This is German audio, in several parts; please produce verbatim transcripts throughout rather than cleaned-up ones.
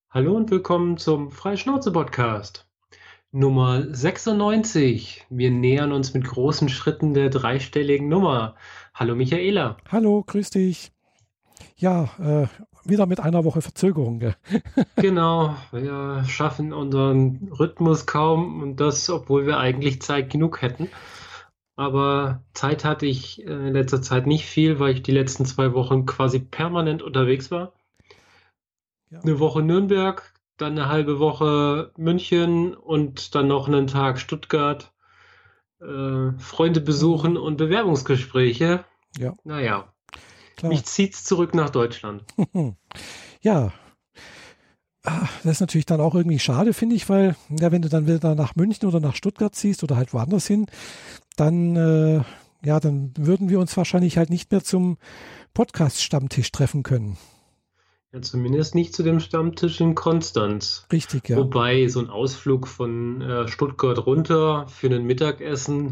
Hallo und willkommen zum Freischnauze-Podcast Nummer sechsundneunzig. Wir nähern uns mit großen Schritten der dreistelligen Nummer. Hallo Michaela. Hallo, grüß dich. Ja, äh, wieder mit einer Woche Verzögerung. Gell? Genau, wir schaffen unseren Rhythmus kaum und das, obwohl wir eigentlich Zeit genug hätten. Aber Zeit hatte ich äh, in letzter Zeit nicht viel, weil ich die letzten zwei Wochen quasi permanent unterwegs war. Ja. Eine Woche Nürnberg, dann eine halbe Woche München und dann noch einen Tag Stuttgart. Äh, Freunde besuchen und Bewerbungsgespräche. Ja, Naja, klar. mich zieht's zurück nach Deutschland. Ja, Ah, das ist natürlich dann auch irgendwie schade, finde ich, weil, ja, wenn du dann wieder nach München oder nach Stuttgart ziehst oder halt woanders hin, dann, äh, ja, dann würden wir uns wahrscheinlich halt nicht mehr zum Podcast-Stammtisch treffen können. Ja, zumindest nicht zu dem Stammtisch in Konstanz. Richtig, ja. Wobei so ein Ausflug von äh, Stuttgart runter für ein Mittagessen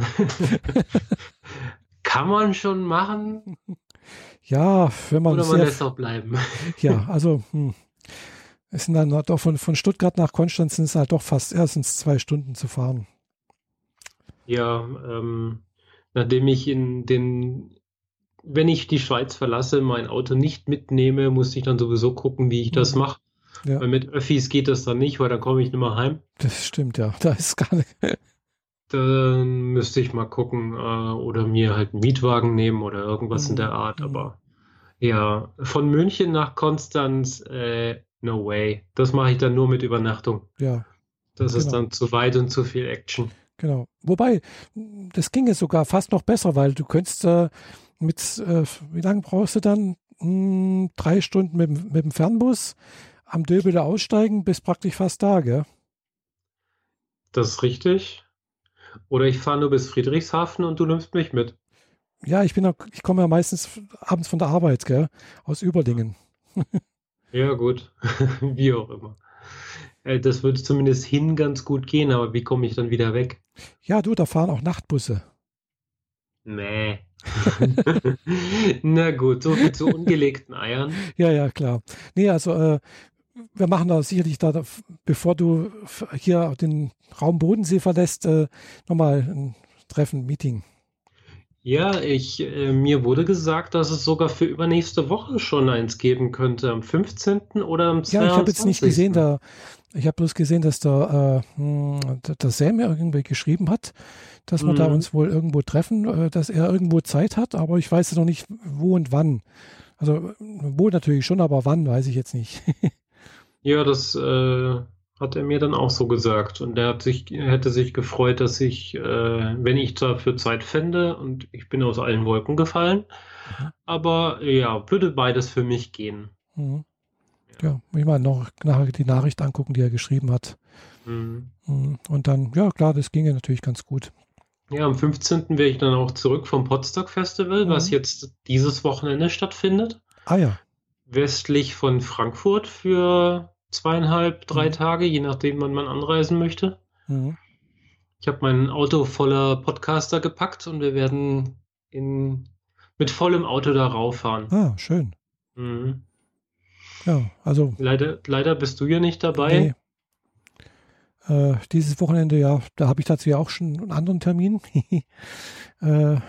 kann man schon machen. Ja, wenn man Oder man sehr, lässt auch bleiben. ja, also, hm, es sind dann doch von, von Stuttgart nach Konstanz sind es halt doch fast erstens zwei Stunden zu fahren. Ja, ähm, nachdem ich in den, wenn ich die Schweiz verlasse, mein Auto nicht mitnehme, muss ich dann sowieso gucken, wie ich das Mhm. mache. Ja, Weil mit Öffis geht das dann nicht, weil dann komme ich nicht mehr heim. das stimmt, ja. Da ist gar nicht. Dann müsste ich mal gucken, äh, oder mir halt einen Mietwagen nehmen oder irgendwas in der Mhm. Art. Mhm. Aber ja, von München nach Konstanz, äh, no way. Das mache ich dann nur mit Übernachtung. Ja, Das ist genau. dann zu weit und zu viel Action. Genau. Wobei, das ginge sogar fast noch besser, weil du könntest äh, mit, äh, wie lange brauchst du dann? Hm, drei Stunden mit, dem- mit dem Fernbus am Döbele aussteigen, bist praktisch fast da, gell? Das ist richtig. Oder ich fahre nur bis Friedrichshafen und du nimmst mich mit. Ja, ich bin ja, ich komme ja meistens abends von der Arbeit, gell? Aus Überlingen. Ja, gut. Wie auch immer. Äh, das würde zumindest hin ganz gut gehen, aber wie komme ich dann wieder weg? Ja, du, da fahren auch Nachtbusse. Nee. Na gut, so viel zu ungelegten Eiern. Ja, ja, klar. Nee, also äh, wir machen da sicherlich da, bevor du f- hier den Raum Bodensee verlässt, äh, nochmal ein Treffen, Meeting. Ja, ich, äh, mir wurde gesagt, dass es sogar für übernächste Woche schon eins geben könnte, am fünfzehnten oder am Ja, ich habe jetzt nicht gesehen, zweiundzwanzigsten da, ich habe bloß gesehen, dass da, äh, hm, der der Sam ja irgendwie geschrieben hat, dass wir da Mhm. uns wohl irgendwo treffen, äh, dass er irgendwo Zeit hat, aber ich weiß noch nicht, wo und wann. Also, wo natürlich schon, aber wann, weiß ich jetzt nicht. Ja, das äh, hat er mir dann auch so gesagt. Und er hat sich, er hätte sich gefreut, dass ich, äh, wenn ich dafür Zeit fände, und ich bin aus allen Wolken gefallen. Mhm. Aber ja, würde beides für mich gehen. Mhm. Ja. Ja, ich mal noch nachher die Nachricht angucken, die er geschrieben hat. Mhm. Mhm. Und dann, ja klar, das ginge natürlich ganz gut. Ja, am fünfzehnten wäre ich dann auch zurück vom Potsdok Festival, was Mhm. jetzt dieses Wochenende stattfindet. Ah ja. Westlich von Frankfurt für zweieinhalb, drei Mhm. Tage, je nachdem, wann man anreisen möchte. Mhm. Ich habe mein Auto voller Podcaster gepackt und wir werden in, mit vollem Auto da rauffahren. Ah, schön. Mhm. Ja, also, Leider, leider bist du ja nicht nee, dabei. äh, dieses Wochenende, ja, da habe ich tatsächlich auch schon einen anderen Termin. äh,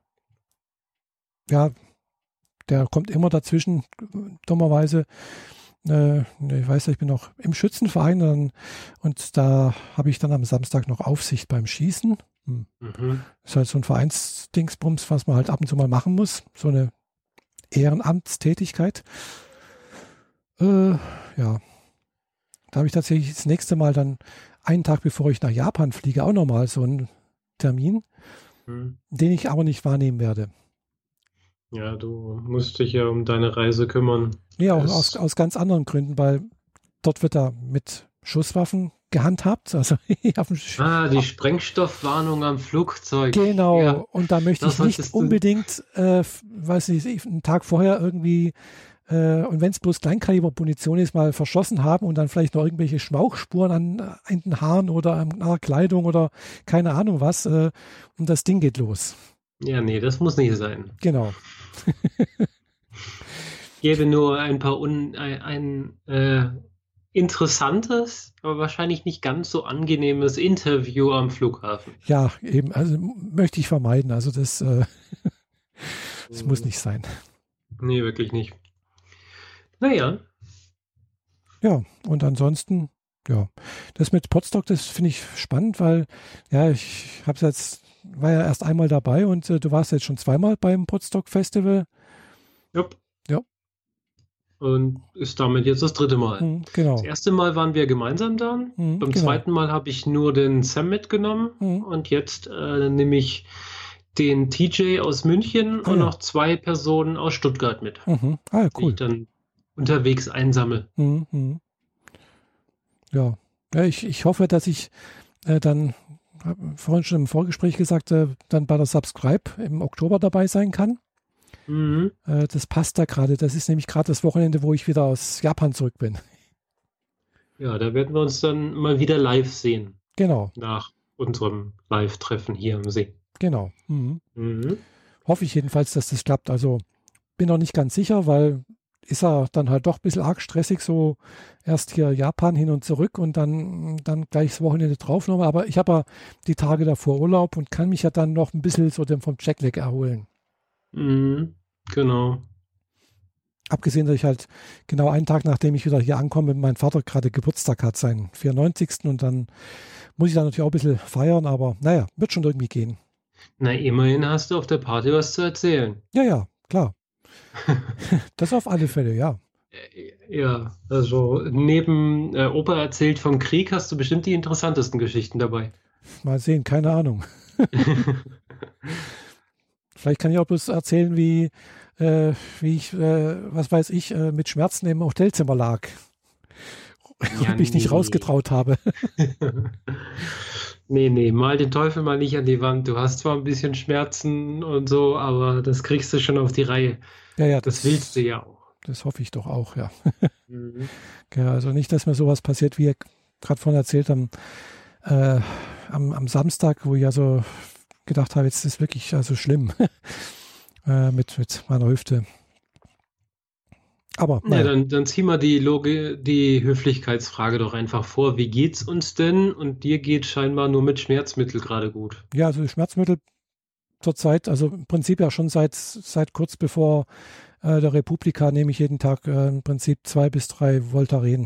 ja, der kommt immer dazwischen, dummerweise. Äh, ich weiß, ich bin noch im Schützenverein dann, und da habe ich dann am Samstag noch Aufsicht beim Schießen. Hm. Mhm. Ist halt so ein Vereinsdingsbums, was man halt ab und zu mal machen muss. So eine Ehrenamtstätigkeit. Äh, ja, da habe ich tatsächlich das nächste Mal dann einen Tag bevor ich nach Japan fliege, auch nochmal so einen Termin, Mhm. den ich aber nicht wahrnehmen werde. Ja, du musst dich ja um deine Reise kümmern. Ja, auch aus, Es, aus ganz anderen Gründen, weil dort wird da mit Schusswaffen gehandhabt. Also ich hab, ah, die Sprengstoffwarnung am Flugzeug. genau, Ja, und da möchte das ich nicht solltest du. unbedingt, äh, f- weiß nicht, einen Tag vorher irgendwie, äh, und wenn es bloß Kleinkalibermunition ist, mal verschossen haben und dann vielleicht noch irgendwelche Schmauchspuren an, an den Haaren oder an der Kleidung oder keine Ahnung was, äh, und das Ding geht los. Ja, nee, das muss nicht sein. Genau. Gäbe nur ein paar un, ein, ein, äh, interessantes, aber wahrscheinlich nicht ganz so angenehmes Interview am Flughafen. Ja, eben, also möchte ich vermeiden. Also das, äh, das muss nicht sein. Nee, wirklich nicht. Naja. Ja, und ansonsten, ja, das mit Podstock, das finde ich spannend, weil, ja, ich habe jetzt, war ja erst einmal dabei und äh, du warst jetzt schon zweimal beim Podstock Festival. Jupp. Ja. Und ist damit jetzt das dritte Mal. Mhm, genau. Das erste Mal waren wir gemeinsam da. Mhm, Beim genau. zweiten Mal habe ich nur den Sam mitgenommen. Mhm. Und jetzt äh, nehme ich den T J aus München Ah, und ja. noch zwei Personen aus Stuttgart mit, Mhm. Ah, ja, die ich cool. dann unterwegs einsammle. Mhm. Mhm. Ja, ja ich, ich hoffe, dass ich äh, dann, hab vorhin schon im Vorgespräch gesagt, äh, dann bei der Subscribe im Oktober dabei sein kann. Mhm. Äh, das passt da gerade. Das ist nämlich gerade das Wochenende, wo ich wieder aus Japan zurück bin. Ja, da werden wir uns dann mal wieder live sehen. Genau, Nach unserem Live-Treffen hier am See. genau. Mhm. Mhm. Hoffe ich jedenfalls, dass das klappt. Also bin noch nicht ganz sicher, weil ist er dann halt doch ein bisschen arg stressig, so erst hier Japan hin und zurück und dann, dann gleich das Wochenende drauf nochmal. Aber ich habe ja die Tage davor Urlaub und kann mich ja dann noch ein bisschen so dem vom Jetlag erholen. Mhm. Genau. Abgesehen, dass ich halt genau einen Tag, nachdem ich wieder hier ankomme, mein Vater gerade Geburtstag hat, seinen vierundneunzigsten Und dann muss ich da natürlich auch ein bisschen feiern, aber naja, wird schon irgendwie gehen. Na, immerhin hast du auf der Party was zu erzählen. Ja, ja, klar. Das auf alle Fälle, ja. Ja, also neben äh, Opa erzählt vom Krieg hast du bestimmt die interessantesten Geschichten dabei. Mal sehen, keine Ahnung. Vielleicht kann ich auch bloß erzählen, wie, äh, wie ich, äh, was weiß ich, äh, mit Schmerzen im Hotelzimmer lag. Ja, Und mich nicht nee. rausgetraut habe. Nee, nee, mal den Teufel mal nicht an die Wand. Du hast zwar ein bisschen Schmerzen und so, aber das kriegst du schon auf die Reihe. Ja, ja, Das das, willst du ja auch. das hoffe ich doch auch, ja. Mhm. Ja, also nicht, dass mir sowas passiert, wie ihr gerade vorhin erzählt haben, äh, am, am Samstag, wo ich also gedacht habe, jetzt ist es wirklich also schlimm äh, mit, mit meiner Hüfte. Aber Ja, naja, dann, dann zieh mal die Logi die Höflichkeitsfrage doch einfach vor. Wie geht's uns denn? Und dir geht scheinbar nur mit Schmerzmittel gerade gut. ja, also Schmerzmittel zurzeit, also im Prinzip ja schon seit, seit kurz bevor äh, der Republika nehme ich jeden Tag äh, im Prinzip zwei bis drei Voltaren.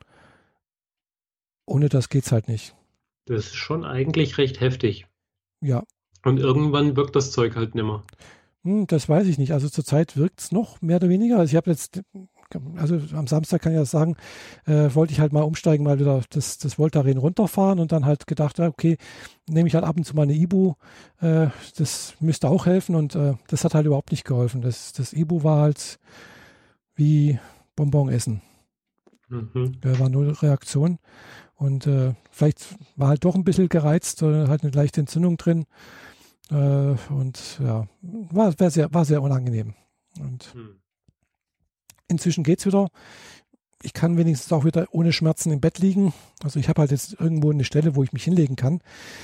Ohne das geht's halt nicht. Das ist schon eigentlich recht heftig. Ja, Und irgendwann wirkt das Zeug halt nimmer. hm, das weiß ich nicht. Also zurzeit wirkt es noch mehr oder weniger. Also ich habe jetzt, also am Samstag kann ich ja sagen, äh, wollte ich halt mal umsteigen, mal wieder das, das Voltaren runterfahren und dann halt gedacht, ja, okay, nehme ich halt ab und zu mal eine Ibu. Äh, das müsste auch helfen und äh, das hat halt überhaupt nicht geholfen. Das, das Ibu war halt wie Bonbon essen. Mhm. Da war null Reaktion. Und äh, vielleicht war halt doch ein bisschen gereizt, äh, halt eine leichte Entzündung drin. Äh, und ja, war, war, sehr, war sehr unangenehm. Und Hm. inzwischen geht es wieder. Ich kann wenigstens auch wieder ohne Schmerzen im Bett liegen. Also ich habe halt jetzt irgendwo eine Stelle, wo ich mich hinlegen kann.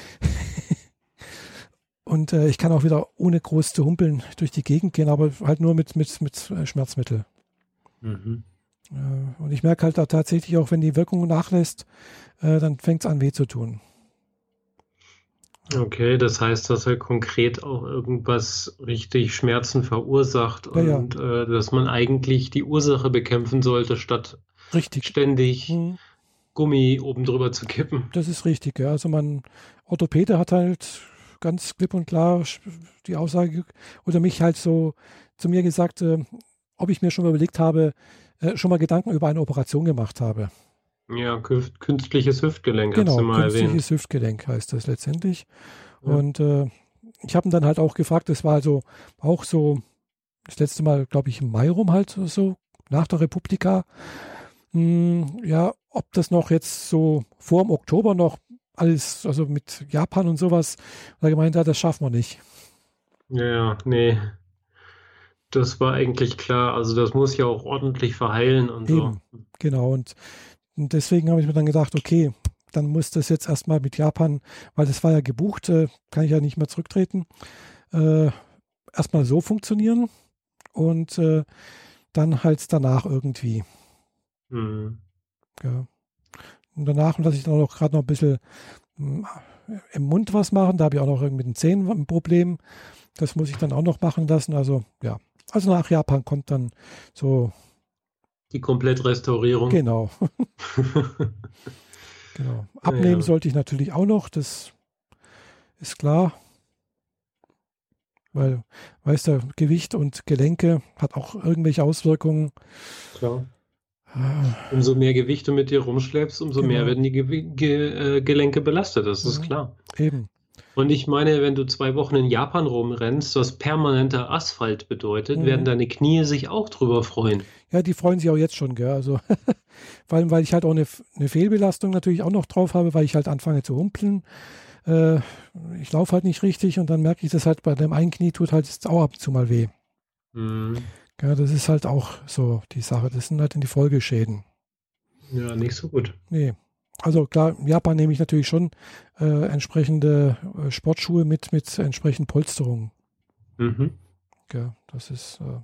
Und äh, ich kann auch wieder ohne groß zu humpeln durch die Gegend gehen, aber halt nur mit, mit, mit äh, Schmerzmittel. Mhm. Äh, und ich merke halt da tatsächlich auch, wenn die Wirkung nachlässt, äh, dann fängt es an weh zu tun. Okay, das heißt, dass er konkret auch irgendwas richtig Schmerzen verursacht Ja, ja, und äh, dass man eigentlich die Ursache bekämpfen sollte, statt richtig. ständig Hm, Gummi oben drüber zu kippen. das ist richtig. Ja. Also mein Orthopäde hat halt ganz klipp und klar die Aussage oder mich halt so zu mir gesagt, äh, ob ich mir schon mal überlegt habe, äh, schon mal Gedanken über eine Operation gemacht habe. Ja, künf- künstliches Hüftgelenk hast du Genau, mal erwähnt. künstliches Hüftgelenk heißt das letztendlich. Ja. Und äh, ich habe ihn dann halt auch gefragt, das war also auch so das letzte Mal, glaube ich, im Mai rum halt so, nach der Republika. Hm, ja, ob das noch jetzt so vor dem Oktober noch alles, also mit Japan und sowas, weil er gemeint hat, das schaffen wir nicht. Ja, ja, nee, das war eigentlich klar. Also das muss ja auch ordentlich verheilen und so. Eben, genau. Und, und deswegen habe ich mir dann gedacht, okay, dann muss das jetzt erstmal mit Japan, weil das war ja gebucht, äh, kann ich ja nicht mehr zurücktreten, äh, erstmal so funktionieren und äh, dann halt danach irgendwie. Hm. Ja. Und danach lasse ich dann auch gerade noch ein bisschen mm, im Mund was machen. Da habe ich auch noch irgendwie mit den Zähnen ein Problem. Das muss ich dann auch noch machen lassen. Also ja, also nach Japan kommt dann so. Die Komplettrestaurierung. Genau. Genau. Abnehmen ja. sollte ich natürlich auch noch. Das ist klar. Weil, weißt du, Gewicht und Gelenke hat auch irgendwelche Auswirkungen. Klar. Umso mehr Gewicht du mit dir rumschleppst, umso genau. mehr werden die Ge Ge äh, Gelenke belastet, das ist mhm. klar. Eben. Und ich meine, wenn du zwei Wochen in Japan rumrennst, was permanenter Asphalt bedeutet, mhm. werden deine Knie sich auch drüber freuen. Ja, die freuen sich auch jetzt schon, gell? Also, vor allem, weil ich halt auch eine, eine Fehlbelastung natürlich auch noch drauf habe, weil ich halt anfange zu humpeln. Äh, ich laufe halt nicht richtig und dann merke ich, dass halt bei dem einen Knie tut halt jetzt auch ab und zu mal weh. Mhm. Ja, das ist halt auch so die Sache. Das sind halt in die Folgeschäden. Ja, nicht so gut. Nee. Also klar, in Japan nehme ich natürlich schon äh, entsprechende äh, Sportschuhe mit, mit entsprechenden Polsterungen. Mhm. Ja, das ist. Äh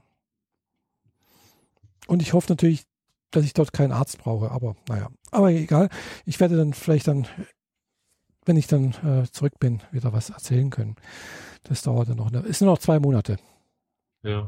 Und ich hoffe natürlich, dass ich dort keinen Arzt brauche, aber naja. Aber egal. Ich werde dann vielleicht dann, wenn ich dann äh, zurück bin, wieder was erzählen können. Das dauert dann noch. Es sind noch zwei Monate. Ja.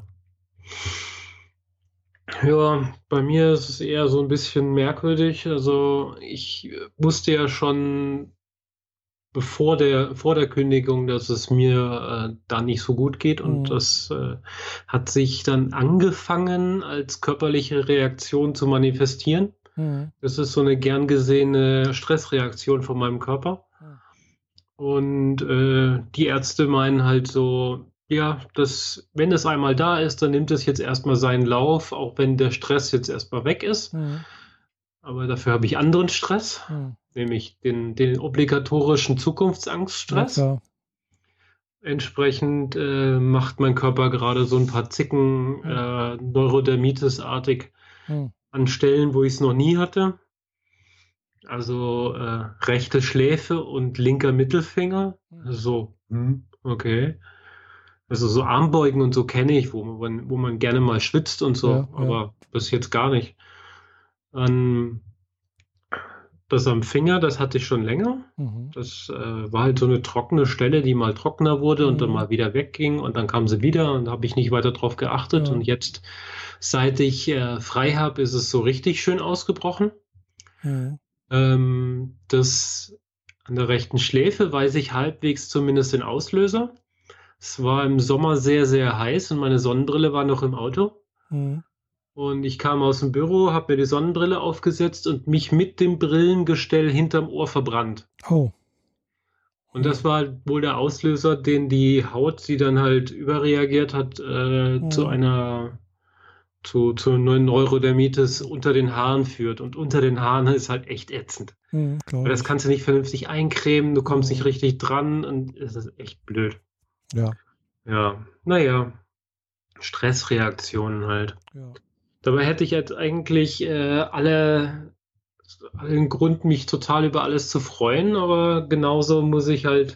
Ja, bei mir ist es eher so ein bisschen merkwürdig. Also ich wusste ja schon bevor der, vor der Kündigung, dass es mir äh, da nicht so gut geht. Und Mhm. das äh, hat sich dann angefangen, als körperliche Reaktion zu manifestieren. Mhm. Das ist so eine gern gesehene Stressreaktion von meinem Körper. Mhm. Und äh, die Ärzte meinen halt so, ja, das, wenn es einmal da ist, dann nimmt es jetzt erstmal seinen Lauf, auch wenn der Stress jetzt erstmal weg ist. Mhm. Aber dafür habe ich anderen Stress, Mhm. nämlich den, den obligatorischen Zukunftsangststress. Ja, klar. Entsprechend äh, macht mein Körper gerade so ein paar Zicken, äh, Neurodermitis-artig Mhm. an Stellen, wo ich es noch nie hatte. Also äh, rechte Schläfe und linker Mittelfinger. So, hm, okay. Also so Armbeugen und so kenne ich, wo man, wo man gerne mal schwitzt und so, Ja, ja. aber bis jetzt gar nicht. Ähm, das am Finger, das hatte ich schon länger. Mhm. Das äh, war halt so eine trockene Stelle, die mal trockener wurde und dann Mhm. mal wieder wegging und dann kam sie wieder und da habe ich nicht weiter drauf geachtet. Ja. Und jetzt, seit ich äh, frei habe, ist es so richtig schön ausgebrochen. Mhm. Ähm, das an der rechten Schläfe weiß ich halbwegs zumindest den Auslöser. Es war im Sommer sehr, sehr heiß und meine Sonnenbrille war noch im Auto. Mhm. Und ich kam aus dem Büro, habe mir die Sonnenbrille aufgesetzt und mich mit dem Brillengestell hinterm Ohr verbrannt. Oh. Und das war wohl der Auslöser, den die Haut, die dann halt überreagiert hat, äh, Mhm. zu einer zu, zu einer Neurodermitis unter den Haaren führt. Und unter den Haaren ist halt echt ätzend. Mhm, glaub Weil das ich. kannst du nicht vernünftig eincremen, du kommst Mhm. nicht richtig dran und es ist echt blöd. Ja. Ja, naja, Stressreaktionen halt. Ja. Dabei hätte ich jetzt eigentlich äh, alle, allen Grund, mich total über alles zu freuen, aber genauso muss ich halt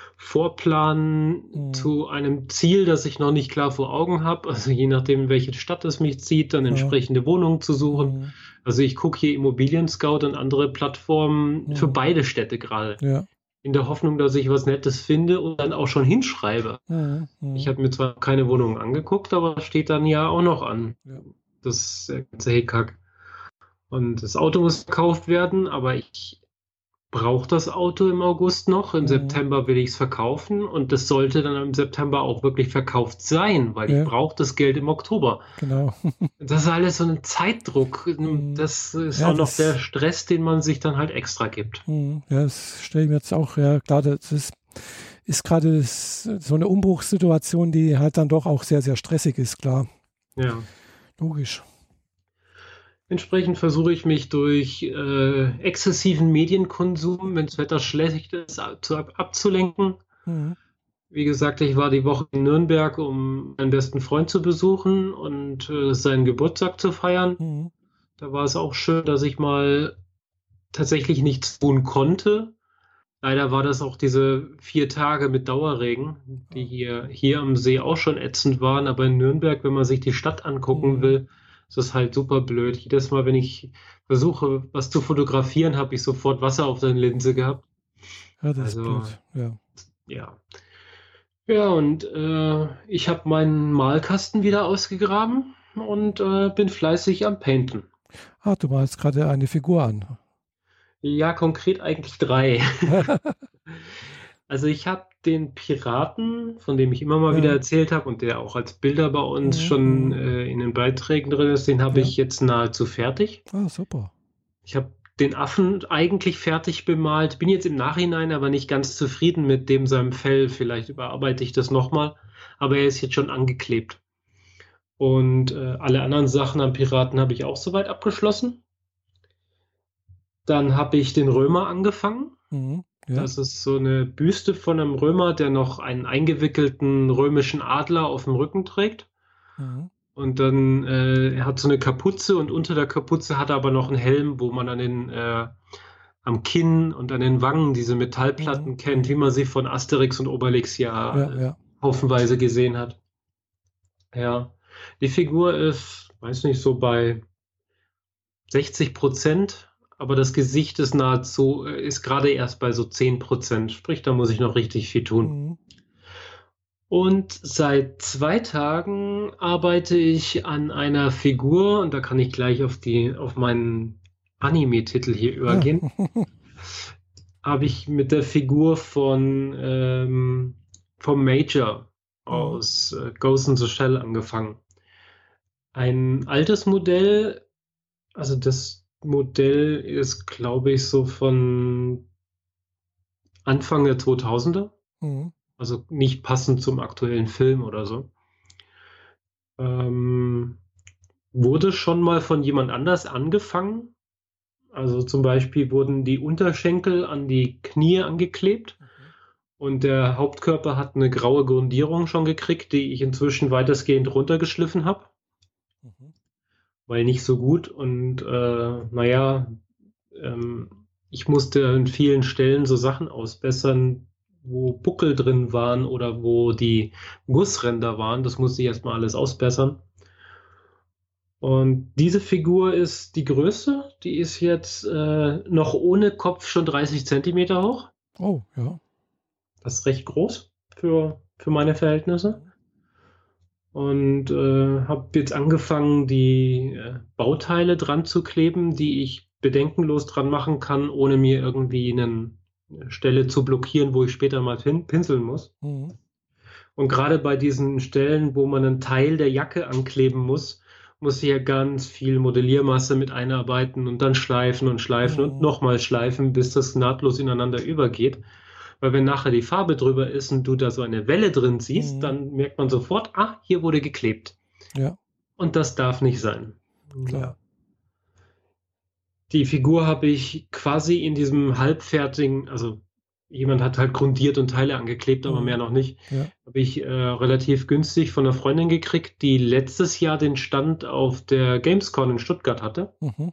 vorplanen Mhm. zu einem Ziel, das ich noch nicht klar vor Augen habe. Also je nachdem, in welche Stadt es mich zieht, dann Ja. entsprechende Wohnungen zu suchen. Mhm. Also ich gucke hier Immobilien Scout und andere Plattformen Mhm. für beide Städte gerade. Ja. In der Hoffnung, dass ich was Nettes finde und dann auch schon hinschreibe. Mhm. Mhm. Ich habe mir zwar keine Wohnung angeguckt, aber steht dann ja auch noch an. Ja. Das äh, ganze Hickhack. Und das Auto muss verkauft werden, aber ich brauche das Auto im August noch. Im Mhm. September will ich es verkaufen und das sollte dann im September auch wirklich verkauft sein, weil Ja. ich brauche das Geld im Oktober. Genau. Das ist alles so ein Zeitdruck. Mhm. Das ist Ja, auch noch das- der Stress, den man sich dann halt extra gibt. Mhm. Ja, das stelle ich mir jetzt auch, ja klar, das ist, ist gerade s- so eine Umbruchssituation, die halt dann doch auch sehr, sehr stressig ist, klar. Ja. Logisch. Entsprechend versuche ich mich durch äh, exzessiven Medienkonsum, wenn das Wetter schlecht ist, ab, zu, abzulenken. Mhm. Wie gesagt, ich war die Woche in Nürnberg, um meinen besten Freund zu besuchen und äh, seinen Geburtstag zu feiern. Mhm. Da war es auch schön, dass ich mal tatsächlich nichts tun konnte. Leider war das auch diese vier Tage mit Dauerregen, die hier, hier am See auch schon ätzend waren. Aber in Nürnberg, wenn man sich die Stadt angucken Mhm. will, Das ist halt super blöd. Jedes Mal, wenn ich versuche, was zu fotografieren, habe ich sofort Wasser auf der Linse gehabt. Ja, das ist Also, blöd. Ja. ja. Ja, und äh, ich habe meinen Malkasten wieder ausgegraben und äh, bin fleißig am Painten. Ah, du malst gerade eine Figur an. Ja, konkret eigentlich drei. Also ich habe den Piraten, von dem ich immer mal wieder Ja. erzählt habe und der auch als Bilder bei uns Mhm, schon mhm. äh, in den Beiträgen drin ist, den habe Ja. ich jetzt nahezu fertig. Ah, super. Ich habe den Affen eigentlich fertig bemalt, bin jetzt im Nachhinein aber nicht ganz zufrieden mit dem seinem Fell. Vielleicht überarbeite ich das nochmal, aber er ist jetzt schon angeklebt. Und äh, alle anderen Sachen am Piraten habe ich auch soweit abgeschlossen. Dann habe ich den Römer angefangen. Mhm. Ja. Das ist so eine Büste von einem Römer, der noch einen eingewickelten römischen Adler auf dem Rücken trägt. Mhm. Und dann, äh, er hat so eine Kapuze und unter der Kapuze hat er aber noch einen Helm, wo man an den, äh, am Kinn und an den Wangen diese Mhm. Metallplatten kennt, wie Mhm. man sie von Asterix und Obelix ja Ja, äh, ja. haufenweise gesehen hat. Ja, die Figur ist, weiß nicht, so bei sechzig Prozent, aber das Gesicht ist nahezu, äh, ist gerade erst bei so zehn Prozent. Sprich, da muss ich noch richtig viel tun. Mhm. Und seit zwei Tagen arbeite ich an einer Figur und da kann ich gleich auf die, auf meinen Anime-Titel hier Ah. übergehen. Habe ich mit der Figur von ähm, vom Major Mhm. aus äh, Ghost in the Shell angefangen. Ein altes Modell, also das Modell ist, glaube ich, so von Anfang der zweitausender, Mhm. also nicht passend zum aktuellen Film oder so. Ähm, Wurde schon mal von jemand anders angefangen. Also zum Beispiel wurden die Unterschenkel an die Knie angeklebt Mhm. und der Hauptkörper hat eine graue Grundierung schon gekriegt, die ich inzwischen weitestgehend runtergeschliffen habe, Mhm. weil nicht so gut. Und äh, naja, ähm, ich musste an vielen Stellen so Sachen ausbessern, wo Buckel drin waren oder wo die Gussränder waren. Das musste ich erstmal alles ausbessern. Und diese Figur ist die größte. Die ist jetzt äh, noch ohne Kopf schon dreißig Zentimeter hoch. Oh, ja. Das ist recht groß für, für meine Verhältnisse. Mhm. Und äh, habe jetzt angefangen, die äh, Bauteile dran zu kleben, die ich bedenkenlos dran machen kann, ohne mir irgendwie eine Stelle zu blockieren, wo ich später mal pin pinseln muss. Mhm. Und gerade bei diesen Stellen, wo man einen Teil der Jacke ankleben muss, muss ich ja ganz viel Modelliermasse mit einarbeiten und dann schleifen und schleifen und Mhm. nochmal schleifen, bis das nahtlos ineinander übergeht. Weil wenn nachher die Farbe drüber ist und du da so eine Welle drin siehst, Mhm. dann merkt man sofort, ah, hier wurde geklebt. Ja, Und das darf nicht sein. klar. Ja. Die Figur habe ich quasi in diesem halbfertigen, also jemand hat halt grundiert und Teile angeklebt, aber mehr Mhm. noch nicht. Ja. Habe ich äh, relativ günstig von einer Freundin gekriegt, die letztes Jahr den Stand auf der Gamescom in Stuttgart hatte. Mhm.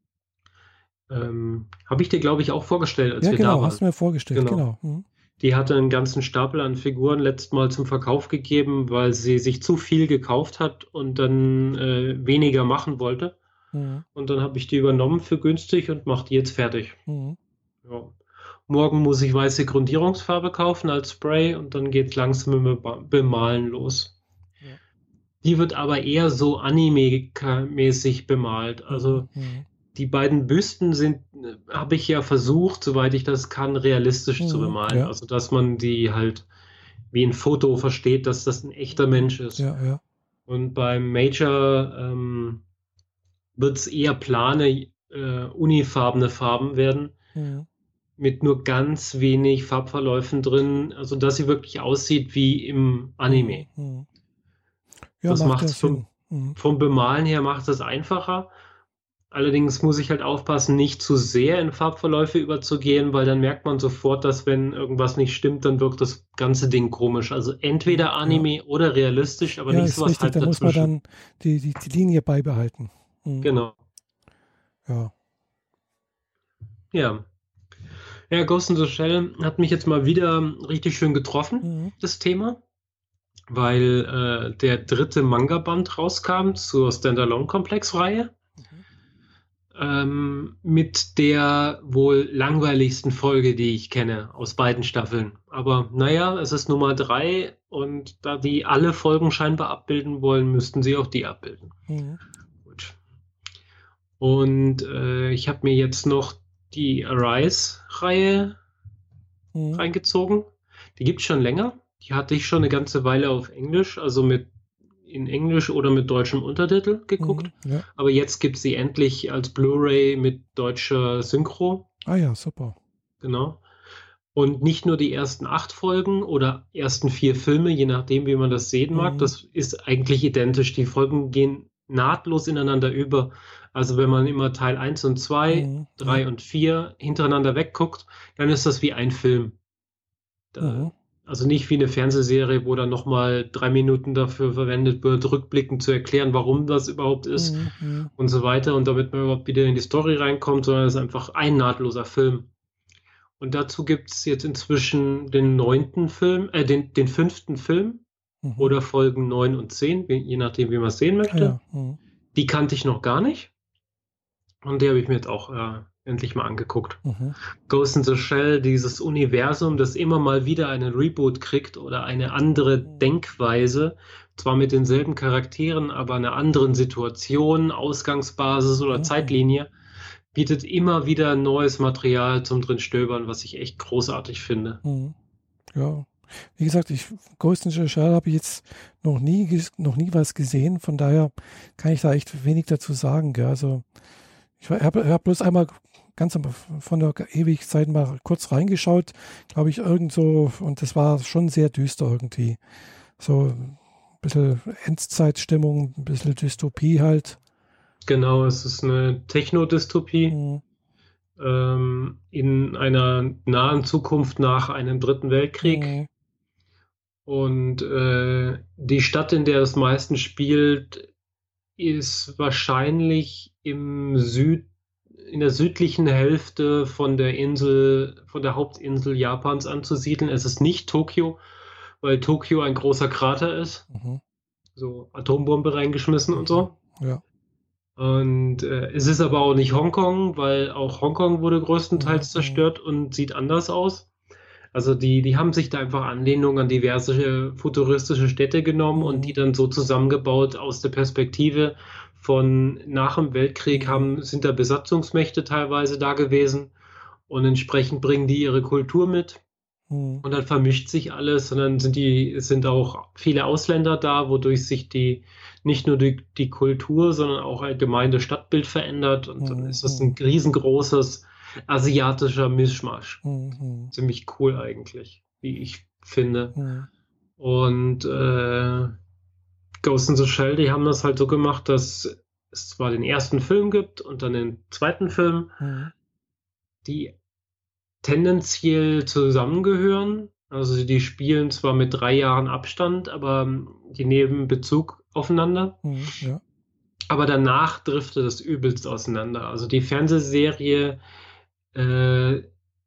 Ähm, habe ich dir, glaube ich, auch vorgestellt, als Ja, wir da genau, hast waren. du mir vorgestellt, Genau. genau. Mhm. Die hatte einen ganzen Stapel an Figuren letztes Mal zum Verkauf gegeben, weil sie sich zu viel gekauft hat und dann äh, weniger machen wollte. Mhm. Und dann habe ich die übernommen für günstig und mache die jetzt fertig. Mhm. Ja. Morgen muss ich weiße Grundierungsfarbe kaufen als Spray und dann geht langsam mit dem Bemalen los. Ja. Die wird aber eher so anime-mäßig bemalt. Mhm. Also Mhm. die beiden Büsten sind, äh, habe ich ja versucht, soweit ich das kann, realistisch zu Mhm. bemalen. Ja. Also dass man die halt wie ein Foto versteht, dass das ein echter Mhm. Mensch ist. Ja, ja. Und beim Major ähm, wird es eher plane, äh, unifarbene Farben werden, Mhm. mit nur ganz wenig Farbverläufen drin, also dass sie wirklich aussieht wie im Mhm. Anime. Mhm. Ja, Das macht macht ja es vom, Sinn. Mhm. vom Bemalen her macht es einfacher. Allerdings muss ich halt aufpassen, nicht zu sehr in Farbverläufe überzugehen, weil dann merkt man sofort, dass wenn irgendwas nicht stimmt, dann wirkt das ganze Ding komisch. Also Mhm. entweder Ja. Anime oder realistisch, aber Ja, nicht ist sowas richtig, halb da muss man dazwischen. dann die, die, die Linie beibehalten. Mhm. Genau. Ja. Ja. Ja, Ghost in the Shell hat mich jetzt mal wieder richtig schön getroffen, Mhm. das Thema. weil äh, der dritte Manga-Band rauskam zur Standalone-Komplex-Reihe. Mhm. Ähm, mit der wohl langweiligsten Folge, die ich kenne, aus beiden Staffeln. Aber naja, es ist Nummer drei und da die alle Folgen scheinbar abbilden wollen, müssten sie auch die abbilden. Mhm. Gut. Und äh, ich habe mir jetzt noch die Arise-Reihe Mhm. reingezogen. Die gibt es schon länger. Die hatte ich schon eine ganze Weile auf Englisch, also mit in Englisch oder mit deutschem Untertitel geguckt. Mhm. Ja. Aber jetzt gibt es sie endlich als Blu-ray mit deutscher Synchro. Ah ja, super. Genau. Und nicht nur die ersten acht Folgen oder ersten vier Filme, je nachdem, wie man das sehen mag. Mhm. Das ist eigentlich identisch. Die Folgen gehen nahtlos ineinander über. Also wenn man immer Teil eins und zwei, Mhm. drei Ja. und vier hintereinander wegguckt, dann ist das wie ein Film. Da, Mhm. also nicht wie eine Fernsehserie, wo dann nochmal drei Minuten dafür verwendet wird, rückblickend zu erklären, warum das überhaupt ist Mhm. Mhm. und so weiter und damit man überhaupt wieder in die Story reinkommt, sondern es ist einfach ein nahtloser Film. Und dazu gibt es jetzt inzwischen den neunten Film, äh, den, den fünften Film Mhm. oder Folgen neun und zehn, wie- je nachdem, wie man es sehen Ah möchte. ja. Mhm. Die kannte ich noch gar nicht und die habe ich mir jetzt auch äh, endlich mal angeguckt. Mhm. Ghost in the Shell, dieses Universum, das immer mal wieder einen Reboot kriegt oder eine andere Denkweise, zwar mit denselben Charakteren, aber einer anderen Situation, Ausgangsbasis oder Mhm. Zeitlinie, bietet immer wieder neues Material zum drin stöbern, was ich echt großartig finde. Mhm. Ja. Wie gesagt, ich Ghost in the Shell habe ich jetzt noch nie ges- noch nie was gesehen, von daher kann ich da echt wenig dazu sagen. Gell? Also ich habe hab bloß einmal ganz am- von der Ewigkeit mal kurz reingeschaut, glaube ich, irgend so, und das war schon sehr düster irgendwie. So ein bisschen Endzeitstimmung, ein bisschen Dystopie halt. Genau, es ist eine Technodystopie Mhm. ähm, in einer nahen Zukunft nach einem Dritten Weltkrieg. Mhm. Und äh, die Stadt, in der das meisten spielt, ist wahrscheinlich im Süd, in der südlichen Hälfte von der Insel, von der Hauptinsel Japans anzusiedeln. Es ist nicht Tokio, weil Tokio ein großer Krater ist, Mhm. so Atombombe reingeschmissen und Mhm. so. Ja. Und äh, es ist aber auch nicht Hongkong, weil auch Hongkong wurde Mhm. größtenteils Mhm. zerstört und sieht anders aus. Also die, die haben sich da einfach Anlehnung an diverse futuristische Städte genommen und die Mhm. dann so zusammengebaut aus der Perspektive von nach dem Weltkrieg Mhm. haben, sind da Besatzungsmächte teilweise da gewesen und entsprechend bringen die ihre Kultur mit Mhm. und dann vermischt sich alles und dann sind die, es sind auch viele Ausländer da, wodurch sich die nicht nur die, die Kultur, sondern auch allgemein das Stadtbild verändert und dann ist das ein Mhm. riesengroßes asiatischer Mischmasch. Mhm. Ziemlich cool eigentlich, wie ich finde. Mhm. Und äh, Ghost in the Shell, die haben das halt so gemacht, dass es zwar den ersten Film gibt und dann den zweiten Film, Mhm. die tendenziell zusammengehören. Also die spielen zwar mit drei Jahren Abstand, aber ähm, die nehmen Bezug aufeinander. Mhm. Ja. Aber danach driftet es übelst auseinander. Also die Fernsehserie äh,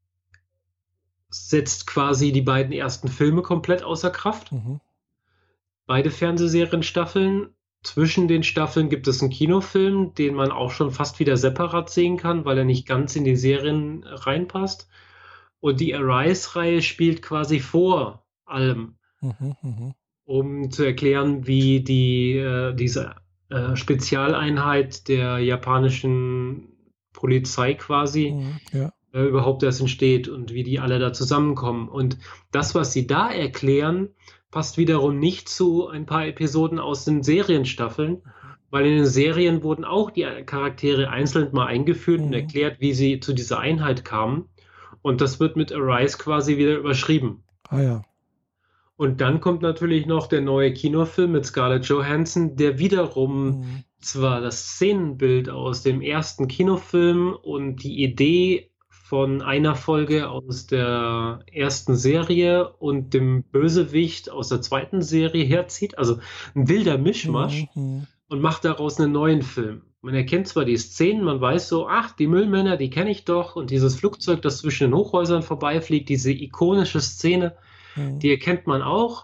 setzt quasi die beiden ersten Filme komplett außer Kraft. Mhm. Beide Fernsehserienstaffeln. Zwischen den Staffeln gibt es einen Kinofilm, den man auch schon fast wieder separat sehen kann, weil er nicht ganz in die Serien reinpasst. Und die Arise-Reihe spielt quasi vor allem, Mhm. Mhm. um zu erklären, wie die, äh, diese äh, Spezialeinheit der japanischen Polizei quasi Mhm. Ja. äh, überhaupt erst entsteht und wie die alle da zusammenkommen. Und das, was sie da erklären, passt wiederum nicht zu ein paar Episoden aus den Serienstaffeln, weil in den Serien wurden auch die Charaktere einzeln mal eingeführt und Mhm. erklärt, wie sie zu dieser Einheit kamen. Und das wird mit Arise quasi wieder überschrieben. Ah ja. Und dann kommt natürlich noch der neue Kinofilm mit Scarlett Johansson, der wiederum Mhm. zwar das Szenenbild aus dem ersten Kinofilm und die Idee von einer Folge aus der ersten Serie und dem Bösewicht aus der zweiten Serie herzieht, also ein wilder Mischmasch, Mhm. und macht daraus einen neuen Film. Man erkennt zwar die Szenen, man weiß so, ach, die Müllmänner, die kenne ich doch, und dieses Flugzeug, das zwischen den Hochhäusern vorbeifliegt, diese ikonische Szene, Mhm. die erkennt man auch,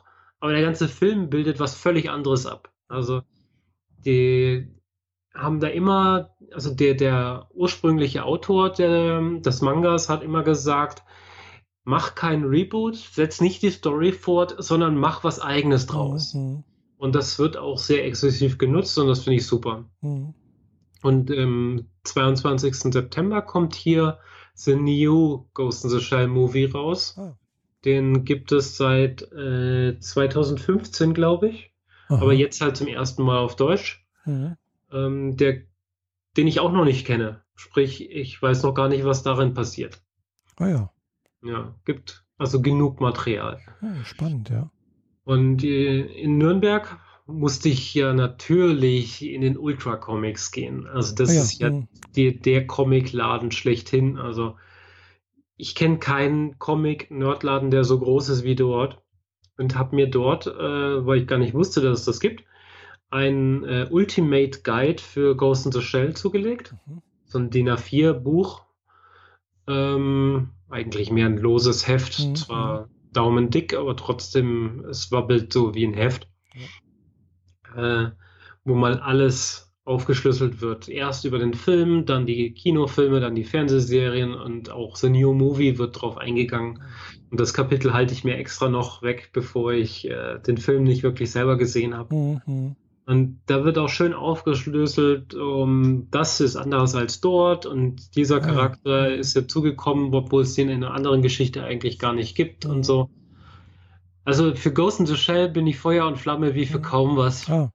aber der ganze Film bildet was völlig anderes ab. Also die haben da immer, also der, der ursprüngliche Autor der, des Mangas hat immer gesagt, mach keinen Reboot, setz nicht die Story fort, sondern mach was Eigenes draus. Mhm. Und das wird auch sehr exzessiv genutzt und das finde ich super. Mhm. Und am zweiundzwanzigsten September kommt hier The New Ghost in the Shell Movie raus. Ah. Den gibt es seit äh, zweitausendfünfzehn, glaube ich. Aha. Aber jetzt halt zum ersten Mal auf Deutsch. Mhm. Ähm, der, den ich auch noch nicht kenne. Sprich, ich weiß noch gar nicht, was darin passiert. Ah ja. Ja, gibt also genug Material. Ja, spannend, ja. Und äh, in Nürnberg musste ich ja natürlich in den Ultra Comics gehen. Also das Ah ja, ist ja mhm. die, der Comicladen schlechthin. Also ich kenne keinen Comic-Nerdladen, der so groß ist wie dort. Und habe mir dort, äh, weil ich gar nicht wusste, dass es das gibt, ein äh, Ultimate Guide für Ghost in the Shell zugelegt. Mhm. So ein D I N A vier Buch. Ähm, eigentlich mehr ein loses Heft. Mhm. Zwar daumendick, aber trotzdem, es wabbelt so wie ein Heft. Äh, wo mal alles aufgeschlüsselt wird. Erst über den Film, dann die Kinofilme, dann die Fernsehserien und auch The New Movie wird drauf eingegangen. Und das Kapitel halte ich mir extra noch weg, bevor ich äh, den Film nicht wirklich selber gesehen habe. Mhm. Und da wird auch schön aufgeschlüsselt, um, das ist anders als dort und dieser Ah, ja. Charakter Mhm. ist dazugekommen, obwohl es den in einer anderen Geschichte eigentlich gar nicht gibt Mhm. und so. Also für Ghost in the Shell bin ich Feuer und Flamme wie für Mhm. kaum was. Ah.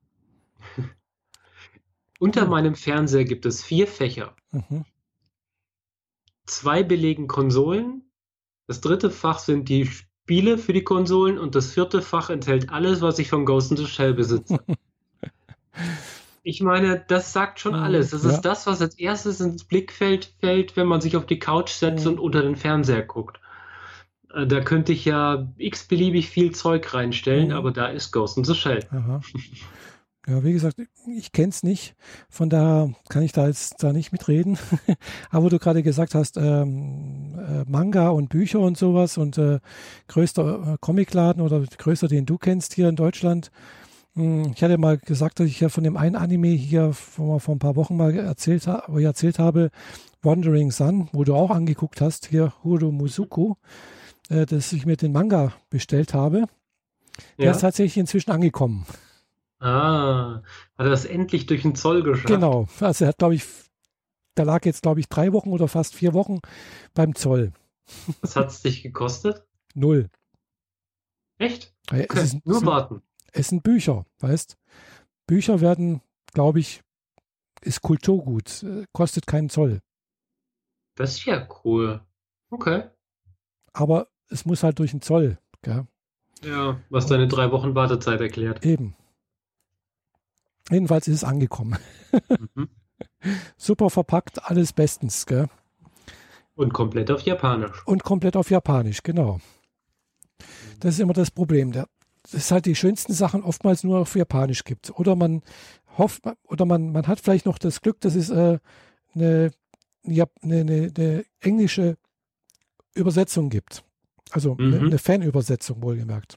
Unter Cool. meinem Fernseher gibt es vier Fächer. Mhm. Zwei belegen Konsolen. Das dritte Fach sind die Spiele für die Konsolen und das vierte Fach enthält alles, was ich von Ghost in the Shell besitze. Ich meine, das sagt schon Mhm. alles. Das Ja. ist das, was als erstes ins Blickfeld fällt, wenn man sich auf die Couch setzt Mhm. und unter den Fernseher guckt. Äh, Da könnte ich ja x-beliebig viel Zeug reinstellen, Mhm. aber da ist Ghost in the Shell. Aha. Ja, wie gesagt, ich kenne es nicht, von daher kann ich da jetzt da nicht mitreden. Aber wo du gerade gesagt hast, ähm, äh, Manga und Bücher und sowas und äh, größter äh, Comicladen oder größter, den du kennst hier in Deutschland. Hm, ich hatte mal gesagt, dass ich ja von dem einen Anime hier vor, vor ein paar Wochen mal erzählt, ha wo ich erzählt habe, Wandering Sun, wo du auch angeguckt hast, hier Huro Musuko, äh, dass ich mir den Manga bestellt habe. Der Ja? ist tatsächlich inzwischen angekommen. Ah, hat er es endlich durch den Zoll geschafft? Genau, also er hat, glaube ich, da lag jetzt, glaube ich, drei Wochen oder fast vier Wochen beim Zoll. Was hat es dich gekostet? Null. Echt? Es, Okay, ist, nur es, warten. es sind Bücher, weißt? Bücher werden, glaube ich, ist Kulturgut, äh, kostet keinen Zoll. Das ist ja cool. Okay. Aber es muss halt durch den Zoll, gell? Ja, was deine drei Wochen Wartezeit erklärt. Eben. Jedenfalls ist es angekommen. Mhm. Super verpackt, alles bestens, gell? Und komplett auf Japanisch. Und komplett auf Japanisch, genau. Das ist immer das Problem. Der, das ist halt die schönsten Sachen oftmals nur auf Japanisch gibt. Oder man hofft, oder man, man hat vielleicht noch das Glück, dass es äh, eine, eine, eine, eine englische Übersetzung gibt. Also Mhm. eine, eine Fanübersetzung, wohlgemerkt.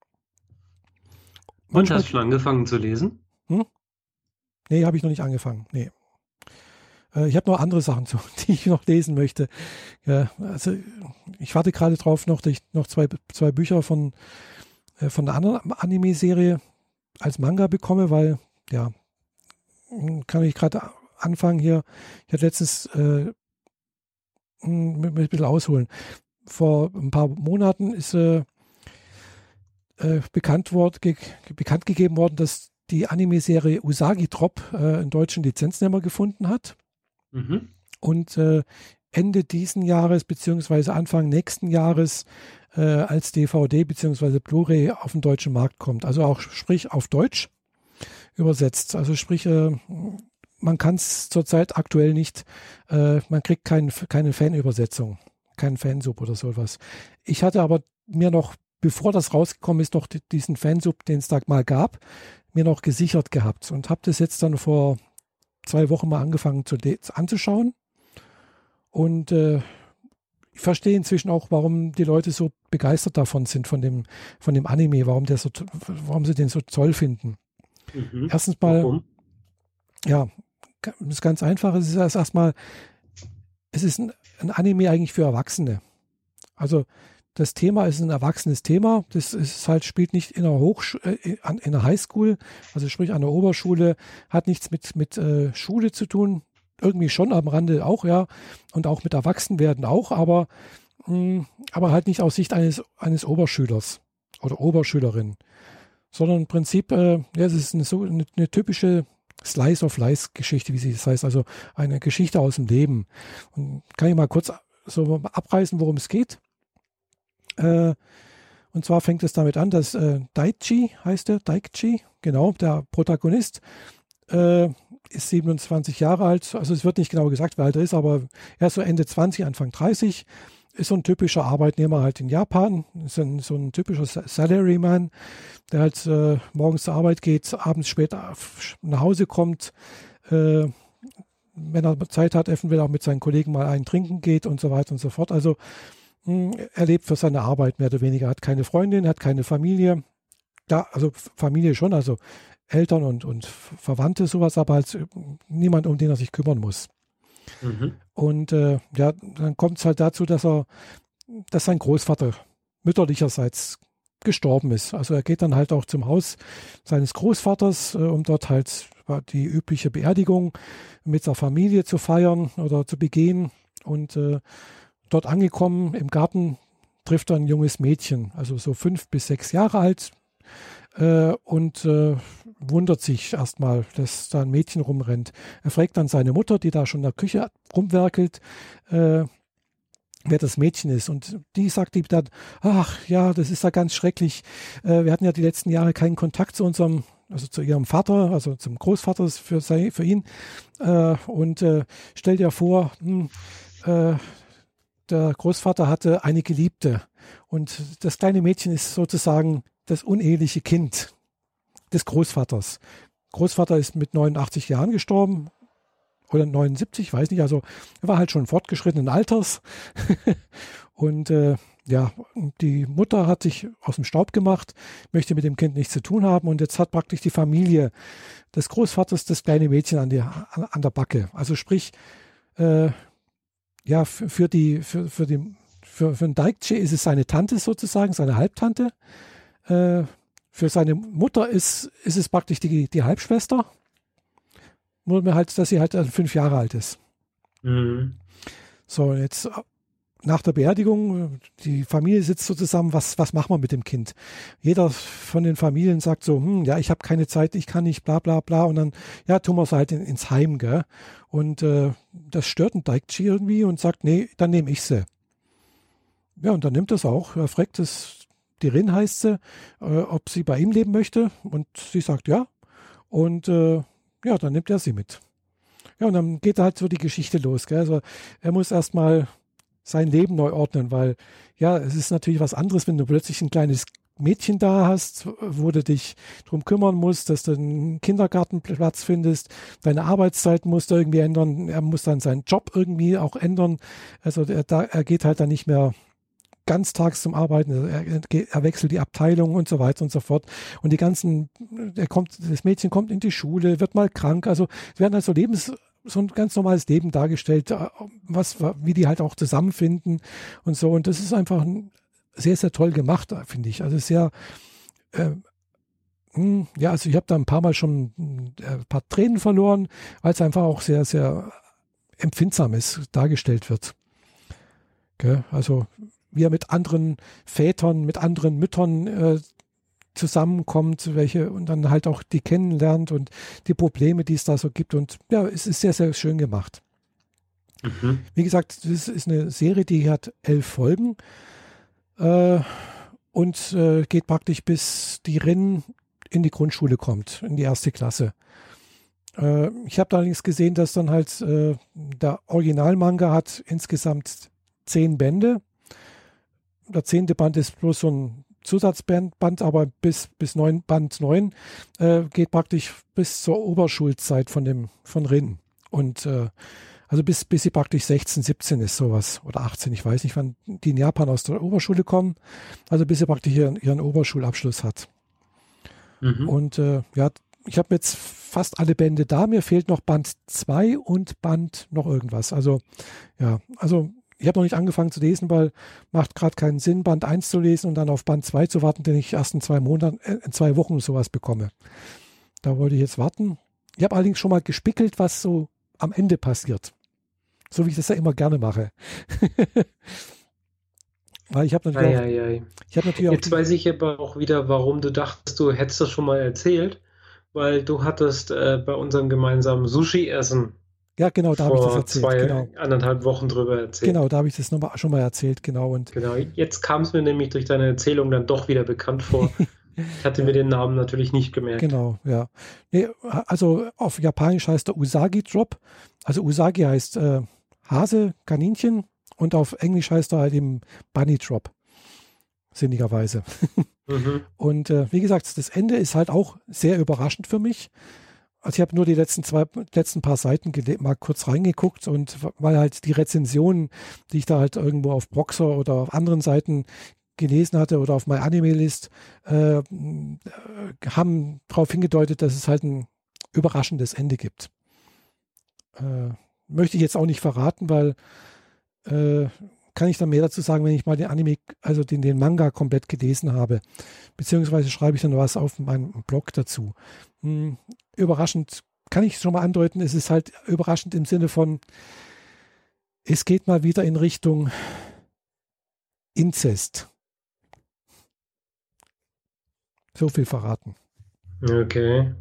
Und Manchmal, hast du schon angefangen zu lesen? nee, habe ich noch nicht angefangen. Nee. Äh, ich habe noch andere Sachen, zu, die ich noch lesen möchte. Ja, also ich warte gerade drauf, noch, dass ich noch zwei, zwei Bücher von, äh, von einer anderen Anime-Serie als Manga bekomme, weil, ja, kann ich gerade anfangen hier. Ich hatte letztens äh, mit, mit ein bisschen ausholen. Vor ein paar Monaten ist äh, äh, bekannt, worden, ge bekannt gegeben worden, dass die Anime-Serie Usagi Drop äh, einen deutschen Lizenznehmer gefunden hat. Mhm. Und äh, Ende diesen Jahres beziehungsweise Anfang nächsten Jahres äh, als D V D beziehungsweise Blu-ray auf den deutschen Markt kommt. Also auch sprich auf Deutsch übersetzt. Also sprich, äh, man kann es zurzeit aktuell nicht, äh, man kriegt kein, keine Fanübersetzung, keinen Fansub oder sowas. Ich hatte aber mir noch, bevor das rausgekommen ist, noch diesen Fansub, den es da mal gab, mir noch gesichert gehabt und habe das jetzt dann vor zwei Wochen mal angefangen zu anzuschauen. Und äh, ich verstehe inzwischen auch, warum die Leute so begeistert davon sind, von dem, von dem Anime, warum der so, warum sie den so toll finden. Mhm. Erstens mal, Warum? ja, das ist ganz einfach. Es ist erst erstmal, es ist ein, ein Anime eigentlich für Erwachsene. Also das Thema ist ein erwachsenes Thema. Das ist halt, spielt nicht in einer Hochsch äh, in einer Highschool, also sprich an der Oberschule, hat nichts mit, mit äh, Schule zu tun. Irgendwie schon am Rande auch, ja. Und auch mit Erwachsenwerden auch, aber, mh, aber halt nicht aus Sicht eines, eines Oberschülers oder Oberschülerin. Sondern im Prinzip, äh, ja, es ist eine, so, eine, eine typische Slice-of-Life-Geschichte, wie sie das heißt, also eine Geschichte aus dem Leben. Und kann ich mal kurz so abreißen, worum es geht. Äh, und zwar fängt es damit an, dass äh, Daichi heißt er, Daichi, genau, der Protagonist, äh, ist siebenundzwanzig Jahre alt, also es wird nicht genau gesagt, wie alt er ist, aber er ist so Ende zwanzig, Anfang dreißig, ist so ein typischer Arbeitnehmer halt in Japan, ist ein, so ein typischer Salaryman, der halt äh, morgens zur Arbeit geht, abends später nach Hause kommt, äh, wenn er Zeit hat, eventuell auch mit seinen Kollegen mal einen trinken geht und so weiter und so fort. Also mh, er lebt für seine Arbeit mehr oder weniger, hat keine Freundin, hat keine Familie, ja, also Familie schon, also Eltern und, und Verwandte, sowas, aber halt niemand, um den er sich kümmern muss. Mhm. Und äh, ja, dann kommt es halt dazu, dass er, dass sein Großvater mütterlicherseits gestorben ist. Also er geht dann halt auch zum Haus seines Großvaters, äh, um dort halt die übliche Beerdigung mit der Familie zu feiern oder zu begehen. Und äh, dort angekommen im Garten trifft er ein junges Mädchen, also so fünf bis sechs Jahre alt, äh, und äh, wundert sich erstmal, dass da ein Mädchen rumrennt. Er fragt dann seine Mutter, die da schon in der Küche rumwerkelt, äh, wer das Mädchen ist. Und die sagt ihm dann, ach ja, das ist ja ganz schrecklich. Äh, wir hatten ja die letzten Jahre keinen Kontakt zu unserem, also zu ihrem Vater, also zum Großvater für, sei, für ihn. Äh, und äh, stell dir vor, mh, äh, der Großvater hatte eine Geliebte. Und das kleine Mädchen ist sozusagen das uneheliche Kind des Großvaters. Großvater ist mit neunundachtzig Jahren gestorben oder neunundsiebzig, weiß nicht, also er war halt schon fortgeschrittenen Alters. Und äh, ja, die Mutter hat sich aus dem Staub gemacht, möchte mit dem Kind nichts zu tun haben und jetzt hat praktisch die Familie des Großvaters das kleine Mädchen an, die, an, an der Backe. Also sprich, äh, ja, für, für die, für, für die, für, für den Daichi ist es seine Tante sozusagen, seine Halbtante. Äh, für seine Mutter ist, ist es praktisch die, die Halbschwester. Nur mehr halt, dass sie halt fünf Jahre alt ist. Mhm. So, jetzt nach der Beerdigung, die Familie sitzt so zusammen, was, was machen wir mit dem Kind? Jeder von den Familien sagt so, hm, ja, ich habe keine Zeit, ich kann nicht, bla bla bla. Und dann, ja, tun wir es halt in, ins Heim, gell? Und äh, das stört einen Daichi irgendwie und sagt, nee, dann nehme ich sie. Ja, und dann nimmt das auch. Er fragt es, die Rin heißt sie, äh, ob sie bei ihm leben möchte. Und sie sagt ja. Und äh, ja, dann nimmt er sie mit. Ja, und dann geht halt so die Geschichte los. Gell? Also er muss erstmal sein Leben neu ordnen, weil ja, es ist natürlich was anderes, wenn du plötzlich ein kleines Mädchen da hast, wo du dich drum kümmern musst, dass du einen Kindergartenplatz findest, deine Arbeitszeit musst du irgendwie ändern, er muss dann seinen Job irgendwie auch ändern. Also er, da, er geht halt dann nicht mehr ganztags zum Arbeiten, also er, er wechselt die Abteilung und so weiter und so fort. Und die ganzen, er kommt, das Mädchen kommt in die Schule, wird mal krank, also es werden also Lebens, so ein ganz normales Leben dargestellt, was, wie die halt auch zusammenfinden und so. Und das ist einfach sehr, sehr toll gemacht, finde ich. Also sehr, äh, mh, ja, also ich habe da ein paar Mal schon ein paar Tränen verloren, weil es einfach auch sehr, sehr empfindsam ist, dargestellt wird. Okay? Also wie er mit anderen Vätern, mit anderen Müttern äh, zusammenkommt, welche und dann halt auch die kennenlernt und die Probleme, die es da so gibt. Und ja, es ist sehr, sehr schön gemacht. Mhm. Wie gesagt, das ist eine Serie, die hat elf Folgen äh, und äh, geht praktisch bis die Rin in die Grundschule kommt, in die erste Klasse. Äh, ich habe allerdings gesehen, dass dann halt äh, der Originalmanga hat insgesamt zehn Bände. Der zehnte Band ist bloß so ein Zusatzband, aber bis, bis neun, Band neun äh, geht praktisch bis zur Oberschulzeit von dem von Rin. Und äh, Also bis, bis sie praktisch sechzehn, siebzehn ist sowas oder achtzehn, ich weiß nicht, wann die in Japan aus der Oberschule kommen. Also bis sie praktisch ihren, ihren Oberschulabschluss hat. Mhm. Und äh, ja, ich habe jetzt fast alle Bände da. Mir fehlt noch Band zwei und Band noch irgendwas. Also ja, also ich habe noch nicht angefangen zu lesen, weil macht gerade keinen Sinn, Band eins zu lesen und dann auf Band zwei zu warten, den ich erst in zwei Monaten, äh, in zwei Wochen sowas bekomme. Da wollte ich jetzt warten. Ich habe allerdings schon mal gespickelt, was so am Ende passiert. So wie ich das ja immer gerne mache. Weil ich habe natürlich, Ei, ei, ei. auch, ich hab natürlich Jetzt auch weiß ich aber auch wieder, warum du dachtest, du hättest das schon mal erzählt, weil du hattest äh, bei unserem gemeinsamen Sushi-Essen ja, genau, da habe ich das vor erzählt. zwei, Genau, anderthalb Wochen drüber erzählt. genau, da habe ich das noch mal, schon mal erzählt. Genau. Und Genau, jetzt kam es mir nämlich durch deine Erzählung dann doch wieder bekannt vor. Ich hatte ja, mir den Namen natürlich nicht gemerkt. genau, ja. Nee, also auf Japanisch heißt der Usagi Drop. Also Usagi heißt äh, Hase, Kaninchen und auf Englisch heißt er halt eben Bunny Drop. Sinnigerweise. Mhm. Und äh, wie gesagt, das Ende ist halt auch sehr überraschend für mich. Also ich habe nur die letzten zwei, letzten paar Seiten mal kurz reingeguckt und weil halt die Rezensionen, die ich da halt irgendwo auf Proxer oder auf anderen Seiten gelesen hatte oder auf MyAnimeList, äh, haben darauf hingedeutet, dass es halt ein überraschendes Ende gibt. Äh, möchte ich jetzt auch nicht verraten, weil äh, kann ich dann mehr dazu sagen, wenn ich mal den Anime, also den, den Manga komplett gelesen habe. Beziehungsweise schreibe ich dann was auf meinem Blog dazu. Hm, überraschend kann ich schon mal andeuten, es ist halt überraschend im Sinne von, es geht mal wieder in Richtung Inzest. So viel verraten. Okay.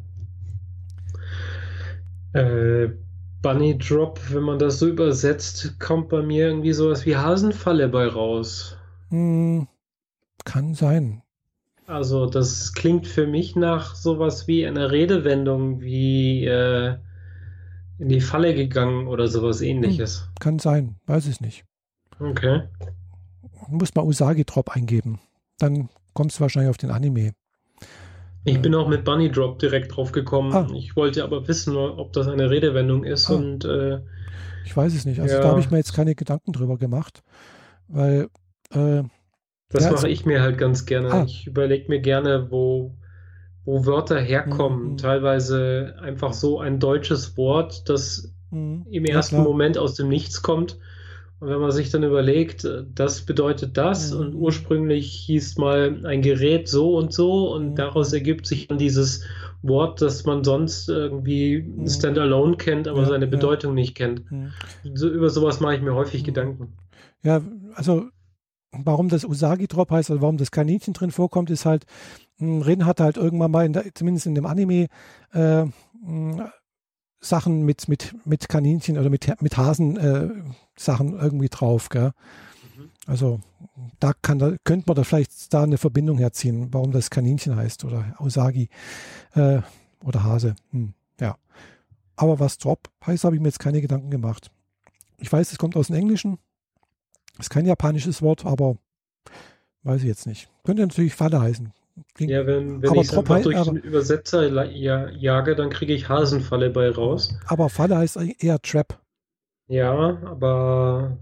Äh, Bunny Drop, wenn man das so übersetzt, kommt bei mir irgendwie sowas wie Hasenfalle bei raus. Hm, kann sein. Also das klingt für mich nach sowas wie einer Redewendung, wie äh, in die Falle gegangen oder sowas Hm, ähnliches. kann sein, weiß ich nicht. Okay. Du musst mal Usagi Drop eingeben. Dann kommst du wahrscheinlich auf den Anime. Ich Äh, bin auch mit Bunny Drop direkt drauf ah, gekommen. Ich wollte aber wissen, ob das eine Redewendung ist ah, und äh, ich weiß es nicht. Also da habe ich ja, mir jetzt keine Gedanken drüber gemacht, weil äh, das ja, es, mache ich mir halt ganz gerne. ah, Ich überlege mir gerne, wo, wo Wörter hm, herkommen. hm, Teilweise einfach so ein deutsches Wort, das hm, im ja ersten klar. Moment aus dem Nichts kommt. Und wenn man sich dann überlegt, äh, das bedeutet das und Hm, ursprünglich hieß mal ein Gerät so und so und hm, daraus hm, ergibt sich dann dieses Wort, das man sonst irgendwie hm, standalone kennt, aber ja, seine ja. Bedeutung nicht kennt. Hm, So, über sowas mache ich mir häufig hm. Gedanken. Ja, also warum das Usagi-Drop heißt, also warum das Kaninchen drin vorkommt, ist halt, mh, Rin hatte halt irgendwann mal, in der, zumindest in dem Anime, äh, mh, Sachen mit, mit, mit Kaninchen oder mit, mit Hasen äh, Sachen irgendwie drauf, gell? Mhm. Also da kann da, könnte man da vielleicht da eine Verbindung herziehen, warum das Kaninchen heißt oder Usagi äh, oder Hase. Hm, ja. Aber was Drop heißt, habe ich mir jetzt keine Gedanken gemacht. Ich weiß, es kommt aus dem Englischen. Ist kein japanisches Wort, aber weiß ich jetzt nicht. Könnte natürlich Falle heißen. Klingt, Ja, wenn, wenn aber ich es Drop einfach heißt, durch aber, den Übersetzer la- ja, jage, dann kriege ich Hasenfalle bei raus. aber Falle heißt eher Trap. Ja, aber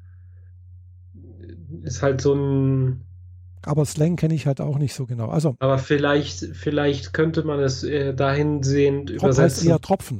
ist halt so ein. Aber Slang kenne ich halt auch nicht so genau. Also Aber vielleicht, vielleicht könnte man es äh, dahingehend Drop heißt eher übersetzen. Tropfen.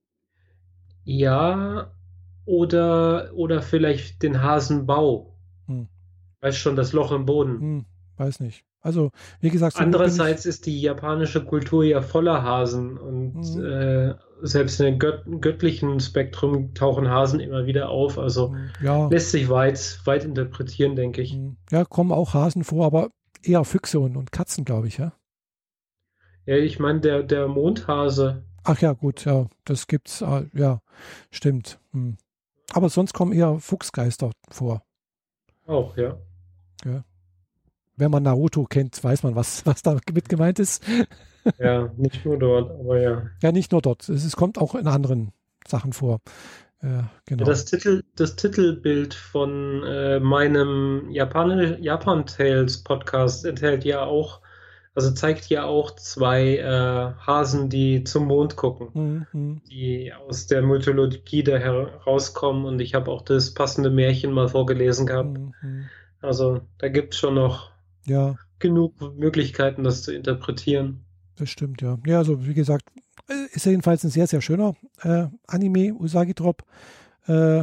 Ja, oder, oder vielleicht den Hasenbau. Hm, Weißt schon, das Loch im Boden. hm, weiß nicht. Also wie gesagt, so gut bin ich. Andererseits ist die japanische Kultur ja voller Hasen und Hm, äh, selbst in dem gött göttlichen Spektrum tauchen Hasen immer wieder auf. Also hm, ja, lässt sich weit, weit interpretieren, denke ich. hm, ja, kommen auch Hasen vor, aber eher Füchse und, und Katzen, glaube ich, ja. Ja, ich meine, der, der Mondhase, Ach ja, gut, ja, das gibt's, äh, ja, stimmt. Hm. Aber sonst kommen eher Fuchsgeister vor. auch, ja. Ja. Wenn man Naruto kennt, weiß man, was, was damit gemeint ist. Ja, nicht nur dort, aber ja. Ja, nicht nur dort. Es, es kommt auch in anderen Sachen vor. Äh, Ja, genau. das Titel, das Titelbild von äh, meinem Japan, Japan Tales Podcast enthält ja auch Also zeigt ja auch zwei äh, Hasen, die zum Mond gucken, Mhm. Mhm. die aus der Mythologie da herauskommen. Und ich habe auch das passende Märchen mal vorgelesen gehabt. Mhm. Also da gibt es schon noch Ja, genug Möglichkeiten, das zu interpretieren. das stimmt, ja. Ja, also wie gesagt, äh, ist jedenfalls ein sehr, sehr schöner äh, Anime, Usagi Drop. Äh,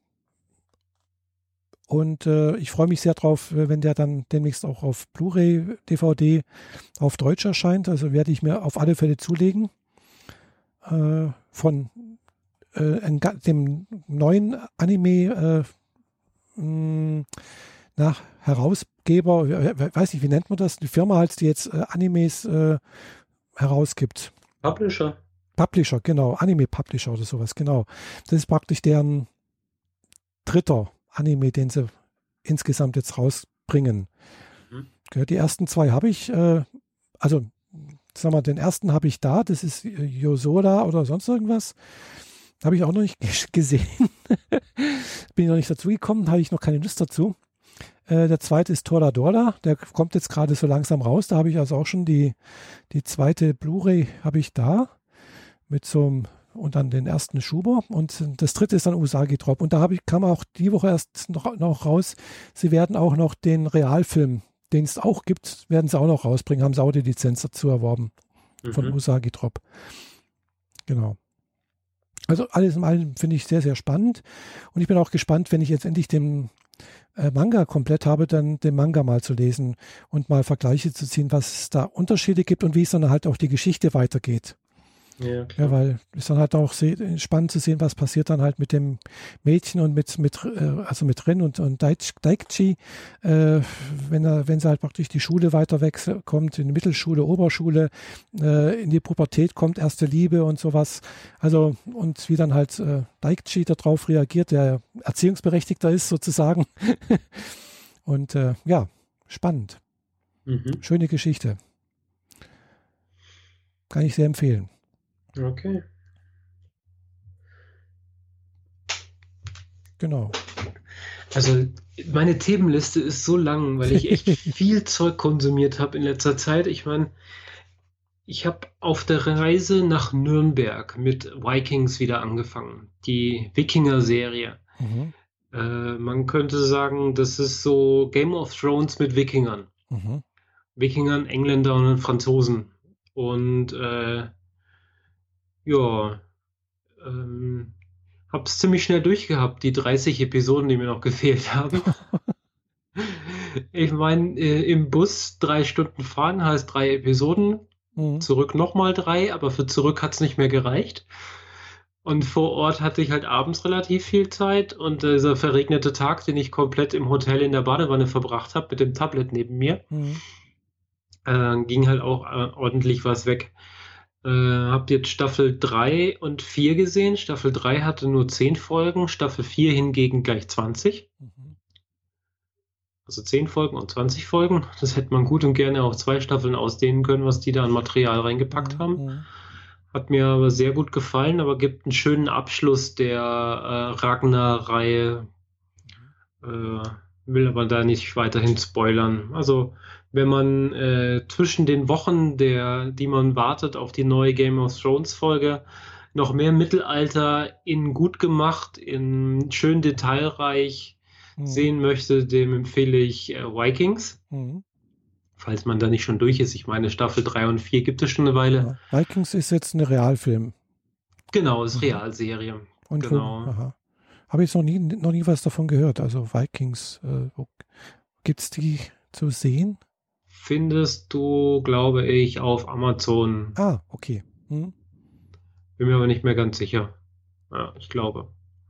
und äh, ich freue mich sehr drauf, äh, wenn der dann demnächst auch auf Blu-ray, D V D auf Deutsch erscheint. Also werde ich mir auf alle Fälle zulegen. Äh, von äh, ein, ga- dem neuen Anime äh, mh, nach Herausgeber, we- we- weiß nicht, wie nennt man das? Die Firma halt, die jetzt äh, Animes äh, herausgibt. Publisher. Publisher, genau, Anime-Publisher oder sowas, genau. Das ist praktisch deren dritter Anime, den sie insgesamt jetzt rausbringen. Mhm. Gell, die ersten zwei habe ich, äh, also sagen wir, den ersten habe ich da, das ist äh, Yosora oder sonst irgendwas. Habe ich auch noch nicht g- gesehen. Bin ich noch nicht dazu gekommen, habe ich noch keine Lust dazu. Äh, der zweite ist Toradora, der kommt jetzt gerade so langsam raus. Da habe ich also auch schon die, die zweite Blu-ray habe ich da mit so einem und dann den ersten Schuber und das dritte ist dann Usagi Drop und da habe ich kam auch die Woche erst noch, noch raus. Sie werden auch noch den Realfilm, den es auch gibt, werden sie auch noch rausbringen. Haben sie auch die Lizenz dazu erworben von Mhm. Usagi Drop. Genau. Also alles in allem finde ich sehr, sehr spannend und ich bin auch gespannt, wenn ich jetzt endlich den äh, Manga komplett habe, dann den Manga mal zu lesen und mal Vergleiche zu ziehen, was es da Unterschiede gibt und wie es dann halt auch die Geschichte weitergeht. Ja, Ja, klar. weil es dann halt auch se- spannend zu sehen, was passiert dann halt mit dem Mädchen und mit, mit äh, also mit Rin und, und Daich- Daichi, äh, wenn er, wenn sie halt praktisch die Schule weiter weg kommt, in die Mittelschule, Oberschule, äh, in die Pubertät kommt, erste Liebe und sowas. Also, und wie dann halt äh, Daichi darauf reagiert, der Erziehungsberechtigter ist sozusagen. Und äh, ja, spannend. Mhm. Schöne Geschichte. Kann ich sehr empfehlen. Okay. Genau. Also meine Themenliste ist so lang, weil ich echt viel Zeug konsumiert habe in letzter Zeit. Ich meine, ich habe auf der Reise nach Nürnberg mit Vikings wieder angefangen, die Wikinger-Serie. Mhm. Äh, man könnte sagen, das ist so Game of Thrones mit Wikingern. Mhm. Wikingern, Engländern und Franzosen. Und äh, ja, ähm, habe es ziemlich schnell durchgehabt, die dreißig Episoden, die mir noch gefehlt haben. Ich meine, äh, im Bus drei Stunden fahren heißt drei Episoden, Mhm. zurück nochmal drei, aber für zurück hat es nicht mehr gereicht. Und vor Ort hatte ich halt abends relativ viel Zeit und dieser verregnete Tag, den ich komplett im Hotel in der Badewanne verbracht habe, mit dem Tablet neben mir, Mhm. äh, ging halt auch äh, ordentlich was weg. Äh, hab jetzt Staffel drei und vier gesehen. Staffel drei hatte nur zehn Folgen, Staffel vier hingegen gleich zwanzig. Mhm. Also zehn Folgen und zwanzig Folgen. Das hätte man gut und gerne auf zwei Staffeln ausdehnen können, was die da an Material reingepackt haben. Mhm. Hat mir aber sehr gut gefallen, aber gibt einen schönen Abschluss der äh, Ragnar-Reihe. Äh, will aber da nicht weiterhin spoilern. Also, wenn man äh, zwischen den Wochen, der, die man wartet auf die neue Game of Thrones Folge, noch mehr Mittelalter in gut gemacht, in schön detailreich Mhm. sehen möchte, dem empfehle ich äh, Vikings. Mhm. Falls man da nicht schon durch ist. Ich meine, Staffel drei und vier gibt es schon eine Weile. Ja. Vikings ist jetzt eine Realfilm. Genau, ist Mhm. Realserie. Und wo, Genau. aha. Habe ich noch nie, noch nie was davon gehört. Also Vikings, äh, wo gibt es die zu sehen? Findest du, glaube ich, auf Amazon. Ah, okay. Mhm. Bin mir aber nicht mehr ganz sicher. Ja, ich glaube.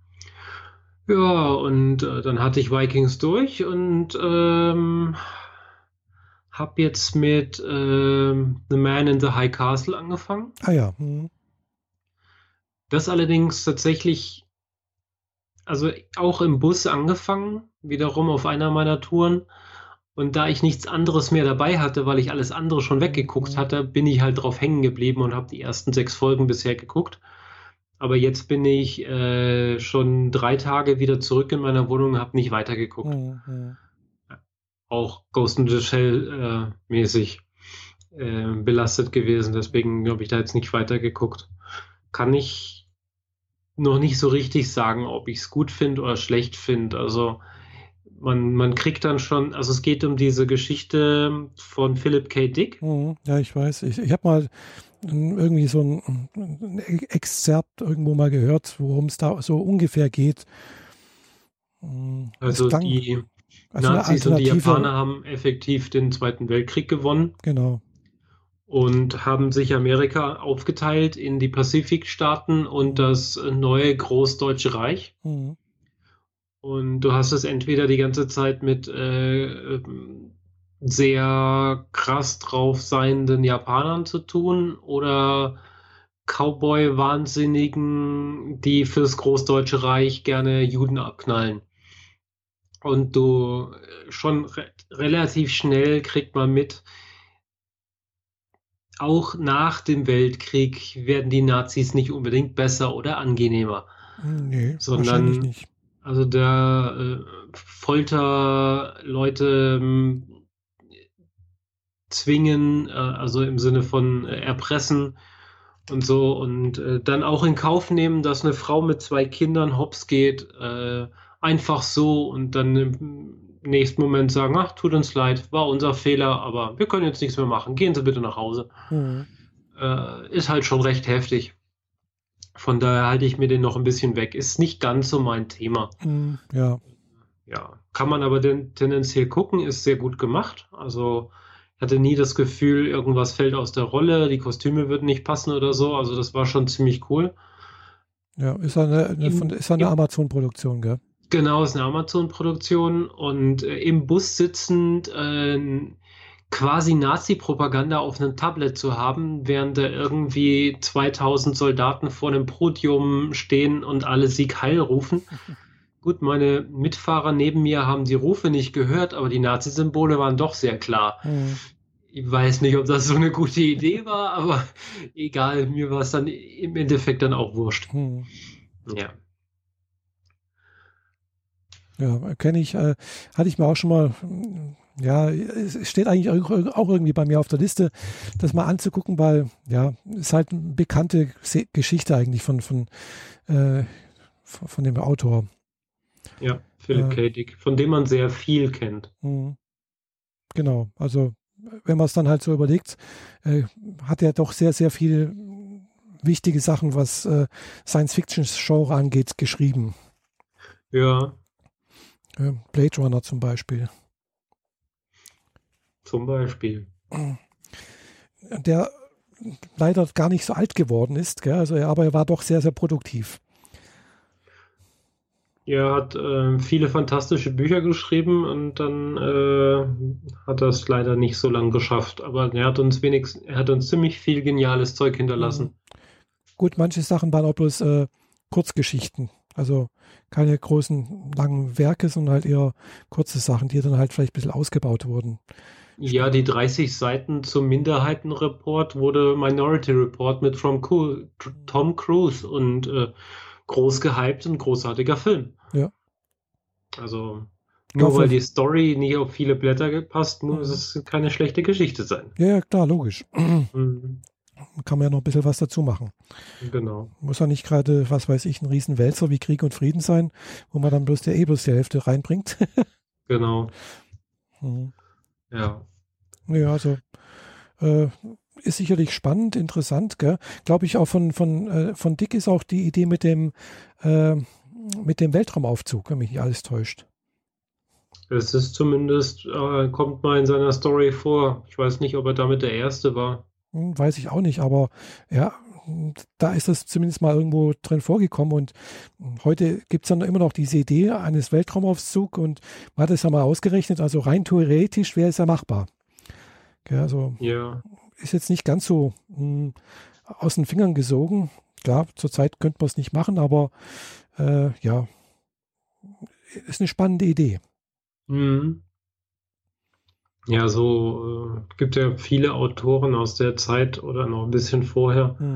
Ja, und äh, dann hatte ich Vikings durch und ähm, habe jetzt mit ähm, The Man in the High Castle angefangen. Ah ja. Mhm. Das allerdings tatsächlich, also auch im Bus angefangen, wiederum auf einer meiner Touren. Und da ich nichts anderes mehr dabei hatte, weil ich alles andere schon weggeguckt Mhm. hatte, bin ich halt drauf hängen geblieben und habe die ersten sechs Folgen bisher geguckt. Aber jetzt bin ich äh, schon drei Tage wieder zurück in meiner Wohnung und habe nicht weitergeguckt. Mhm. Mhm. Auch Ghost in the Shell äh, mäßig. äh, belastet gewesen. Deswegen habe ich da jetzt nicht weitergeguckt. Kann ich noch nicht so richtig sagen, ob ich es gut finde oder schlecht finde. Also man, man kriegt dann schon, also es geht um diese Geschichte von Philip K. Dick. Mhm. Ja, ich weiß. Ich, ich habe mal irgendwie so ein, ein Exzerpt irgendwo mal gehört, worum es da so ungefähr geht. Also klang, die also Nazis und die Japaner haben effektiv den Zweiten Weltkrieg gewonnen. Genau. Und haben sich Amerika aufgeteilt in die Pazifikstaaten und das neue Großdeutsche Reich. Mhm. Und du hast es entweder die ganze Zeit mit äh, sehr krass drauf seienden Japanern zu tun oder Cowboy-Wahnsinnigen, die fürs Großdeutsche Reich gerne Juden abknallen. Und du schon re relativ schnell kriegt man mit, auch nach dem Weltkrieg werden die Nazis nicht unbedingt besser oder angenehmer, Nee, sondern wahrscheinlich nicht. also der äh, Folter Leute ähm, zwingen, äh, also im Sinne von äh, erpressen und so und äh, dann auch in Kauf nehmen, dass eine Frau mit zwei Kindern hops geht, äh, einfach so und dann im nächsten Moment sagen, ach, tut uns leid, war unser Fehler, aber wir können jetzt nichts mehr machen, gehen Sie bitte nach Hause. Mhm. Äh, ist halt schon recht heftig. Von daher halte ich mir den noch ein bisschen weg. Ist nicht ganz so mein Thema. Mhm. Ja. Ja, kann man aber den, tendenziell gucken, ist sehr gut gemacht. Also ich hatte nie das Gefühl, irgendwas fällt aus der Rolle, die Kostüme würden nicht passen oder so. Also das war schon ziemlich cool. Ja, ist eine, eine, Im, ist eine im, Amazon-Produktion, gell? genau, ist eine Amazon-Produktion und äh, im Bus sitzend äh, quasi Nazi-Propaganda auf einem Tablet zu haben, während da irgendwie zweitausend Soldaten vor einem Podium stehen und alle Sieg Heil rufen. Gut, meine Mitfahrer neben mir haben die Rufe nicht gehört, aber die Nazi-Symbole waren doch sehr klar. Mhm. Ich weiß nicht, ob das so eine gute Idee war, aber egal, mir war es dann im Endeffekt dann auch wurscht. Mhm. Ja. Ja, kenne ich, äh, hatte ich mir auch schon mal, ja, es steht eigentlich auch irgendwie bei mir auf der Liste, das mal anzugucken, weil, ja, ist halt eine bekannte Geschichte eigentlich von, von, äh, von, von dem Autor. Ja, Philip Äh, K. Dick, von dem man sehr viel kennt. mh. Genau, also wenn man es dann halt so überlegt, äh, hat er doch sehr, sehr viele wichtige Sachen, was äh, Science-Fiction-Genre angeht, geschrieben. Ja, Äh, Blade Runner zum Beispiel. zum Beispiel. Der leider gar nicht so alt geworden ist, gell? Also, er, aber er war doch sehr, sehr produktiv. Er hat äh, viele fantastische Bücher geschrieben und dann äh, hat er es leider nicht so lange geschafft. Aber er hat uns wenigstens, er hat uns ziemlich viel geniales Zeug hinterlassen. Mhm. Gut, manche Sachen waren auch bloß äh, Kurzgeschichten. Also keine großen, langen Werke, sondern halt eher kurze Sachen, die dann halt vielleicht ein bisschen ausgebaut wurden. Ja, die dreißig Seiten zum Minderheitenreport wurde Minority Report mit Tom Cru- Tom Cruise und äh, groß gehypt und großartiger Film. Ja. Also Ich nur glaub, weil für- die Story nicht auf viele Blätter gepasst, muss Mhm. es keine schlechte Geschichte sein. Ja, ja, klar, logisch. Mhm, Kann man ja noch ein bisschen was dazu machen. genau. Muss ja nicht gerade, was weiß ich, ein Riesenwälzer wie Krieg und Frieden sein, wo man dann bloß der eh bloß die Hälfte reinbringt. Genau. Mhm. Ja. Ja, also äh, ist sicherlich spannend, interessant, gell? Glaube ich auch von, von, äh, von Dick ist auch die Idee mit dem, äh, mit dem Weltraumaufzug, wenn mich nicht alles täuscht. Es ist zumindest, äh, kommt mal in seiner Story vor. Ich weiß nicht, ob er damit der Erste war. Hm, weiß ich auch nicht, aber ja, da ist das zumindest mal irgendwo drin vorgekommen und heute gibt es dann immer noch diese Idee eines Weltraumaufzugs und man hat es ja mal ausgerechnet, also rein theoretisch wäre es ja machbar. Gell, also Ja. ist jetzt nicht ganz so mh, aus den Fingern gesogen. Klar, zurzeit könnte man es nicht machen, aber äh, ja, ist eine spannende Idee. Mhm. Ja, so äh, gibt ja viele Autoren aus der Zeit oder noch ein bisschen vorher, Mhm.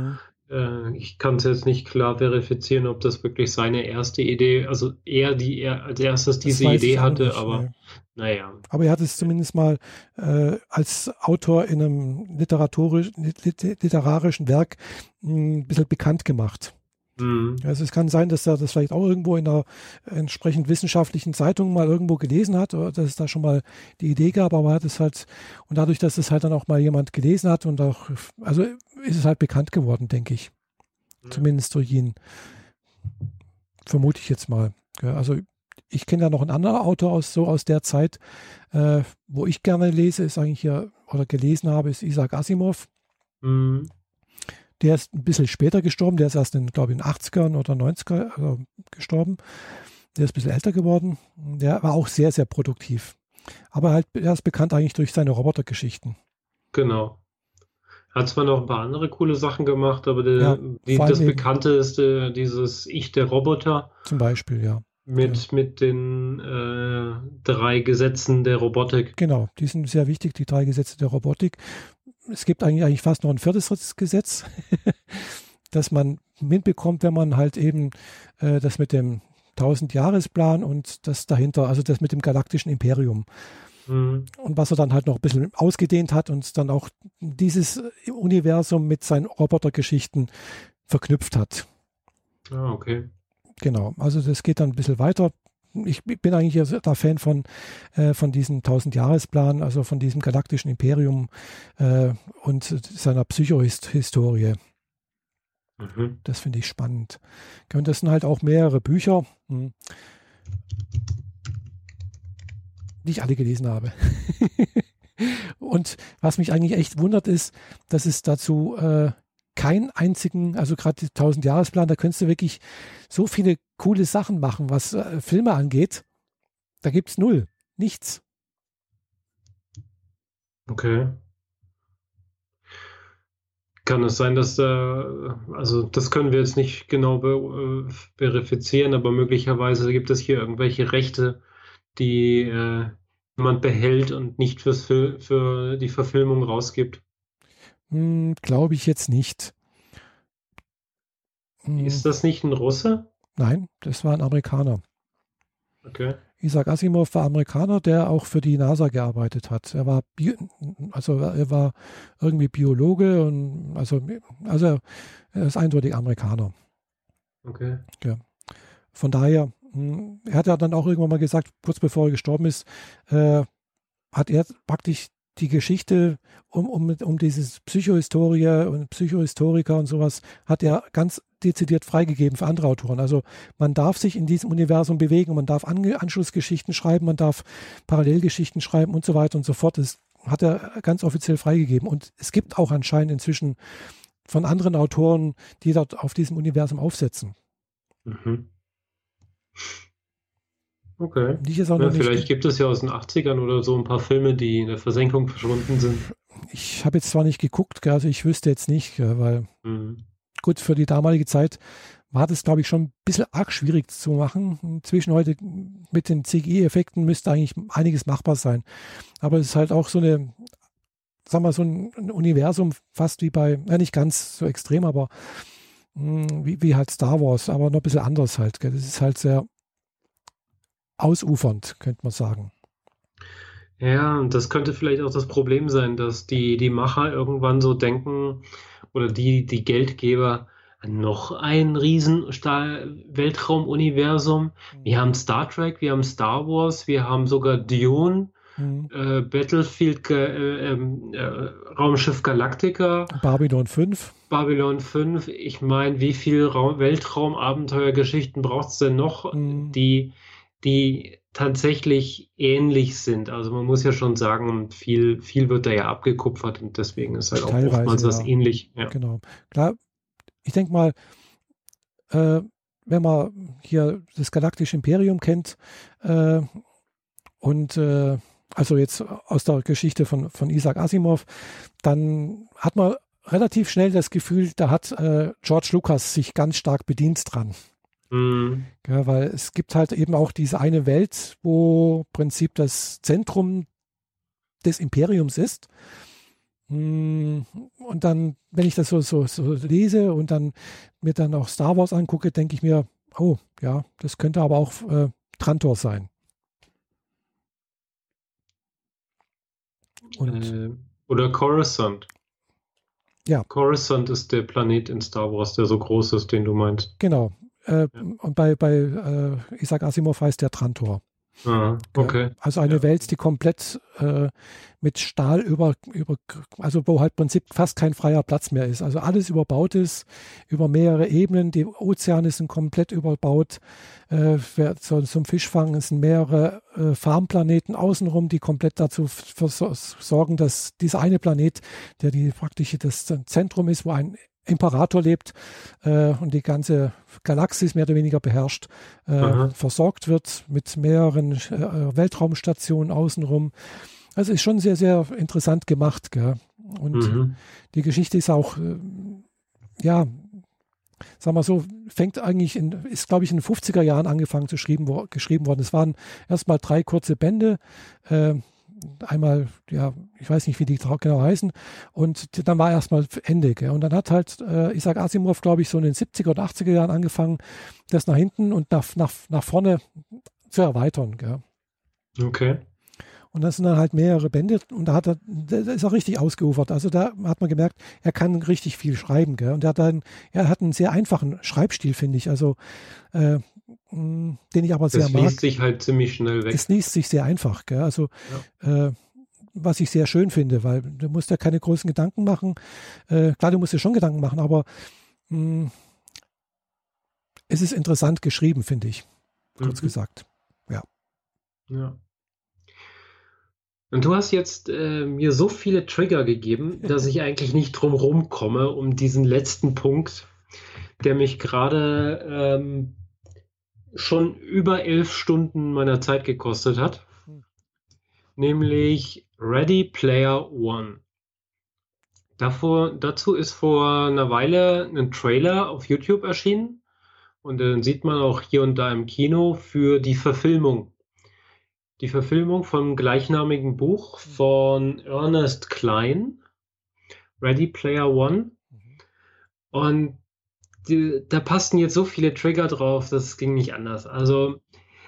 Äh, ich kann es jetzt nicht klar verifizieren, ob das wirklich seine erste Idee, also er, die er als erstes Das diese weiß Idee ich auch hatte, nicht. aber Ne. naja. Aber er hat es zumindest mal äh, als Autor in einem literatorisch, lit- literarischen Werk mh, ein bisschen bekannt gemacht. Mhm. Also es kann sein, dass er das vielleicht auch irgendwo in einer entsprechend wissenschaftlichen Zeitung mal irgendwo gelesen hat oder dass es da schon mal die Idee gab, aber er hat es halt, und dadurch, dass es halt dann auch mal jemand gelesen hat und auch, also ist es halt bekannt geworden, denke ich. Ja. Zumindest durch ihn, vermute ich jetzt mal. Ja, also ich kenne ja noch einen anderen Autor aus so aus der Zeit, äh, wo ich gerne lese, ist eigentlich hier, oder gelesen habe, ist Isaac Asimov. Mhm. Der ist ein bisschen später gestorben, der ist erst in, glaube ich, in den achtzigern oder neunzigern also gestorben. Der ist ein bisschen älter geworden. Der war auch sehr, sehr produktiv. Aber halt, er ist bekannt eigentlich durch seine Robotergeschichten. Genau. Hat zwar noch ein paar andere coole Sachen gemacht, aber Ja, die, die, vor allem das eben Bekannte ist äh, dieses Ich der Roboter zum Beispiel, ja. Ja. mit, mit den äh, drei Gesetzen der Robotik. Genau, die sind sehr wichtig, die drei Gesetze der Robotik. Es gibt eigentlich, eigentlich fast noch ein viertes Gesetz, das man mitbekommt, wenn man halt eben äh, das mit dem tausend-Jahres-Plan und das dahinter, also das mit dem galaktischen Imperium. Mhm. Und was er dann halt noch ein bisschen ausgedehnt hat und dann auch dieses Universum mit seinen Robotergeschichten verknüpft hat. Ah, okay. Genau, also das geht dann ein bisschen weiter. Ich bin eigentlich der Fan von, äh, von diesem tausend-Jahres-Plan, also von diesem galaktischen Imperium äh, und seiner Psychohistorie. Mhm. Das finde ich spannend. Und das sind halt auch mehrere Bücher, hm, die ich alle gelesen habe. Und was mich eigentlich echt wundert, ist, dass es dazu äh, keinen einzigen, also gerade die tausend-Jahres-Plan, da könntest du wirklich so viele coole Sachen machen, was äh, Filme angeht. Da gibt es null. Nichts. Okay. Kann es sein, dass da, also das können wir jetzt nicht genau be, äh, verifizieren, aber möglicherweise gibt es hier irgendwelche Rechte, die äh, jemand behält und nicht fürs Fil für die Verfilmung rausgibt. Hm, glaube ich jetzt nicht. Hm, Ist das nicht ein Russe? nein, das war ein Amerikaner. Okay. Isaac Asimov war Amerikaner, der auch für die NASA gearbeitet hat. Er war, Bi also er war irgendwie Biologe und also, also er ist eindeutig Amerikaner. Okay. Ja. Von daher, mh, er hat ja dann auch irgendwann mal gesagt, kurz bevor er gestorben ist, äh, hat er praktisch die Geschichte um, um, um dieses Psychohistorie und Psychohistoriker und sowas, hat er ganz dezidiert freigegeben für andere Autoren. Also man darf sich in diesem Universum bewegen, man darf Ange Anschlussgeschichten schreiben, man darf Parallelgeschichten schreiben und so weiter und so fort. Das hat er ganz offiziell freigegeben. Und es gibt auch anscheinend inzwischen von anderen Autoren, die dort auf diesem Universum aufsetzen. Mhm. Okay. Die ich jetzt auch noch Ja, nicht. vielleicht gibt es ja aus den achtzigern oder so ein paar Filme, die in der Versenkung verschwunden sind. Ich habe jetzt zwar nicht geguckt, gell, also ich wüsste jetzt nicht, gell, weil Mhm. gut, für die damalige Zeit war das, glaube ich, schon ein bisschen arg schwierig zu machen. Inzwischen heute mit den C G I-Effekten müsste eigentlich einiges machbar sein. Aber es ist halt auch so eine, sagen wir, so ein, ein Universum, fast wie bei, ja nicht ganz so extrem, aber mh, wie, wie halt Star Wars, aber noch ein bisschen anders halt. Gell. Das ist halt sehr ausufernd, könnte man sagen. Ja, und das könnte vielleicht auch das Problem sein, dass die, die Macher irgendwann so denken oder die, die Geldgeber, noch ein riesen Sta- Weltraumuniversum. Wir haben Star Trek, wir haben Star Wars, wir haben sogar Dune, Mhm. äh, Battlefield, Ga- äh, ähm, äh, Raumschiff Galactica, Babylon fünf. Babylon fünf. Ich meine, wie viel Raum Weltraumabenteuergeschichten braucht es denn noch, Mhm. die, die tatsächlich ähnlich sind? Also man muss ja schon sagen, viel, viel wird da ja abgekupfert und deswegen ist halt auch Teilweise, oftmals was ja. ähnlich. Ja. Genau. Klar, ich denke mal, äh, wenn man hier das Galaktische Imperium kennt äh, und äh, also jetzt aus der Geschichte von, von Isaac Asimov, dann hat man relativ schnell das Gefühl, da hat äh, George Lucas sich ganz stark bedient dran. Mhm. Ja, weil es gibt halt eben auch diese eine Welt, wo im Prinzip das Zentrum des Imperiums ist. Mm, Und dann, wenn ich das so, so, so lese und dann mir dann auch Star Wars angucke, denke ich mir, oh ja, das könnte aber auch äh, Trantor sein. Und Äh, oder Coruscant. ja, Coruscant ist der Planet in Star Wars, der so groß ist, den du meinst. genau. Äh, Ja. und bei, bei äh, Isaac Asimov heißt der Trantor. Ah, Gell? okay. Also eine Ja. Welt, die komplett äh, mit Stahl über, über, also wo halt im Prinzip fast kein freier Platz mehr ist. Also alles überbaut ist, über mehrere Ebenen. Die Ozeane sind komplett überbaut. Äh, für, so, zum Fischfang es sind mehrere äh, Farmplaneten außenrum, die komplett dazu vers- sorgen, dass dieser eine Planet, der die praktisch das Zentrum ist, wo ein Imperator lebt äh, und die ganze Galaxis mehr oder weniger beherrscht, äh, Aha. versorgt wird mit mehreren äh, Weltraumstationen außenrum. Also ist schon sehr, sehr interessant gemacht. Gell? Und Mhm. die Geschichte ist auch, äh, ja, sagen wir so, fängt eigentlich in, ist glaube ich in den fünfziger Jahren angefangen zu geschrieben, wo, geschrieben worden. Es waren erstmal drei kurze Bände, äh, einmal, ja, ich weiß nicht, wie die genau heißen, und dann war erstmal Ende. Gell? Und dann hat halt äh, Isaac Asimov, glaube ich, so in den siebziger oder achtziger Jahren angefangen, das nach hinten und nach, nach, nach vorne zu erweitern. Gell? Okay. Und das sind dann halt mehrere Bände und da hat er, da ist er richtig ausgeufert. Also da hat man gemerkt, er kann richtig viel schreiben. Gell? Und er hat dann, er hat einen sehr einfachen Schreibstil, finde ich. Also äh, mh, den ich aber sehr Das mag. liest sich halt ziemlich schnell weg. Es liest sich sehr einfach. Gell? Also äh, was ich sehr schön finde, weil du musst ja keine großen Gedanken machen. Äh, klar, du musst dir schon Gedanken machen, aber mh, es ist interessant geschrieben, finde ich. Kurz Mhm. gesagt. Ja. Ja. Und du hast jetzt äh, mir so viele Trigger gegeben, dass ich eigentlich nicht drum rumkomme, um diesen letzten Punkt, der mich gerade ähm, schon über elf Stunden meiner Zeit gekostet hat, Hm. nämlich Ready Player One. Davor, dazu ist vor einer Weile ein Trailer auf YouTube erschienen und den sieht man auch hier und da im Kino für die Verfilmung. Die Verfilmung vom gleichnamigen Buch von Ernest Cline, Ready Player One. Mhm. Und die, da passten jetzt so viele Trigger drauf, das ging nicht anders. Also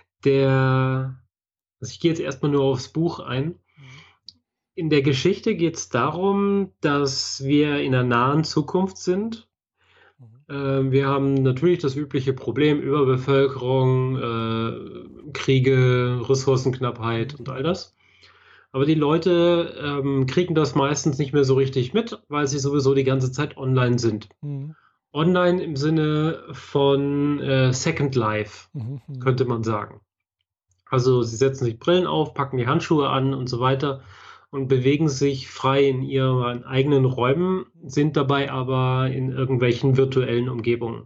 der, also ich gehe jetzt erstmal nur aufs Buch ein. Mhm. In der Geschichte geht es darum, dass wir in einer nahen Zukunft sind. Mhm. Ähm, wir haben natürlich das übliche Problem, Überbevölkerung, äh, Kriege, Ressourcenknappheit und all das. Aber die Leute ähm, kriegen das meistens nicht mehr so richtig mit, weil sie sowieso die ganze Zeit online sind. Mhm. Online im Sinne von äh, Second Life, Mhm. Mhm. könnte man sagen. Also sie setzen sich Brillen auf, packen die Handschuhe an und so weiter und bewegen sich frei in ihren eigenen Räumen, sind dabei aber in irgendwelchen virtuellen Umgebungen.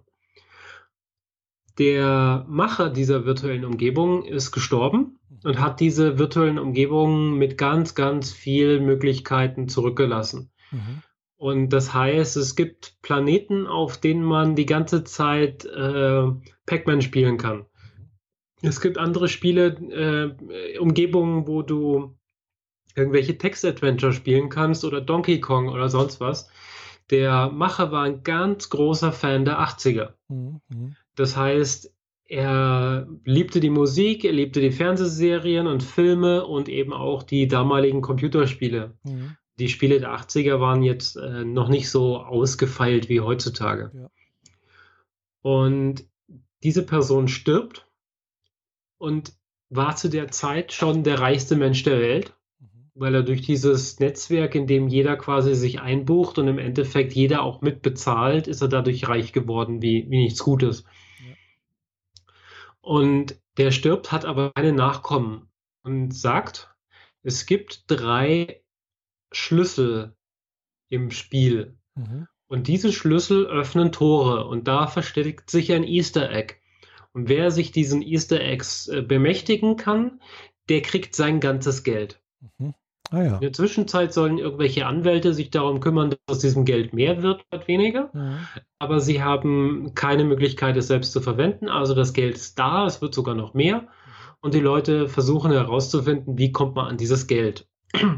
Der Macher dieser virtuellen Umgebung ist gestorben und hat diese virtuellen Umgebungen mit ganz, ganz vielen Möglichkeiten zurückgelassen. Mhm. Und das heißt, es gibt Planeten, auf denen man die ganze Zeit äh, Pac-Man spielen kann. Es gibt andere Spiele, äh, Umgebungen, wo du irgendwelche Text-Adventure spielen kannst oder Donkey Kong oder sonst was. Der Macher war ein ganz großer Fan der achtziger. Mhm. Mhm. Das heißt, er liebte die Musik, er liebte die Fernsehserien und Filme und eben auch die damaligen Computerspiele. Mhm. Die Spiele der achtziger waren jetzt äh, noch nicht so ausgefeilt wie heutzutage. Ja. Und diese Person stirbt und war zu der Zeit schon der reichste Mensch der Welt, Mhm. weil er durch dieses Netzwerk, in dem jeder quasi sich einbucht und im Endeffekt jeder auch mitbezahlt, ist er dadurch reich geworden wie, wie nichts Gutes. Ja. Und der stirbt, hat aber keine Nachkommen und sagt, es gibt drei Schlüssel im Spiel. Mhm. Und diese Schlüssel öffnen Tore und da versteckt sich ein Easter Egg. Und wer sich diesen Easter Eggs äh, bemächtigen kann, der kriegt sein ganzes Geld. Mhm. Ah ja. In der Zwischenzeit sollen irgendwelche Anwälte sich darum kümmern, dass aus diesem Geld mehr wird, statt weniger. Mhm. Aber sie haben keine Möglichkeit, es selbst zu verwenden. Also das Geld ist da, es wird sogar noch mehr. Und die Leute versuchen herauszufinden, wie kommt man an dieses Geld.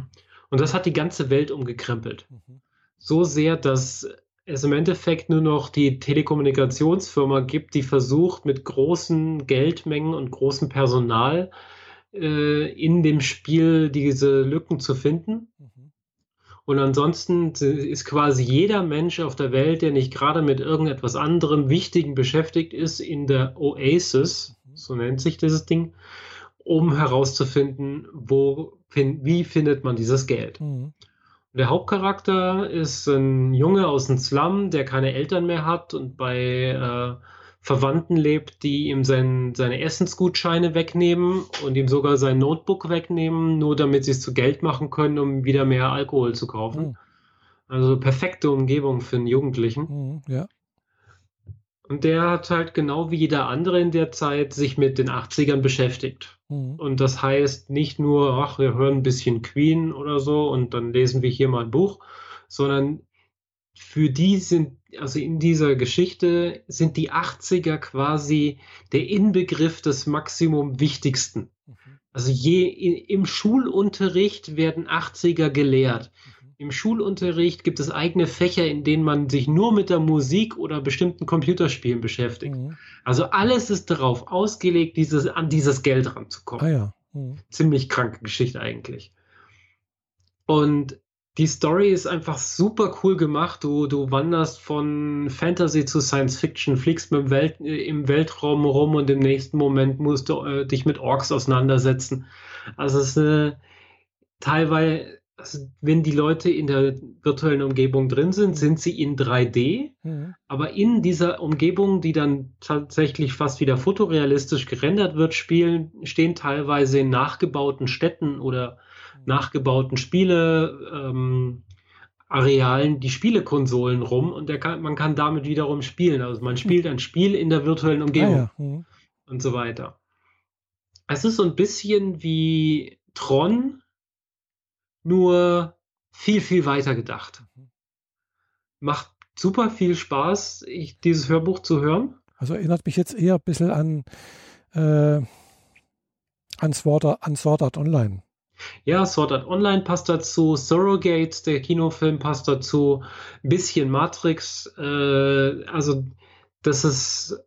Und das hat die ganze Welt umgekrempelt. Mhm. So sehr, dass es im Endeffekt nur noch die Telekommunikationsfirma gibt, die versucht, mit großen Geldmengen und großem Personal äh, in dem Spiel diese Lücken zu finden. Mhm. Und ansonsten ist quasi jeder Mensch auf der Welt, der nicht gerade mit irgendetwas anderem Wichtigen beschäftigt ist, in der Oasis, Mhm. so nennt sich dieses Ding, um herauszufinden, wo, fin- wie findet man dieses Geld. Mhm. Der Hauptcharakter ist ein Junge aus dem Slum, der keine Eltern mehr hat und bei äh, Verwandten lebt, die ihm sein, seine Essensgutscheine wegnehmen und ihm sogar sein Notebook wegnehmen, nur damit sie es zu Geld machen können, um wieder mehr Alkohol zu kaufen. Mhm. Also perfekte Umgebung für einen Jugendlichen. Mhm. Ja. Und der hat halt genau wie jeder andere in der Zeit sich mit den achtzigern beschäftigt. Mhm. Und das heißt nicht nur, ach, wir hören ein bisschen Queen oder so und dann lesen wir hier mal ein Buch, sondern für die sind, also in dieser Geschichte sind die achtziger quasi der Inbegriff des Maximum Wichtigsten. Mhm. Also je, im Schulunterricht werden achtziger gelehrt. Mhm. Im Schulunterricht gibt es eigene Fächer, in denen man sich nur mit der Musik oder bestimmten Computerspielen beschäftigt. Mhm. Also alles ist darauf ausgelegt, dieses, an dieses Geld ranzukommen. Ah ja. Mhm. Ziemlich kranke Geschichte eigentlich. Und die Story ist einfach super cool gemacht. Du, du wanderst von Fantasy zu Science Fiction, fliegst mit dem Welt, im Weltraum rum und im nächsten Moment musst du äh, dich mit Orks auseinandersetzen. Also es ist äh, teilweise, also wenn die Leute in der virtuellen Umgebung drin sind, sind sie in drei D, Mhm. aber in dieser Umgebung, die dann tatsächlich fast wieder fotorealistisch gerendert wird, spielen, stehen teilweise in nachgebauten Städten oder nachgebauten Spiele, ähm, Arealen, die Spielekonsolen rum und der kann, man kann damit wiederum spielen. Also man spielt ein Spiel in der virtuellen Ah Umgebung ja. Mhm. und so weiter. Es ist so ein bisschen wie Tron, nur viel, viel weiter gedacht. Macht super viel Spaß, ich, dieses Hörbuch zu hören. Also erinnert mich jetzt eher ein bisschen an, äh, an Sword Art, an Sword Art Online. Ja, Sword Art Online passt dazu, Surrogate, der Kinofilm, passt dazu, ein bisschen Matrix. Äh, also das ist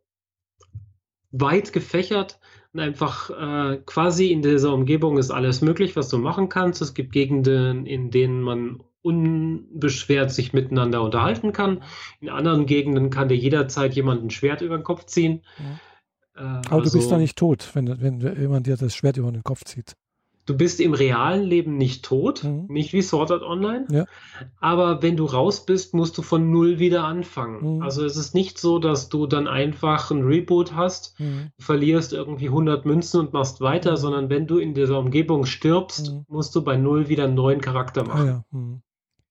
weit gefächert und einfach äh, quasi in dieser Umgebung ist alles möglich, was du machen kannst. Es gibt Gegenden, in denen man unbeschwert sich miteinander unterhalten kann. In anderen Gegenden kann dir jederzeit jemand ein Schwert über den Kopf ziehen. Mhm. Äh, Aber du bist da also nicht tot, wenn, wenn jemand dir das Schwert über den Kopf zieht. du bist im realen Leben nicht tot, Mhm. nicht wie Sword Art Online. Ja. Aber wenn du raus bist, musst du von Null wieder anfangen. Mhm. Also es ist nicht so, dass du dann einfach ein Reboot hast, Mhm. du verlierst irgendwie hundert Münzen und machst weiter, Mhm. sondern wenn du in dieser Umgebung stirbst, Mhm. musst du bei Null wieder einen neuen Charakter Ah machen. ja. Mhm.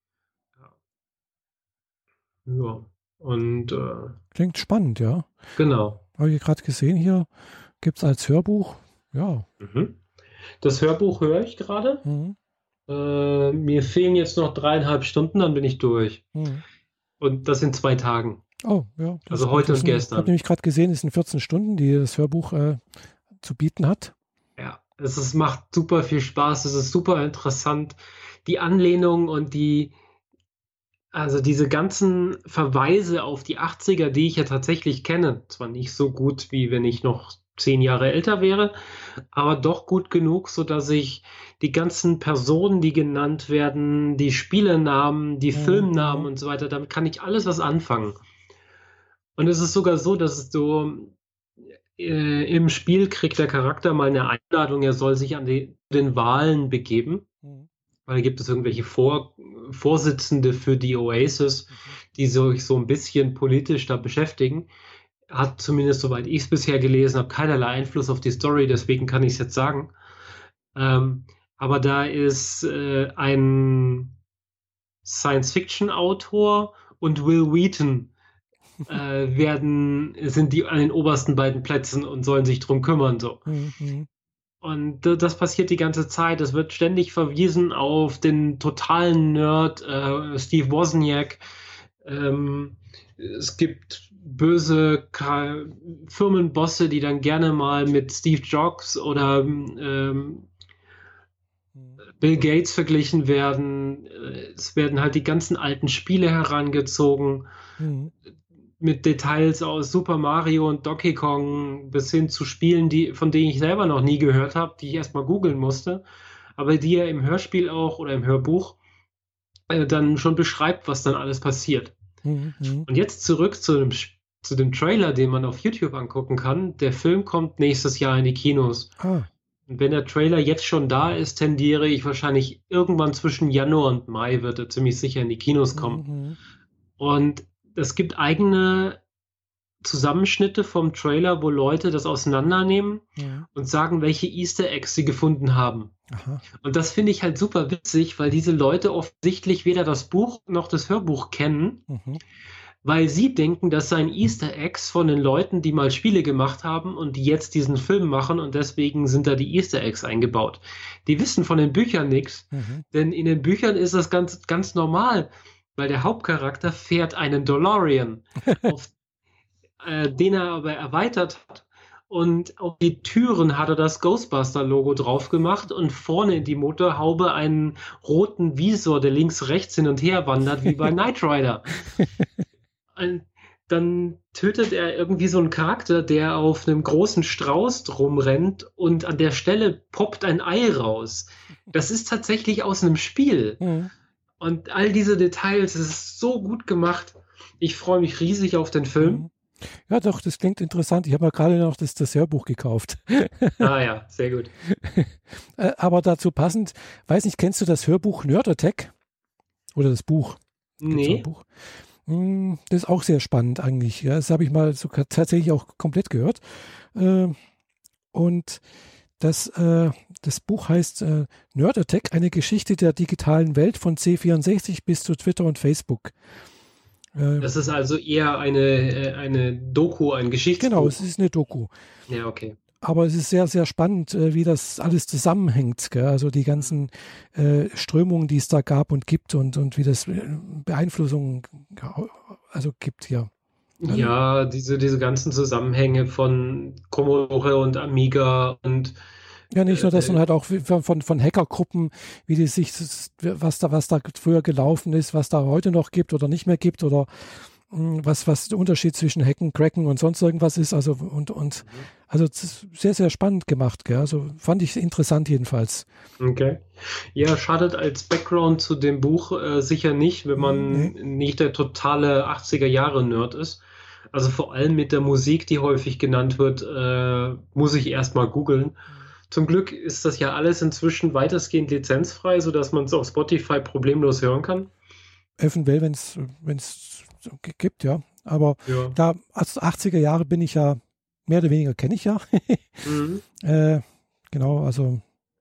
Ja. Und äh, Klingt spannend, ja. genau. Habe ich gerade gesehen hier, gibt es als Hörbuch. Ja. Mhm. Das Hörbuch höre ich gerade. Mhm. Äh, mir fehlen jetzt noch dreieinhalb Stunden, dann bin ich durch. Mhm. Und das in zwei Tagen. Oh, ja. Das Also ist gut. heute Das und sind, ich habe gestern. nämlich gerade gesehen, es sind vierzehn Stunden, die das Hörbuch äh, zu bieten hat. Ja, es ist, macht super viel Spaß, es ist super interessant. Die Anlehnung und die, also diese ganzen Verweise auf die achtziger, die ich ja tatsächlich kenne, zwar nicht so gut, wie wenn ich noch zehn Jahre älter wäre, aber doch gut genug, so dass ich die ganzen Personen, die genannt werden, die Spielenamen, die Mhm. Filmnamen Mhm. und so weiter, damit kann ich alles was anfangen. Und es ist sogar so, dass es so äh, im Spiel kriegt der Charakter mal eine Einladung, er soll sich an die, den Wahlen begeben, Mhm. weil da gibt es irgendwelche Vor, Vorsitzende für die Oasis, Mhm. die sich so ein bisschen politisch da beschäftigen. Hat zumindest, soweit ich es bisher gelesen habe, keinerlei Einfluss auf die Story, deswegen kann ich es jetzt sagen. Ähm, aber da ist äh, ein Science-Fiction-Autor und Will Wheaton äh, werden, sind die an den obersten beiden Plätzen und sollen sich drum kümmern, so. Mhm. Und d- das passiert die ganze Zeit. Es wird ständig verwiesen auf den totalen Nerd, äh, Steve Wozniak. Ähm, es gibt böse Ka Firmenbosse, die dann gerne mal mit Steve Jobs oder ähm, Mhm. Bill Gates verglichen werden. Äh, Es werden halt die ganzen alten Spiele herangezogen, Mhm. mit Details aus Super Mario und Donkey Kong bis hin zu Spielen, die, von denen ich selber noch nie gehört habe, die ich erstmal googeln musste, aber die er im Hörspiel auch oder im Hörbuch äh, dann schon beschreibt, was dann alles passiert. Mhm. Mhm. Und jetzt zurück zu dem, zu dem Trailer, den man auf YouTube angucken kann. Der Film kommt nächstes Jahr in die Kinos. Ah. Und wenn der Trailer jetzt schon da ist, tendiere ich wahrscheinlich irgendwann zwischen Januar und Mai wird er ziemlich sicher in die Kinos kommen. Mhm. Und es gibt eigene Zusammenschnitte vom Trailer, wo Leute das auseinandernehmen Mhm. und sagen, welche Easter Eggs sie gefunden haben. Aha. Und das finde ich halt super witzig, weil diese Leute offensichtlich weder das Buch noch das Hörbuch kennen, Mhm. weil sie denken, das seien Easter Eggs von den Leuten, die mal Spiele gemacht haben und die jetzt diesen Film machen und deswegen sind da die Easter Eggs eingebaut. Die wissen von den Büchern nichts, Mhm. denn in den Büchern ist das ganz, ganz normal, weil der Hauptcharakter fährt einen DeLorean, auf äh, den er aber erweitert hat. Und auf die Türen hat er das Ghostbuster-Logo drauf gemacht und vorne in die Motorhaube einen roten Visor, der links-rechts hin und her wandert, wie bei Knight Rider. Und dann tötet er irgendwie so einen Charakter, der auf einem großen Strauß rumrennt und an der Stelle poppt ein Ei raus. Das ist tatsächlich aus einem Spiel. Mhm. Und all diese Details, es ist so gut gemacht. Ich freue mich riesig auf den Film. Mhm. Ja, doch, das klingt interessant. Ich habe mir gerade noch das, das Hörbuch gekauft. Ah ja, sehr gut. Äh, aber dazu passend, weiß nicht, kennst du das Hörbuch Nerd Attack? Oder das Buch? Gibt so ein Nee, Buch? Hm, das ist auch sehr spannend eigentlich. Ja, das habe ich mal so tatsächlich auch komplett gehört. Äh, und das, äh, das Buch heißt äh, Nerd Attack, eine Geschichte der digitalen Welt von C vierundsechzig bis zu Twitter und Facebook. Äh, das ist also eher eine, äh, eine Doku, ein genau, es Geschichtsbuch. ist eine Doku. Ja, okay. Aber es ist sehr, sehr spannend, äh, wie das alles zusammenhängt. Gell? Also die ganzen äh, Strömungen, die es da gab und gibt und, und wie das äh, Beeinflussungen also gibt hier. Also, Ja, diese, diese ganzen Zusammenhänge von Commodore und Amiga und ja, nicht nur das, äh, sondern halt auch von, von, von Hackergruppen, wie die sich, was da, was da früher gelaufen ist, was da heute noch gibt oder nicht mehr gibt oder mh, was, was der Unterschied zwischen Hacken, Cracken und sonst irgendwas ist. Also, und, und, also es ist sehr, sehr spannend gemacht, gell? Also fand ich interessant jedenfalls. okay. Ja, schadet als Background zu dem Buch äh, sicher nicht, wenn Hm, man nee. nicht der totale achtziger-Jahre-Nerd ist. Also vor allem mit der Musik, die häufig genannt wird, äh, muss ich erstmal googeln. Zum Glück ist das ja alles inzwischen weitestgehend lizenzfrei, sodass man es auf Spotify problemlos hören kann. Eventuell, wenn es wenn es gibt, ja. Aber Ja. da als achtziger Jahre bin ich ja, mehr oder weniger kenne ich ja. Mhm. äh, genau, also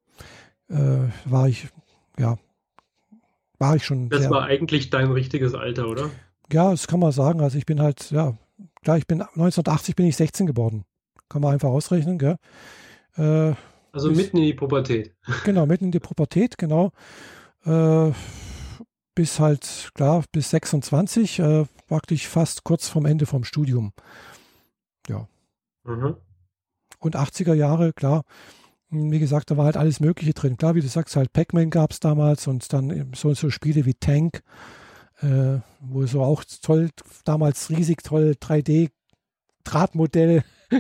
äh, war ich, ja, war ich schon Das sehr, war eigentlich dein richtiges Alter, oder? ja, das kann man sagen. Also ich bin halt, ja, klar, ich bin neunzehnhundertachtzig bin ich sechzehn geworden. Kann man einfach ausrechnen, gell? Äh, Also bis, mitten in die Pubertät. genau, mitten in die Pubertät, genau. Äh, bis halt, klar, bis sechsundzwanzig, äh, praktisch fast kurz vorm Ende vom Studium. Ja. Mhm. Und achtziger Jahre, klar, wie gesagt, da war halt alles Mögliche drin. Klar, wie du sagst, halt Pac-Man gab es damals und dann eben so, so Spiele wie Tank, äh, wo so auch toll, damals riesig toll drei D-Drahtmodell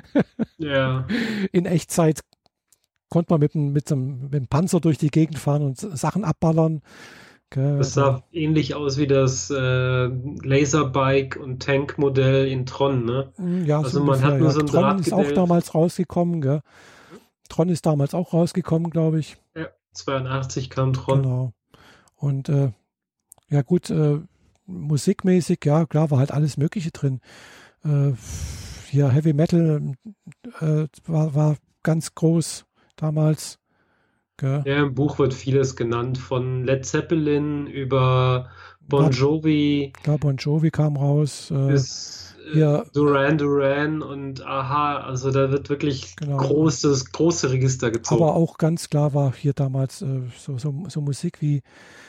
Ja, in Echtzeit konnte man mit dem, mit, dem, mit dem Panzer durch die Gegend fahren und Sachen abballern. Gell, das also, sah ähnlich aus wie das äh, Laserbike und Tank-Modell in Tron, ne? mm, ja, so Also man ungefähr. hat nur Ja. so ein Tron ist auch Drahtgedell. damals rausgekommen. Gell. Tron ist damals auch rausgekommen, glaube ich. Ja, zweiundachtzig kam Tron. Genau. Und äh, ja gut, äh, musikmäßig, ja klar, war halt alles Mögliche drin. Äh, hier Heavy Metal äh, war, war ganz groß damals. Gell. Ja, im Buch wird vieles genannt, von Led Zeppelin über Bon War, Jovi klar, Bon Jovi kam raus. Äh, bis äh, hier, Duran Duran und Aha. Also da wird wirklich genau. großes, große Register Aber gezogen. auch ganz klar war hier damals äh, so, so, so Musik wie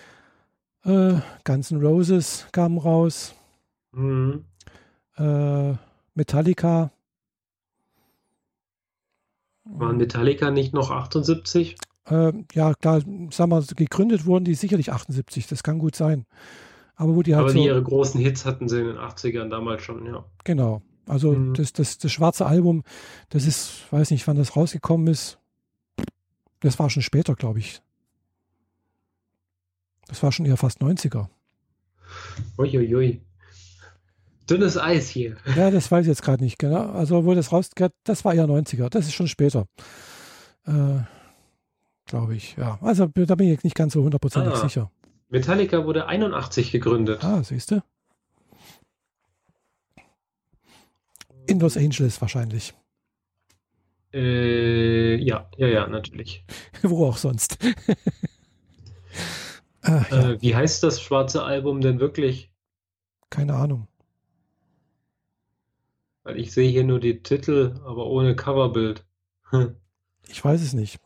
äh, Guns N' Roses kam raus, Mhm. äh, Metallica. Waren Metallica nicht noch achtundsiebzig? Äh, ja, klar, sagen wir, gegründet wurden die sicherlich achtundsiebzig, das kann gut sein. Aber wo die halt Aber so, die ihre großen Hits hatten sie in den achtzigern damals schon, ja. genau. Also Mhm. das, das, das schwarze Album, das ist, weiß nicht, wann das rausgekommen ist. Das war schon später, glaube ich. Das war schon eher fast neunziger. Uiuiui. Dünnes Eis hier. Ja, das weiß ich jetzt gerade nicht, genau. Also wo das rausgeht, das war eher neunziger. Das ist schon später. Äh, glaube ich, ja. Also da bin ich nicht ganz so hundertprozentig Ah. sicher. Metallica wurde einundachtzig gegründet. Ah, siehst du? In Los Angeles wahrscheinlich. Äh, ja, ja, ja, natürlich. Wo auch sonst. äh, ja, Äh, wie heißt das schwarze Album denn wirklich? keine Ahnung. Weil ich sehe hier nur die Titel, aber ohne Coverbild. Hm. Ich weiß es nicht.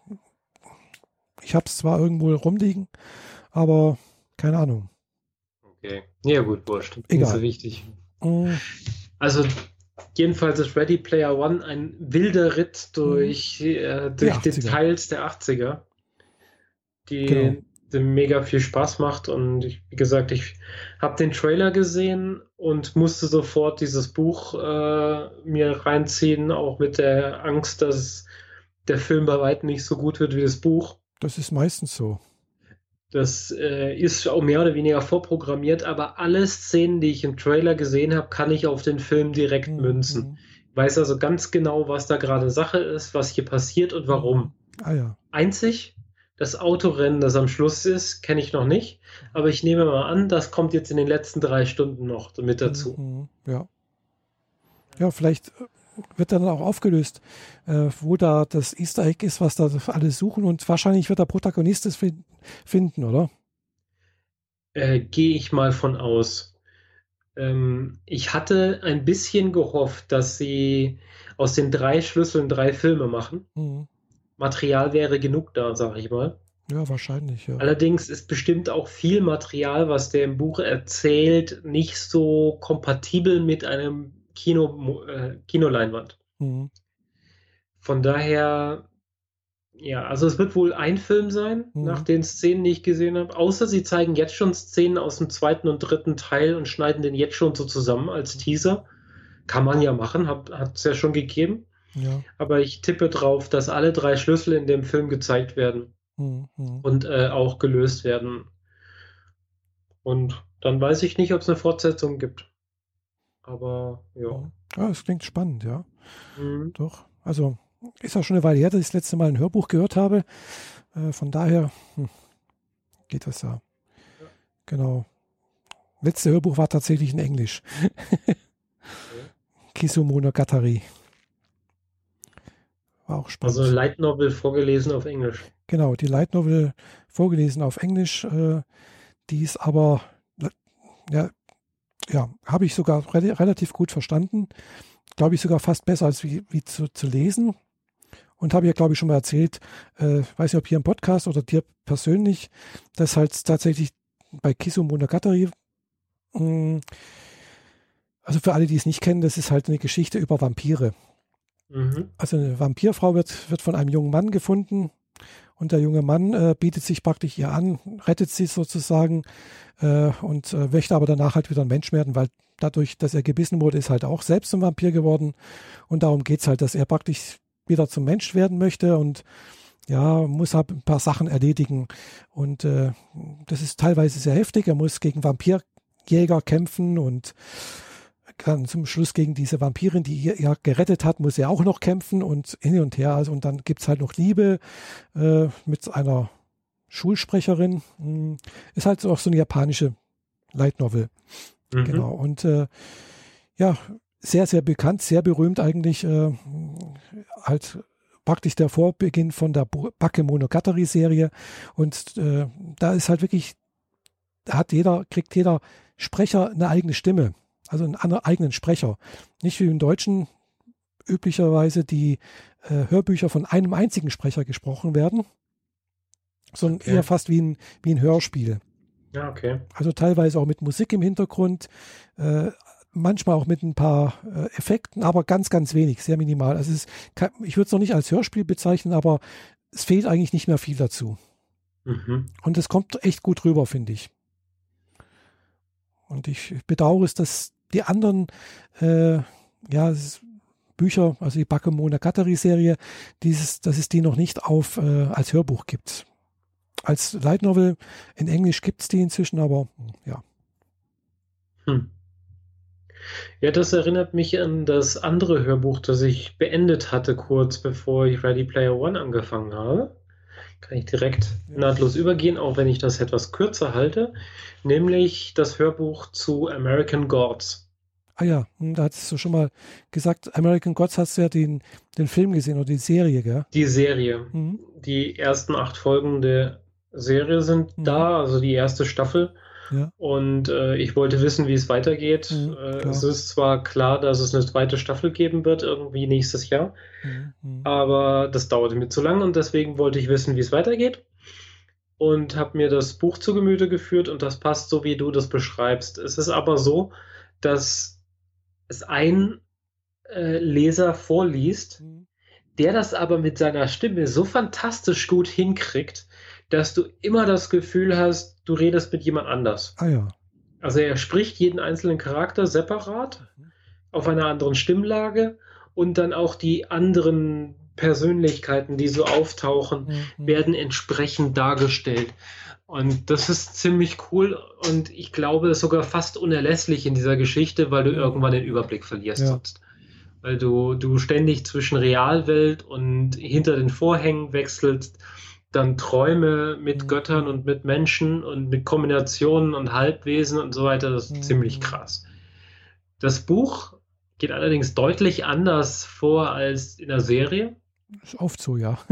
Ich habe es zwar irgendwo rumliegen, aber keine Ahnung. Okay. Ja, gut, wurscht. Nicht Egal. so wichtig. Mm, Also, jedenfalls ist Ready Player One ein wilder Ritt durch, äh, durch achtziger. Details der achtziger, die, Genau. die mega viel Spaß macht. Und ich, wie gesagt, ich habe den Trailer gesehen und musste sofort dieses Buch äh, mir reinziehen, auch mit der Angst, dass der Film bei weitem nicht so gut wird wie das Buch. Das ist meistens so. Das äh, ist auch mehr oder weniger vorprogrammiert, aber alle Szenen, die ich im Trailer gesehen habe, kann ich auf den Film direkt Mhm. münzen. Ich weiß also ganz genau, was da gerade Sache ist, was hier passiert und warum. Ah ja. Einzig, das Autorennen, das am Schluss ist, kenne ich noch nicht, aber ich nehme mal an, das kommt jetzt in den letzten drei Stunden noch mit dazu. Mhm. Ja. Ja, vielleicht wird dann auch aufgelöst, äh, wo da das Easter Egg ist, was da alle suchen, und wahrscheinlich wird der Protagonist es fin- finden, oder? Äh, gehe ich mal von aus. Ähm, ich hatte ein bisschen gehofft, dass sie aus den drei Schlüsseln drei Filme machen. Mhm. Material wäre genug da, sag ich mal. Ja, wahrscheinlich, ja. Allerdings ist bestimmt auch viel Material, was der im Buch erzählt, nicht so kompatibel mit einem Kino, äh, Kinoleinwand. Mhm. Von daher, ja, also es wird wohl ein Film sein, Mhm. nach den Szenen, die ich gesehen habe. Außer sie zeigen jetzt schon Szenen aus dem zweiten und dritten Teil und schneiden den jetzt schon so zusammen als Teaser. Kann man ja machen, hat es ja schon gegeben. Ja. Aber ich tippe drauf, dass alle drei Schlüssel in dem Film gezeigt werden Mhm. Mhm. und äh, auch gelöst werden. Und dann weiß ich nicht, ob es eine Fortsetzung gibt. Aber ja. Mhm. Ja, das klingt spannend, ja. Mhm. Doch. Also ist auch schon eine Weile her, dass ich das letzte Mal ein Hörbuch gehört habe. Äh, von daher hm, geht das ja. Ja. Genau. Letzte Hörbuch war tatsächlich in Englisch. Kisumonogatari. War auch spannend. Also Light Novel vorgelesen auf Englisch. Genau, die Light Novel vorgelesen auf Englisch. Äh, die ist aber, ja, ja habe ich sogar re relativ gut verstanden. Glaube ich sogar fast besser als wie, wie zu, zu lesen. Und habe ja, glaube ich, schon mal erzählt, äh, weiß nicht, ob hier im Podcast oder dir persönlich, dass halt tatsächlich bei Kisumonogatari, mh, also für alle, die es nicht kennen, das ist halt eine Geschichte über Vampire. Mhm. Also eine Vampirfrau wird, wird von einem jungen Mann gefunden, und der junge Mann äh, bietet sich praktisch ihr an, rettet sie sozusagen äh, und äh, möchte aber danach halt wieder ein Mensch werden, weil dadurch, dass er gebissen wurde, ist halt auch selbst ein Vampir geworden. Und darum geht es halt, dass er praktisch wieder zum Mensch werden möchte und ja, muss halt ein paar Sachen erledigen. Und äh, das ist teilweise sehr heftig. Er muss gegen Vampirjäger kämpfen und dann zum Schluss gegen diese Vampirin, die ihr ja gerettet hat, muss er auch noch kämpfen und hin und her. Also, und dann gibt es halt noch Liebe äh, mit einer Schulsprecherin. Ist halt auch so eine japanische Light Novel. Mhm. Genau. Und äh, ja, sehr, sehr bekannt, sehr berühmt eigentlich. Äh, halt praktisch der Vorbeginn von der Bakemonogatari-Serie. Und äh, da ist halt wirklich, da hat jeder, kriegt jeder Sprecher eine eigene Stimme. Also einen anderen eigenen Sprecher. Nicht wie im Deutschen üblicherweise die äh, Hörbücher von einem einzigen Sprecher gesprochen werden, sondern Okay. eher fast wie ein, wie ein Hörspiel. Ja, okay. Also teilweise auch mit Musik im Hintergrund, äh, manchmal auch mit ein paar äh, Effekten, aber ganz, ganz wenig, sehr minimal. Also es ist, ich würde es noch nicht als Hörspiel bezeichnen, aber es fehlt eigentlich nicht mehr viel dazu. Mhm. Und es kommt echt gut rüber, finde ich. Und ich bedauere es, dass die anderen äh, ja, Bücher, also die Bakemonogatari-Serie, dieses, dass es die noch nicht auf äh, als Hörbuch gibt. Als Light Novel in Englisch gibt es die inzwischen, aber ja. Hm. Ja, das erinnert mich an das andere Hörbuch, das ich beendet hatte, kurz bevor ich Ready Player One angefangen habe. Kann ich direkt Ja. nahtlos übergehen, auch wenn ich das etwas kürzer halte, nämlich das Hörbuch zu American Gods. Ah ja, da hattest du schon mal gesagt, American Gods, hast du ja den, den Film gesehen oder die Serie, gell? Die Serie. Mhm. Die ersten acht Folgen der Serie sind Mhm. da, also die erste Staffel. Ja. Und äh, ich wollte wissen, wie es weitergeht. Mhm, äh, klar. es ist zwar klar, dass es eine zweite Staffel geben wird, irgendwie nächstes Jahr, Mhm. Mhm. aber das dauerte mir zu lang und deswegen wollte ich wissen, wie es weitergeht. Und habe mir das Buch zu Gemüte geführt und das passt so, wie du das beschreibst. Es ist aber so, dass es ein äh, Leser vorliest, Mhm. der das aber mit seiner Stimme so fantastisch gut hinkriegt, dass du immer das Gefühl hast, du redest mit jemand anders. Ah ja. Also er spricht jeden einzelnen Charakter separat, Mhm. auf einer anderen Stimmlage und dann auch die anderen Persönlichkeiten, die so auftauchen, Mhm. werden entsprechend dargestellt. Und das ist ziemlich cool und ich glaube sogar fast unerlässlich in dieser Geschichte, weil du Mhm. irgendwann den Überblick verlierst Ja. sonst. Weil du, du ständig zwischen Realwelt und hinter den Vorhängen wechselst, dann Träume mit Mhm. Göttern und mit Menschen und mit Kombinationen und Halbwesen und so weiter. Das ist Mhm. ziemlich krass. Das Buch geht allerdings deutlich anders vor als in der Serie. Ist oft so, ja.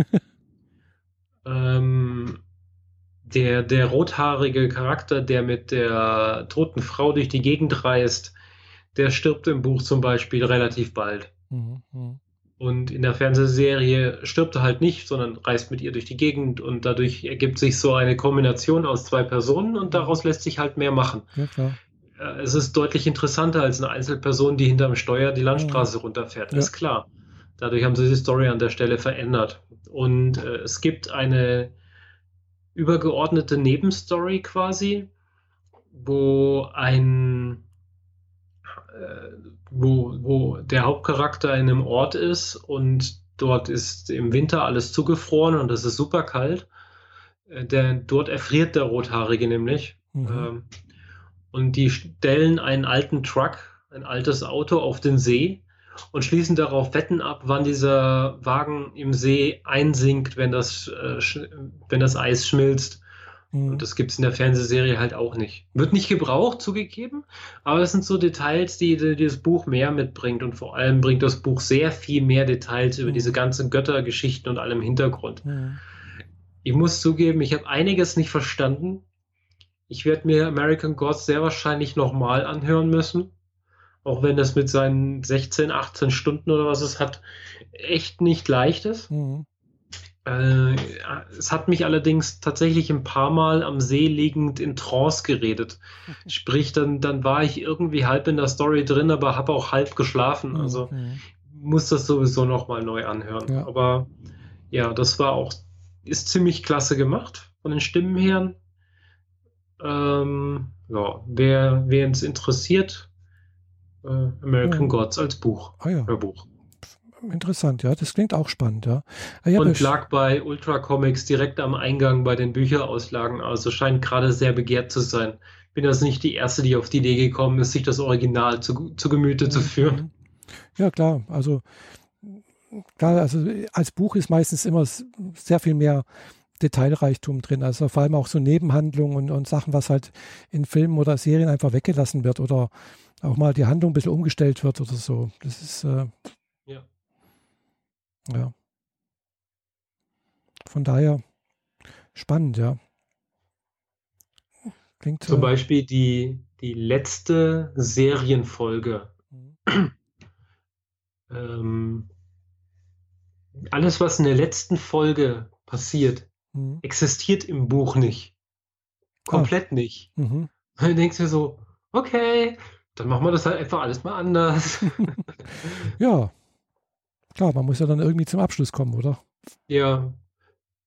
Ähm, der, der rothaarige Charakter, der mit der toten Frau durch die Gegend reist, der stirbt im Buch zum Beispiel relativ bald. Mhm. Mhm. Und in der Fernsehserie stirbt er halt nicht, sondern reist mit ihr durch die Gegend und dadurch ergibt sich so eine Kombination aus zwei Personen und daraus lässt sich halt mehr machen. Ja, klar. Äh, Es ist deutlich interessanter als eine Einzelperson, die hinterm Steuer die Landstraße runterfährt, Ja. ist klar. Dadurch haben sie die Story an der Stelle verändert. Und äh, es gibt eine übergeordnete Nebenstory quasi, wo ein äh, wo, wo der Hauptcharakter in einem Ort ist und dort ist im Winter alles zugefroren und es ist super kalt. Äh, Der, dort erfriert der Rothaarige nämlich. Mhm. Ähm, und die stellen einen alten Truck, ein altes Auto auf den See und schließen darauf Wetten ab, wann dieser Wagen im See einsinkt, wenn das, äh, sch- wenn das Eis schmilzt. Mhm. Und das gibt es in der Fernsehserie halt auch nicht. Wird nicht gebraucht, zugegeben, aber das sind so Details, die, die das Buch mehr mitbringt. Und vor allem bringt das Buch sehr viel mehr Details über Mhm. diese ganzen Göttergeschichten und allem Hintergrund. Mhm. Ich muss zugeben, ich habe einiges nicht verstanden. Ich werde mir American Gods sehr wahrscheinlich nochmal anhören müssen. Auch wenn das mit seinen sechzehn, achtzehn Stunden oder was es hat, echt nicht leicht ist. Mhm. Äh, es hat mich allerdings tatsächlich ein paar Mal am See liegend in Trance geredet. Sprich, dann, dann war ich irgendwie halb in der Story drin, aber habe auch halb geschlafen. Also Mhm. muss das sowieso nochmal neu anhören. Ja. Aber ja, das war auch, ist ziemlich klasse gemacht von den Stimmen her. Ähm, ja, wer, wen es interessiert, äh, American Ja. Gods als Buch, Ah ja, Hörbuch. interessant, ja. Das klingt auch spannend, ja. Ah, ja, Und besch- lag bei Ultra Comics direkt am Eingang bei den Bücherauslagen, also scheint gerade sehr begehrt zu sein. Bin das nicht die Erste, die auf die Idee gekommen ist, sich das Original zu, zu Gemüte zu führen. Mhm. Ja, klar. Also, klar, also als Buch ist meistens immer s- sehr viel mehr Detailreichtum drin. Also vor allem auch so Nebenhandlungen und, und Sachen, was halt in Filmen oder Serien einfach weggelassen wird oder auch mal die Handlung ein bisschen umgestellt wird oder so. Das ist, äh, Ja. ja. Von daher spannend, ja. Klingt. Zum Äh, Beispiel die, die letzte Serienfolge. mhm. Ähm, alles, was in der letzten Folge passiert, Mhm. existiert im Buch nicht. Ah, Komplett nicht. mhm. Und dann denkst du dir so, okay, dann machen wir das halt einfach alles mal anders. Ja, klar, man muss ja dann irgendwie zum Abschluss kommen, oder? Ja,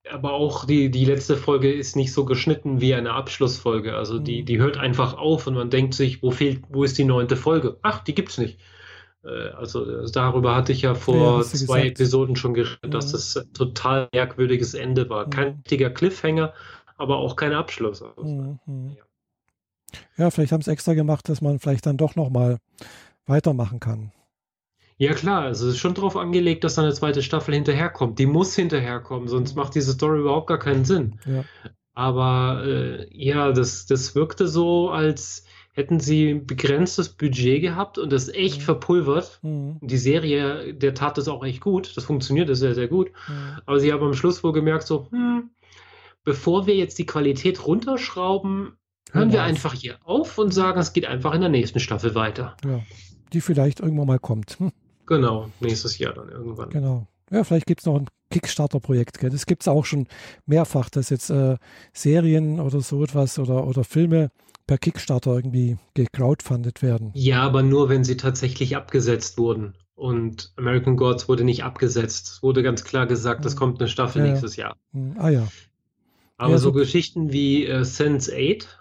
aber auch die, die letzte Folge ist nicht so geschnitten wie eine Abschlussfolge. Also die, Mhm. die hört einfach auf und man denkt sich, wo fehlt, wo ist die neunte Folge? Ach, die gibt's nicht. Äh, Also äh, darüber hatte ich ja Ja, vor hast du zwei gesagt. Episoden schon geredet, dass Mhm. das ein total merkwürdiges Ende war. Kein Mhm. richtiger Cliffhanger, aber auch kein Abschluss. Also, Mhm. Mhm. ja. Ja, vielleicht haben sie extra gemacht, dass man vielleicht dann doch nochmal weitermachen kann. Ja klar, also es ist schon darauf angelegt, dass da eine zweite Staffel hinterherkommt. Die muss hinterherkommen, sonst Mhm. macht diese Story überhaupt gar keinen Sinn. Ja. Aber äh, ja, das, das wirkte so, als hätten sie ein begrenztes Budget gehabt und das echt Mhm. verpulvert. Mhm. Die Serie, der tat das auch echt gut. Das funktionierte sehr, sehr gut. Mhm. Aber sie haben am Schluss wohl gemerkt, so, hm, bevor wir jetzt die Qualität runterschrauben, Hören hören wir wir auf. einfach hier auf und Mhm. sagen, es geht einfach in der nächsten Staffel weiter. Ja. Die vielleicht irgendwann mal kommt. Hm. Genau, nächstes Jahr dann irgendwann. Genau. Ja, vielleicht gibt es noch ein Kickstarter-Projekt. Gell? Das gibt es auch schon mehrfach, dass jetzt äh, Serien oder so etwas oder, oder Filme per Kickstarter irgendwie gecrowdfundet werden. Ja, aber nur, wenn sie tatsächlich abgesetzt wurden. Und American Gods wurde nicht abgesetzt. Es wurde ganz klar gesagt, es Hm. kommt eine Staffel Ja, ja. nächstes Jahr. Hm. Ah ja. Aber Ja, so so. Geschichten wie äh, sense eight,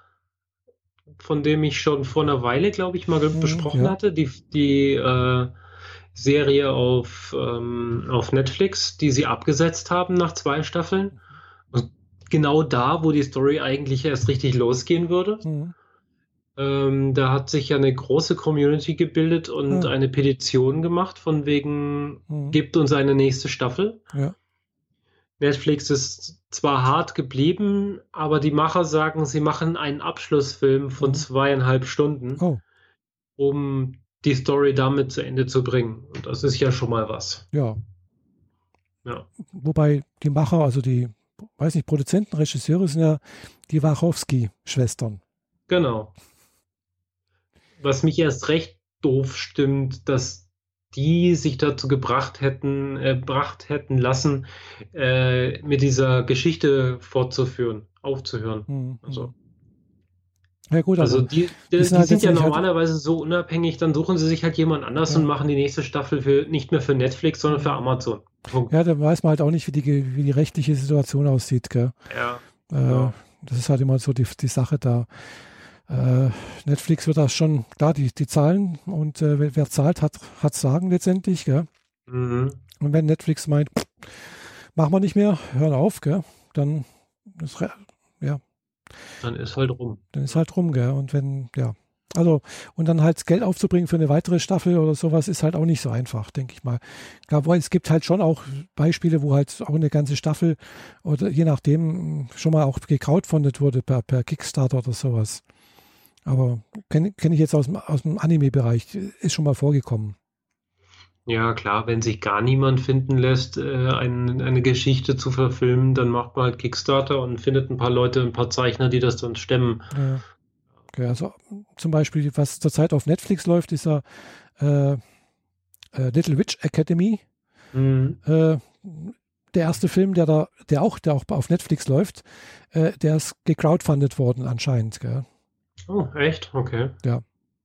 von dem ich schon vor einer Weile, glaube ich, mal ge- Hm. besprochen Ja. hatte, die, die äh, Serie auf, ähm, auf Netflix, die sie abgesetzt haben nach zwei Staffeln. Und genau da, wo die Story eigentlich erst richtig losgehen würde. Hm. Ähm, da hat sich ja eine große Community gebildet und Ah. eine Petition gemacht, von wegen, Hm. gebt uns eine nächste Staffel. Ja. Netflix ist zwar hart geblieben, aber die Macher sagen, sie machen einen Abschlussfilm von Hm. zweieinhalb Stunden, Oh. um die Story damit zu Ende zu bringen. Und das ist ja schon mal was. Ja. Ja, Wobei die Macher, also die, weiß nicht, Produzenten, Regisseure sind ja die Wachowski-Schwestern. genau. Was mich erst recht doof stimmt, dass die sich dazu gebracht hätten, äh, gebracht hätten lassen, äh, mit dieser Geschichte fortzuführen, aufzuhören. Hm. Hm. Also, Ja gut, also aber die, die die, sind die halt sind ja letztendlich halt, normalerweise so unabhängig, dann suchen sie sich halt jemand anders und ja, machen die nächste Staffel für nicht mehr für Netflix, sondern für hm. Amazon. Punkt. Ja, da weiß man halt auch nicht, wie die, wie die rechtliche Situation aussieht. Gell? Ja, Äh, ja. das ist halt immer so die, die Sache da. Äh, Netflix wird das schon, klar, die, die zahlen und äh, wer, wer zahlt, hat, hat Sagen letztendlich. Gell? Mhm. Und wenn Netflix meint, pff, machen wir nicht mehr, hören auf, gell? Dann ist, re- ja, Dann ist halt rum. dann ist halt rum. Gell? Und wenn, ja, also, und dann halt Geld aufzubringen für eine weitere Staffel oder sowas ist halt auch nicht so einfach, denke ich mal. Klar, wo- es gibt halt schon auch Beispiele, wo halt auch eine ganze Staffel oder je nachdem schon mal auch gecrowdfundet wurde per, per Kickstarter oder sowas. Aber kenne kenn ich jetzt aus dem, aus dem Anime-Bereich, ist schon mal vorgekommen. Ja, klar, wenn sich gar niemand finden lässt, äh, ein, eine Geschichte zu verfilmen, dann macht man halt Kickstarter und findet ein paar Leute, ein paar Zeichner, die das dann stemmen. Ja, okay, also zum Beispiel, was zurzeit auf Netflix läuft, ist ja äh, äh, Little Witch Academy. Mhm. Äh, der erste Film, der da, der auch, der auch auf Netflix läuft, äh, der ist gecrowdfundet worden anscheinend. Gell? Oh, echt? Okay. Ja.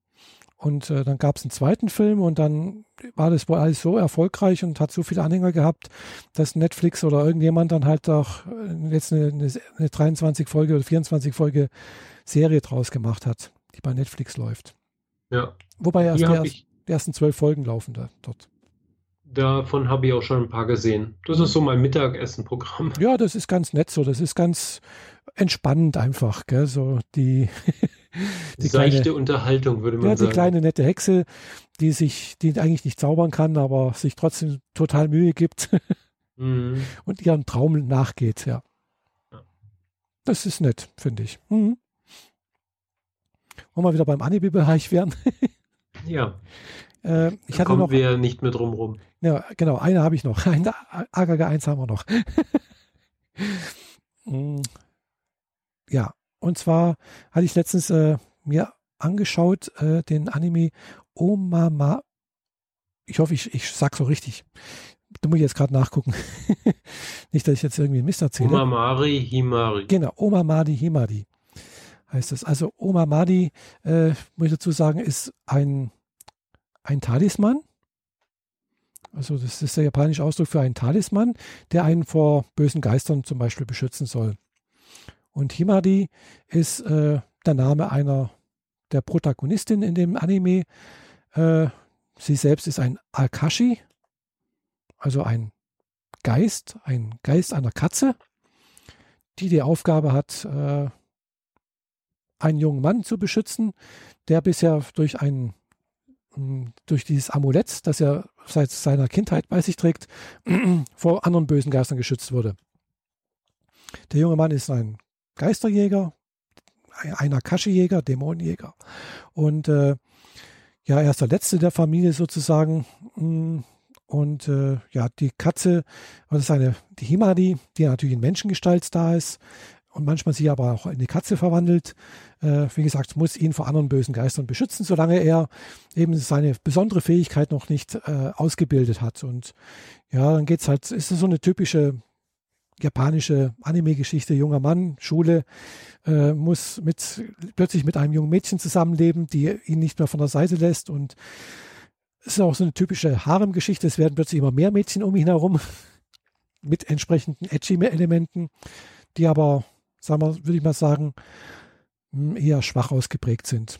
Und äh, dann gab es einen zweiten Film und dann war das wohl alles so erfolgreich und hat so viele Anhänger gehabt, dass Netflix oder irgendjemand dann halt auch äh, jetzt eine, eine, eine dreiundzwanzig Folge oder vierundzwanzig Folge Serie draus gemacht hat, die bei Netflix läuft. Ja, Wobei erst die die, habe erst, ich, die ersten zwölf Folgen laufen da dort. davon habe ich auch schon ein paar gesehen. Das ist Mhm. so mein Mittagessen-Programm. Ja, das ist ganz nett so. Das ist ganz entspannend einfach. Gell? So die, die kleine, Seichte Unterhaltung, würde ja, man die sagen. kleine nette Hexe, die sich, die eigentlich nicht zaubern kann, aber sich trotzdem total Mühe gibt Mhm. und ihrem Traum nachgeht. Ja, Ja. das ist nett, finde ich. Mhm. Wollen wir wieder beim Anime-Bereich werden? Ja, äh, ich da hatte kommen noch, wir nicht mehr drum rum. ja, genau, eine habe ich noch. Ein A G G eins haben wir noch. Mm, ja, und zwar hatte ich letztens äh, mir angeschaut, äh, den Anime Omama. Ich hoffe, ich, ich sage so richtig. Da muss ich jetzt gerade nachgucken. Nicht, dass ich jetzt irgendwie einen Mist erzähle. Umamari Himari. Genau, Omamadi Himari heißt es. Also Omamadi, äh, muss ich dazu sagen, ist ein, ein Talisman. Also das ist der japanische Ausdruck für einen Talisman, der einen vor bösen Geistern zum Beispiel beschützen soll. Und Himari ist äh, der Name einer der Protagonistin in dem Anime. Äh, sie selbst ist ein Akashi, also ein Geist, ein Geist einer Katze, die die Aufgabe hat, äh, einen jungen Mann zu beschützen, der bisher durch ein durch dieses Amulett, das er seit seiner Kindheit bei sich trägt, vor anderen bösen Geistern geschützt wurde. Der junge Mann ist ein Geisterjäger, ein Akashi-Jäger, Dämonenjäger. Und äh, ja, er ist der Letzte der Familie sozusagen. Und äh, ja, die Katze, das ist eine, die Himari, die natürlich in Menschengestalt da ist und manchmal sich aber auch in die Katze verwandelt. Äh, wie gesagt, muss ihn vor anderen bösen Geistern beschützen, solange er eben seine besondere Fähigkeit noch nicht äh, ausgebildet hat. Und ja, dann geht's halt, ist so eine typische japanische Anime-Geschichte, junger Mann, Schule, äh, muss mit, plötzlich mit einem jungen Mädchen zusammenleben, die ihn nicht mehr von der Seite lässt, und es ist auch so eine typische Harem-Geschichte, es werden plötzlich immer mehr Mädchen um ihn herum mit entsprechenden Edgy-Elementen, die aber, sagen wir, würde ich mal sagen, eher schwach ausgeprägt sind.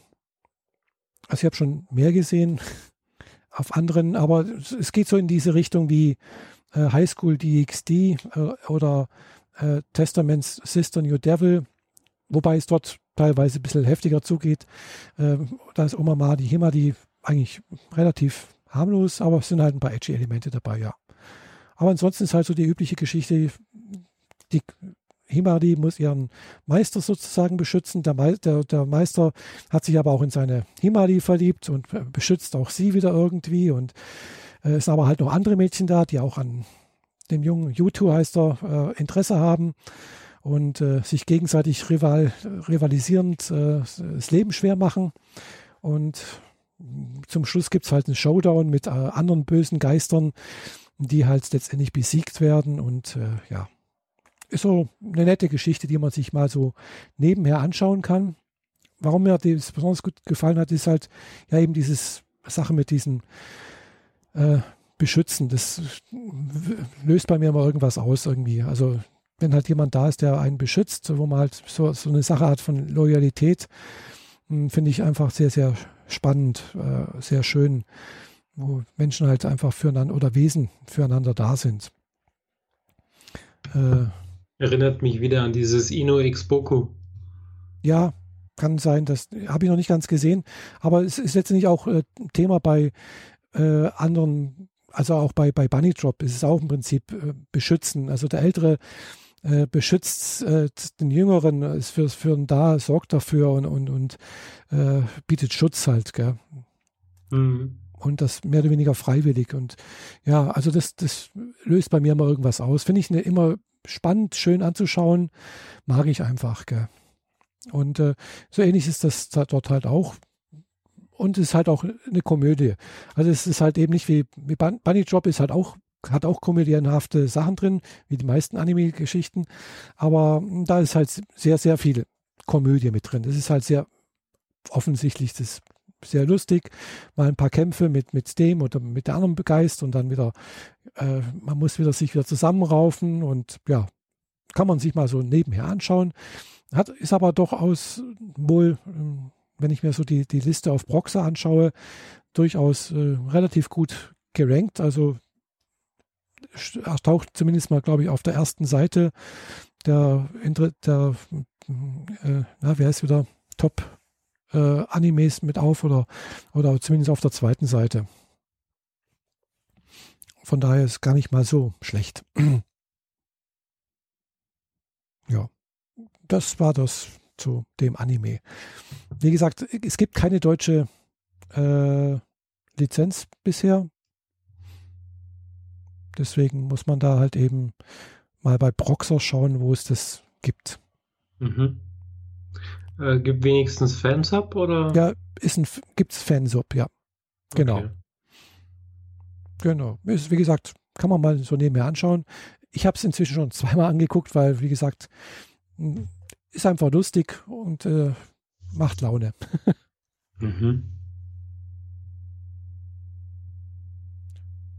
Also ich habe schon mehr gesehen auf anderen, aber es geht so in diese Richtung wie äh, High School D X D äh, oder äh, Testaments Sister New Devil, wobei es dort teilweise ein bisschen heftiger zugeht. Äh, da ist Omama die Hima, die eigentlich relativ harmlos, aber es sind halt ein paar edgy Elemente dabei, ja. Aber ansonsten ist halt so die übliche Geschichte, die Himari muss ihren Meister sozusagen beschützen. Der, Me der, der Meister hat sich aber auch in seine Himari verliebt und beschützt auch sie wieder irgendwie. Und äh, es sind aber halt noch andere Mädchen da, die auch an dem jungen Yutu, heißt er, äh, Interesse haben und äh, sich gegenseitig rival rivalisierend äh, das Leben schwer machen. Und zum Schluss gibt es halt einen Showdown mit äh, anderen bösen Geistern, die halt letztendlich besiegt werden. Und äh, ja, ist so eine nette Geschichte, die man sich mal so nebenher anschauen kann. Warum mir das besonders gut gefallen hat, ist halt ja eben dieses Sache mit diesen äh, Beschützen. Das löst bei mir immer irgendwas aus irgendwie. Also wenn halt jemand da ist, der einen beschützt, wo man halt so, so eine Sache hat von Loyalität, finde ich einfach sehr, sehr spannend, äh, sehr schön, wo Menschen halt einfach füreinander oder Wesen füreinander da sind. Äh, Erinnert mich wieder an dieses Ino X Boku. Ja, kann sein, das habe ich noch nicht ganz gesehen, aber es ist letztendlich auch äh, Thema bei äh, anderen, also auch bei, bei Bunny Drop ist es auch im Prinzip äh, beschützen. Also der Ältere äh, beschützt äh, den Jüngeren, ist für, für ihn da, sorgt dafür und, und, und äh, bietet Schutz halt, gell? Mhm. Und das mehr oder weniger freiwillig. Und ja, also das, das löst bei mir mal irgendwas aus. Finde ich eine, immer spannend, schön anzuschauen, mag ich einfach, gell? Und äh, so ähnlich ist das dort halt auch. Und es ist halt auch eine Komödie. Also es ist halt eben nicht wie, wie Bunny Drop ist halt auch, hat auch komödienhafte Sachen drin, wie die meisten Anime-Geschichten. Aber da ist halt sehr, sehr viel Komödie mit drin. Das ist halt sehr offensichtlich, das ist sehr lustig. Mal ein paar Kämpfe mit, mit dem oder mit der anderen Geist und dann wieder, äh, man muss wieder sich wieder zusammenraufen und ja, kann man sich mal so nebenher anschauen. Hat, ist aber durchaus wohl, wenn ich mir so die, die Liste auf Proxa anschaue, durchaus äh, relativ gut gerankt. Also er taucht zumindest mal, glaube ich, auf der ersten Seite der, der äh, na, wer ist wieder Top äh, Animes mit auf oder, oder zumindest auf der zweiten Seite. Von daher ist gar nicht mal so schlecht. Ja. Das war das zu dem Anime. Wie gesagt, es gibt keine deutsche äh, Lizenz bisher. Deswegen muss man da halt eben mal bei Proxer schauen, wo es das gibt. Mhm. Äh, gibt wenigstens Fansub, oder? Ja, gibt es Fansub, ja. Genau. Okay. Genau. Ist, wie gesagt, kann man mal so nebenher anschauen. Ich habe es inzwischen schon zweimal angeguckt, weil, wie gesagt, ist einfach lustig und äh, macht Laune. Mhm.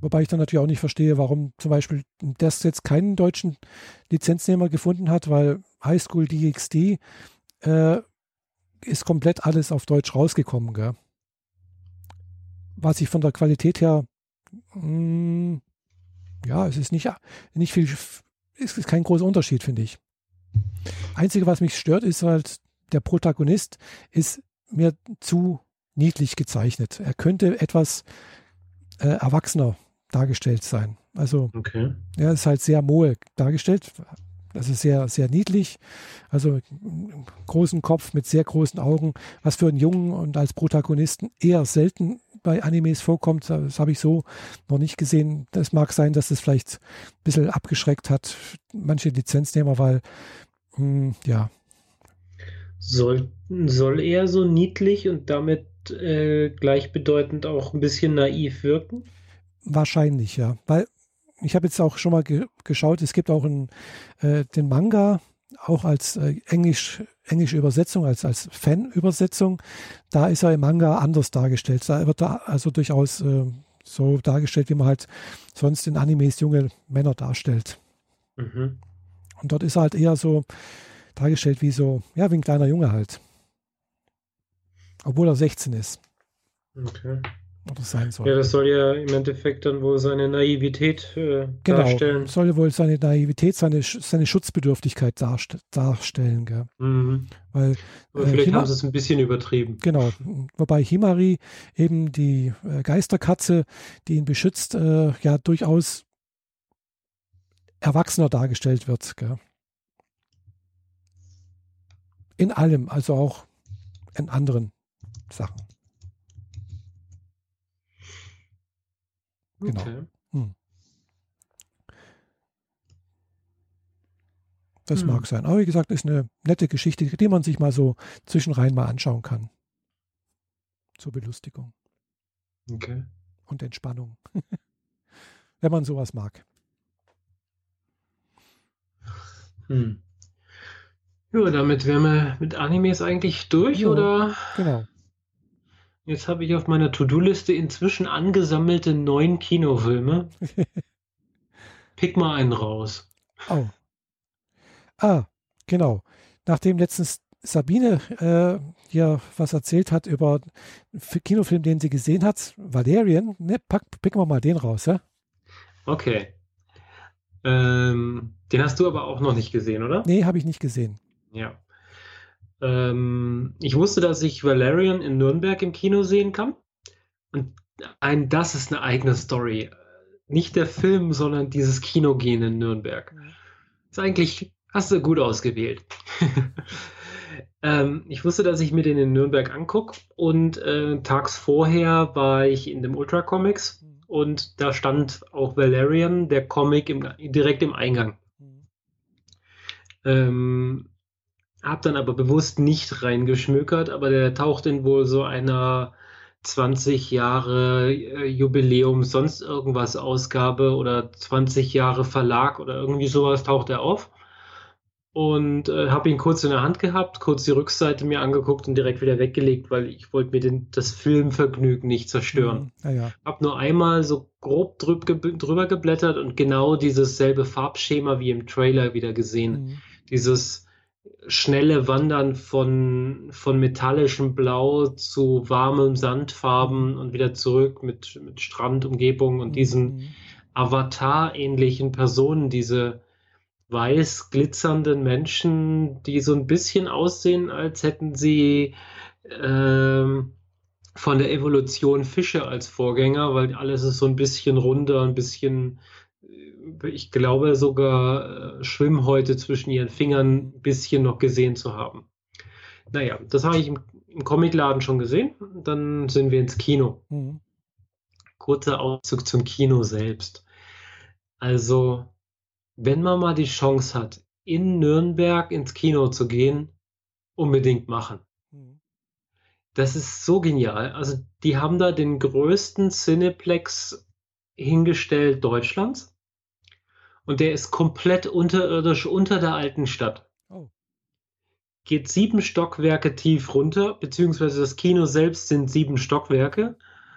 Wobei ich dann natürlich auch nicht verstehe, warum zum Beispiel das jetzt keinen deutschen Lizenznehmer gefunden hat, weil High School D X D äh, ist komplett alles auf Deutsch rausgekommen. Gell? Was ich von der Qualität her, mh, ja, es ist nicht, nicht viel, es ist kein großer Unterschied, finde ich. Einzige, was mich stört, ist halt, der Protagonist ist mir zu niedlich gezeichnet. Er könnte etwas äh, erwachsener dargestellt sein. Also Okay. er ist halt sehr moe dargestellt. Das ist sehr, sehr niedlich. Also einen großen Kopf mit sehr großen Augen, was für einen Jungen und als Protagonisten eher selten bei Animes vorkommt. Das habe ich so noch nicht gesehen. Das mag sein, dass das vielleicht ein bisschen abgeschreckt hat, manche Lizenznehmer, weil mh, ja. Soll, soll er so niedlich und damit äh, gleichbedeutend auch ein bisschen naiv wirken? Wahrscheinlich, ja. Weil ich habe jetzt auch schon mal ge geschaut, es gibt auch einen, äh, den Manga, auch als äh, Englisch, englische Übersetzung, als, als Fan-Übersetzung. Da ist er im Manga anders dargestellt. Da wird er also durchaus äh, so dargestellt, wie man halt sonst in Animes junge Männer darstellt. Mhm. Und dort ist er halt eher so dargestellt wie so, ja, wie ein kleiner Junge halt. Obwohl er sechzehn ist. Okay. Oder sein soll. Ja, das soll ja im Endeffekt dann wohl seine Naivität äh, Genau, darstellen. soll wohl seine Naivität, seine, seine Schutzbedürftigkeit darst darstellen. Gell? Mhm. Weil, Aber äh, vielleicht Hima haben sie es ein bisschen übertrieben. genau, wobei Himari, eben die äh, Geisterkatze, die ihn beschützt, äh, ja durchaus erwachsener dargestellt wird. Gell? In allem, also auch in anderen Sachen. Genau. Okay. Hm. Das Hm. mag sein. Aber wie gesagt, ist eine nette Geschichte, die man sich mal so zwischenrein mal anschauen kann. Zur Belustigung Okay. und Entspannung. Wenn man sowas mag. Hm. Ja, damit wären wir mit Animes eigentlich durch, Ja, oder? genau. Jetzt habe ich auf meiner To-Do-Liste inzwischen angesammelte neun Kinofilme. Pick mal einen raus. Oh. Ah, genau. Nachdem letztens Sabine äh, hier was erzählt hat über einen Kinofilm, den sie gesehen hat, Valerian, ne, pack, picken wir mal den raus, ja? Okay. Ähm, den hast du aber auch noch nicht gesehen, oder? Nee, habe ich nicht gesehen. Ja. Ähm, ich wusste, dass ich Valerian in Nürnberg im Kino sehen kann. Und ein, das ist eine eigene Story. Nicht der Film, sondern dieses Kinogehen in Nürnberg. Ist eigentlich, hast du gut ausgewählt. ähm, ich wusste, dass ich mir den in Nürnberg angucke und äh, tags vorher war ich in dem Ultra Comics und da stand auch Valerian, der Comic, im, direkt im Eingang. Ähm, hab dann aber bewusst nicht reingeschmökert, aber der taucht in wohl so einer zwanzig Jahre äh, Jubiläum, sonst irgendwas Ausgabe oder zwanzig Jahre Verlag oder irgendwie sowas taucht er auf. Und äh, habe ihn kurz in der Hand gehabt, kurz die Rückseite mir angeguckt und direkt wieder weggelegt, weil ich wollte mir den, das Filmvergnügen nicht zerstören. Mhm. Ja, ja. Hab nur einmal so grob drüb, ge, drüber geblättert und genau dieses selbe Farbschema wie im Trailer wieder gesehen. Mhm. Dieses schnelle Wandern von, von metallischem Blau zu warmem Sandfarben Mhm. und wieder zurück mit, mit Strandumgebung und Mhm. diesen Avatar-ähnlichen Personen, diese weiß glitzernden Menschen, die so ein bisschen aussehen, als hätten sie ähm, von der Evolution Fische als Vorgänger, weil alles ist so ein bisschen runder, ein bisschen, äh, ich glaube sogar äh, Schwimmhäute zwischen ihren Fingern ein bisschen noch gesehen zu haben. Naja, das habe ich im, im Comicladen schon gesehen. Dann sind wir ins Kino. Mhm. Kurzer Auszug zum Kino selbst. Also, wenn man mal die Chance hat, in Nürnberg ins Kino zu gehen, unbedingt machen. Mhm. Das ist so genial. Also, die haben da den größten Cineplex hingestellt Deutschlands und der ist komplett unterirdisch unter der alten Stadt. Oh. Geht sieben Stockwerke tief runter, beziehungsweise das Kino selbst sind sieben Stockwerke.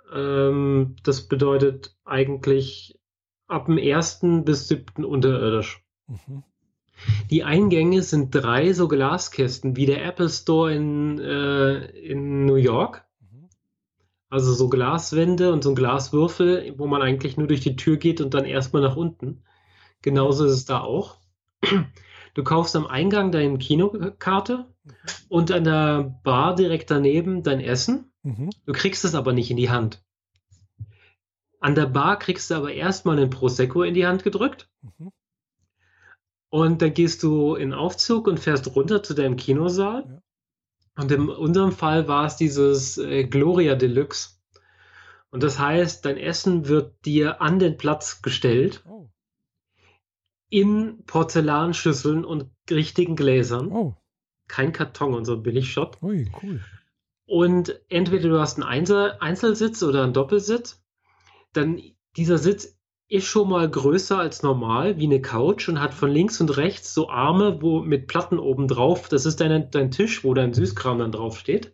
Ähm, das bedeutet eigentlich ab dem ersten bis siebten unterirdisch. Mhm. Die Eingänge sind drei so Glaskästen wie der Apple Store in, äh, in New York. Mhm. Also so Glaswände und so ein Glaswürfel, wo man eigentlich nur durch die Tür geht und dann erstmal nach unten. Genauso ist es da auch. Du kaufst am Eingang deine Kinokarte Mhm. und an der Bar direkt daneben dein Essen. Mhm. Du kriegst es aber nicht in die Hand. An der Bar kriegst du aber erstmal einen Prosecco in die Hand gedrückt Mhm. und dann gehst du in den Aufzug und fährst runter zu deinem Kinosaal. Ja. Und in unserem Fall war es dieses äh, Gloria Deluxe. Und das heißt, dein Essen wird dir an den Platz gestellt, Oh. in Porzellanschüsseln und richtigen Gläsern. Oh. Kein Karton und so ein Billigshot. Ui, cool. Und entweder du hast einen Einzel Einzelsitz oder einen Doppelsitz. Dann dieser Sitz ist schon mal größer als normal, wie eine Couch und hat von links und rechts so Arme, wo mit Platten oben drauf. Das ist dein, dein Tisch, wo dein Süßkram dann drauf steht.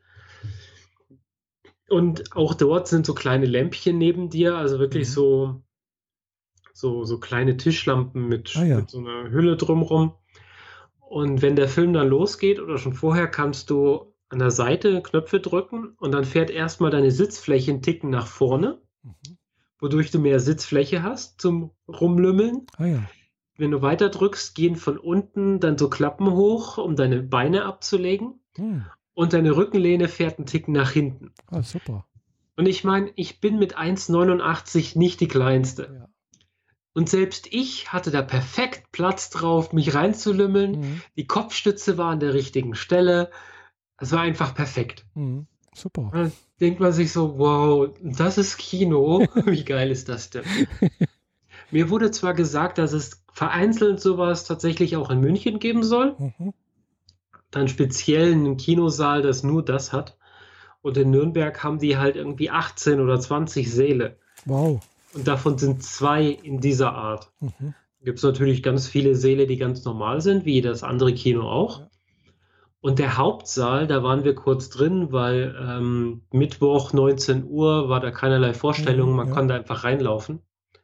Und auch dort sind so kleine Lämpchen neben dir, also wirklich Mhm. so, so, so kleine Tischlampen mit, Ah ja. mit so einer Hülle drumrum. Und wenn der Film dann losgeht oder schon vorher, kannst du an der Seite Knöpfe drücken und dann fährt erstmal deine Sitzfläche einen Ticken nach vorne, Mhm. wodurch du mehr Sitzfläche hast zum Rumlümmeln. Ah ja. Wenn du weiter drückst, gehen von unten dann so Klappen hoch, um deine Beine abzulegen. Hm. Und deine Rückenlehne fährt einen Ticken nach hinten. Ah, super. Und ich meine, ich bin mit eins neunundachtzig nicht die kleinste. Ja. Und selbst ich hatte da perfekt Platz drauf, mich reinzulümmeln. Mhm. Die Kopfstütze war an der richtigen Stelle. Es war einfach perfekt. Mhm. Super. Dann denkt man sich so, wow, das ist Kino. Wie geil ist das denn? Mir wurde zwar gesagt, dass es vereinzelt sowas tatsächlich auch in München geben soll. Mhm. Dann speziell einen Kinosaal, das nur das hat. Und in Nürnberg haben die halt irgendwie achtzehn oder zwanzig Säle. Wow. Und davon sind zwei in dieser Art. Mhm. Gibt es natürlich ganz viele Säle, die ganz normal sind, wie das andere Kino auch. Ja. Und der Hauptsaal, da waren wir kurz drin, weil ähm, Mittwoch neunzehn Uhr war da keinerlei Vorstellung, Mhm, man ja. konnte einfach reinlaufen.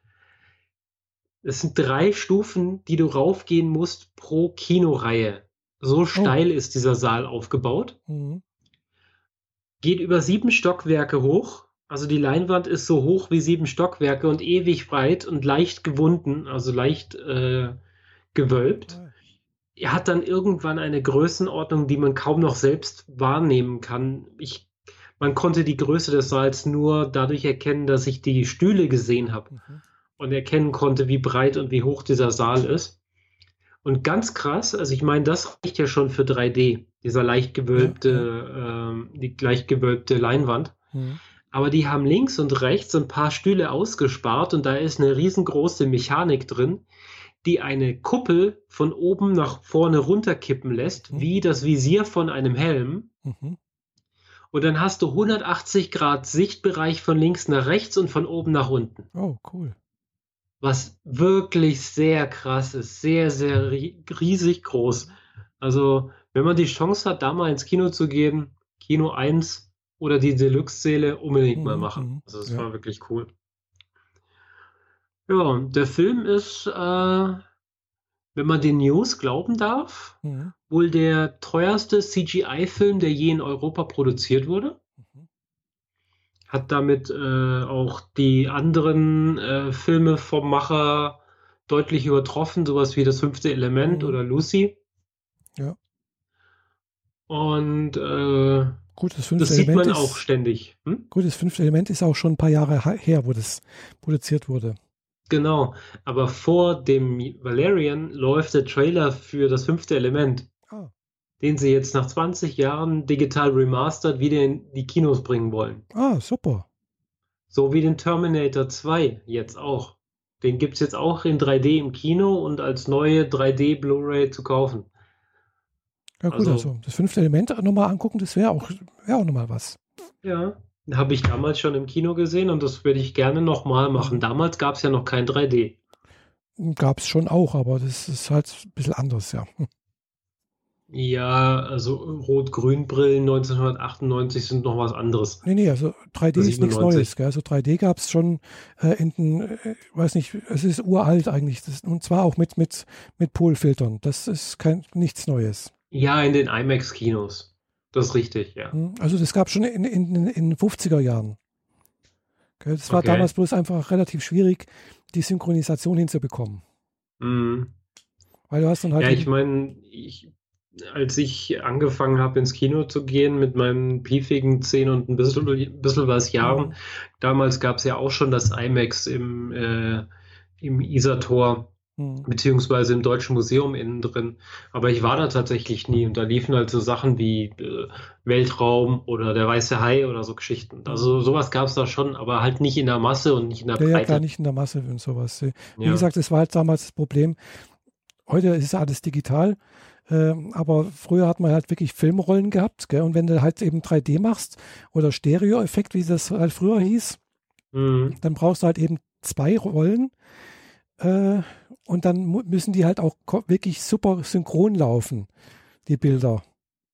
Es sind drei Stufen, die du raufgehen musst pro Kinoreihe. So steil ist dieser Saal aufgebaut. Mhm. Geht über sieben Stockwerke hoch. Also die Leinwand ist so hoch wie sieben Stockwerke und ewig breit und leicht gewunden, also leicht äh, gewölbt. Ah. Er hat dann irgendwann eine Größenordnung, die man kaum noch selbst wahrnehmen kann. Ich, man konnte die Größe des Saals nur dadurch erkennen, dass ich die Stühle gesehen habe Mhm. und erkennen konnte, wie breit und wie hoch dieser Saal ist. Und ganz krass, also ich meine, das reicht ja schon für drei D, dieser leicht gewölbte, Ja, ähm, die leicht gewölbte Leinwand. Mhm. Aber die haben links und rechts ein paar Stühle ausgespart und da ist eine riesengroße Mechanik drin, die eine Kuppel von oben nach vorne runterkippen lässt, Mhm. wie das Visier von einem Helm. Mhm. Und dann hast du hundertachtzig Grad Sichtbereich von links nach rechts und von oben nach unten. Oh, cool. Was wirklich sehr krass ist, sehr, sehr ri- riesig groß. Also, wenn man die Chance hat, da mal ins Kino zu gehen, Kino eins oder die Deluxe-Säle unbedingt mal Mhm. machen. Mhm. Also, es Ja. war wirklich cool. Ja, und der Film ist, äh, wenn man den News glauben darf, Mhm. wohl der teuerste C G I-Film, der je in Europa produziert wurde. Mhm. Hat damit äh, auch die anderen äh, Filme vom Macher deutlich übertroffen, sowas wie Das fünfte Element Mhm. oder Lucy. Ja. Und äh, Gut, das fünfte das sieht Element man auch ist, ständig. Hm? gut, das fünfte Element ist auch schon ein paar Jahre ha- her, wo das produziert wurde. Genau, aber vor dem Valerian läuft der Trailer für Das fünfte Element, Ah. den sie jetzt nach zwanzig Jahren digital remastered wieder in die Kinos bringen wollen. Ah, super. So wie den Terminator zwei jetzt auch. Den gibt es jetzt auch in drei D im Kino und als neue drei D Blu-ray zu kaufen. Ja gut, Also- also das fünfte Element nochmal angucken, das wäre auch, wär auch nochmal was. Ja, habe ich damals schon im Kino gesehen und das würde ich gerne nochmal machen. Mhm. Damals gab es ja noch kein drei D. Gab es schon auch, aber das ist halt ein bisschen anders, ja. Ja, also Rot-Grün-Brillen neunzehnhundertachtundneunzig sind noch was anderes. Nee, nee, also drei D ist nichts Neues. Gell? Also drei D gab es schon äh, in den, äh, weiß nicht, es ist uralt eigentlich. Das, und zwar auch mit, mit, mit Polfiltern. Das ist kein, nichts Neues. Ja, in den IMAX-Kinos. Das ist richtig, ja. Hm, also das gab es schon in, in, in den fünfziger Jahren. Gell? Das war Okay. damals bloß einfach relativ schwierig, die Synchronisation hinzubekommen. Mhm. Weil du hast dann halt Ja, eben, ich meine, ich, als ich angefangen habe, ins Kino zu gehen mit meinen piefigen zehn und ein bisschen, bisschen was Jahren, Mhm. damals gab es ja auch schon das IMAX im, äh, im Isartor, Mhm. beziehungsweise im Deutschen Museum innen drin. Aber ich war da tatsächlich nie und da liefen halt so Sachen wie äh, Weltraum oder der Weiße Hai oder so Geschichten. Mhm. Also sowas gab es da schon, aber halt nicht in der Masse und nicht in der Ja, ja, klar, Breite. nicht in der Masse und sowas. Wie Ja. gesagt, das war halt damals das Problem. Heute ist ja alles digital, äh, aber früher hat man halt wirklich Filmrollen gehabt, gell? Und wenn du halt eben drei D machst oder Stereo-Effekt, wie das halt früher hieß, Mhm. dann brauchst du halt eben zwei Rollen äh, und dann mu- müssen die halt auch ko- wirklich super synchron laufen, die Bilder.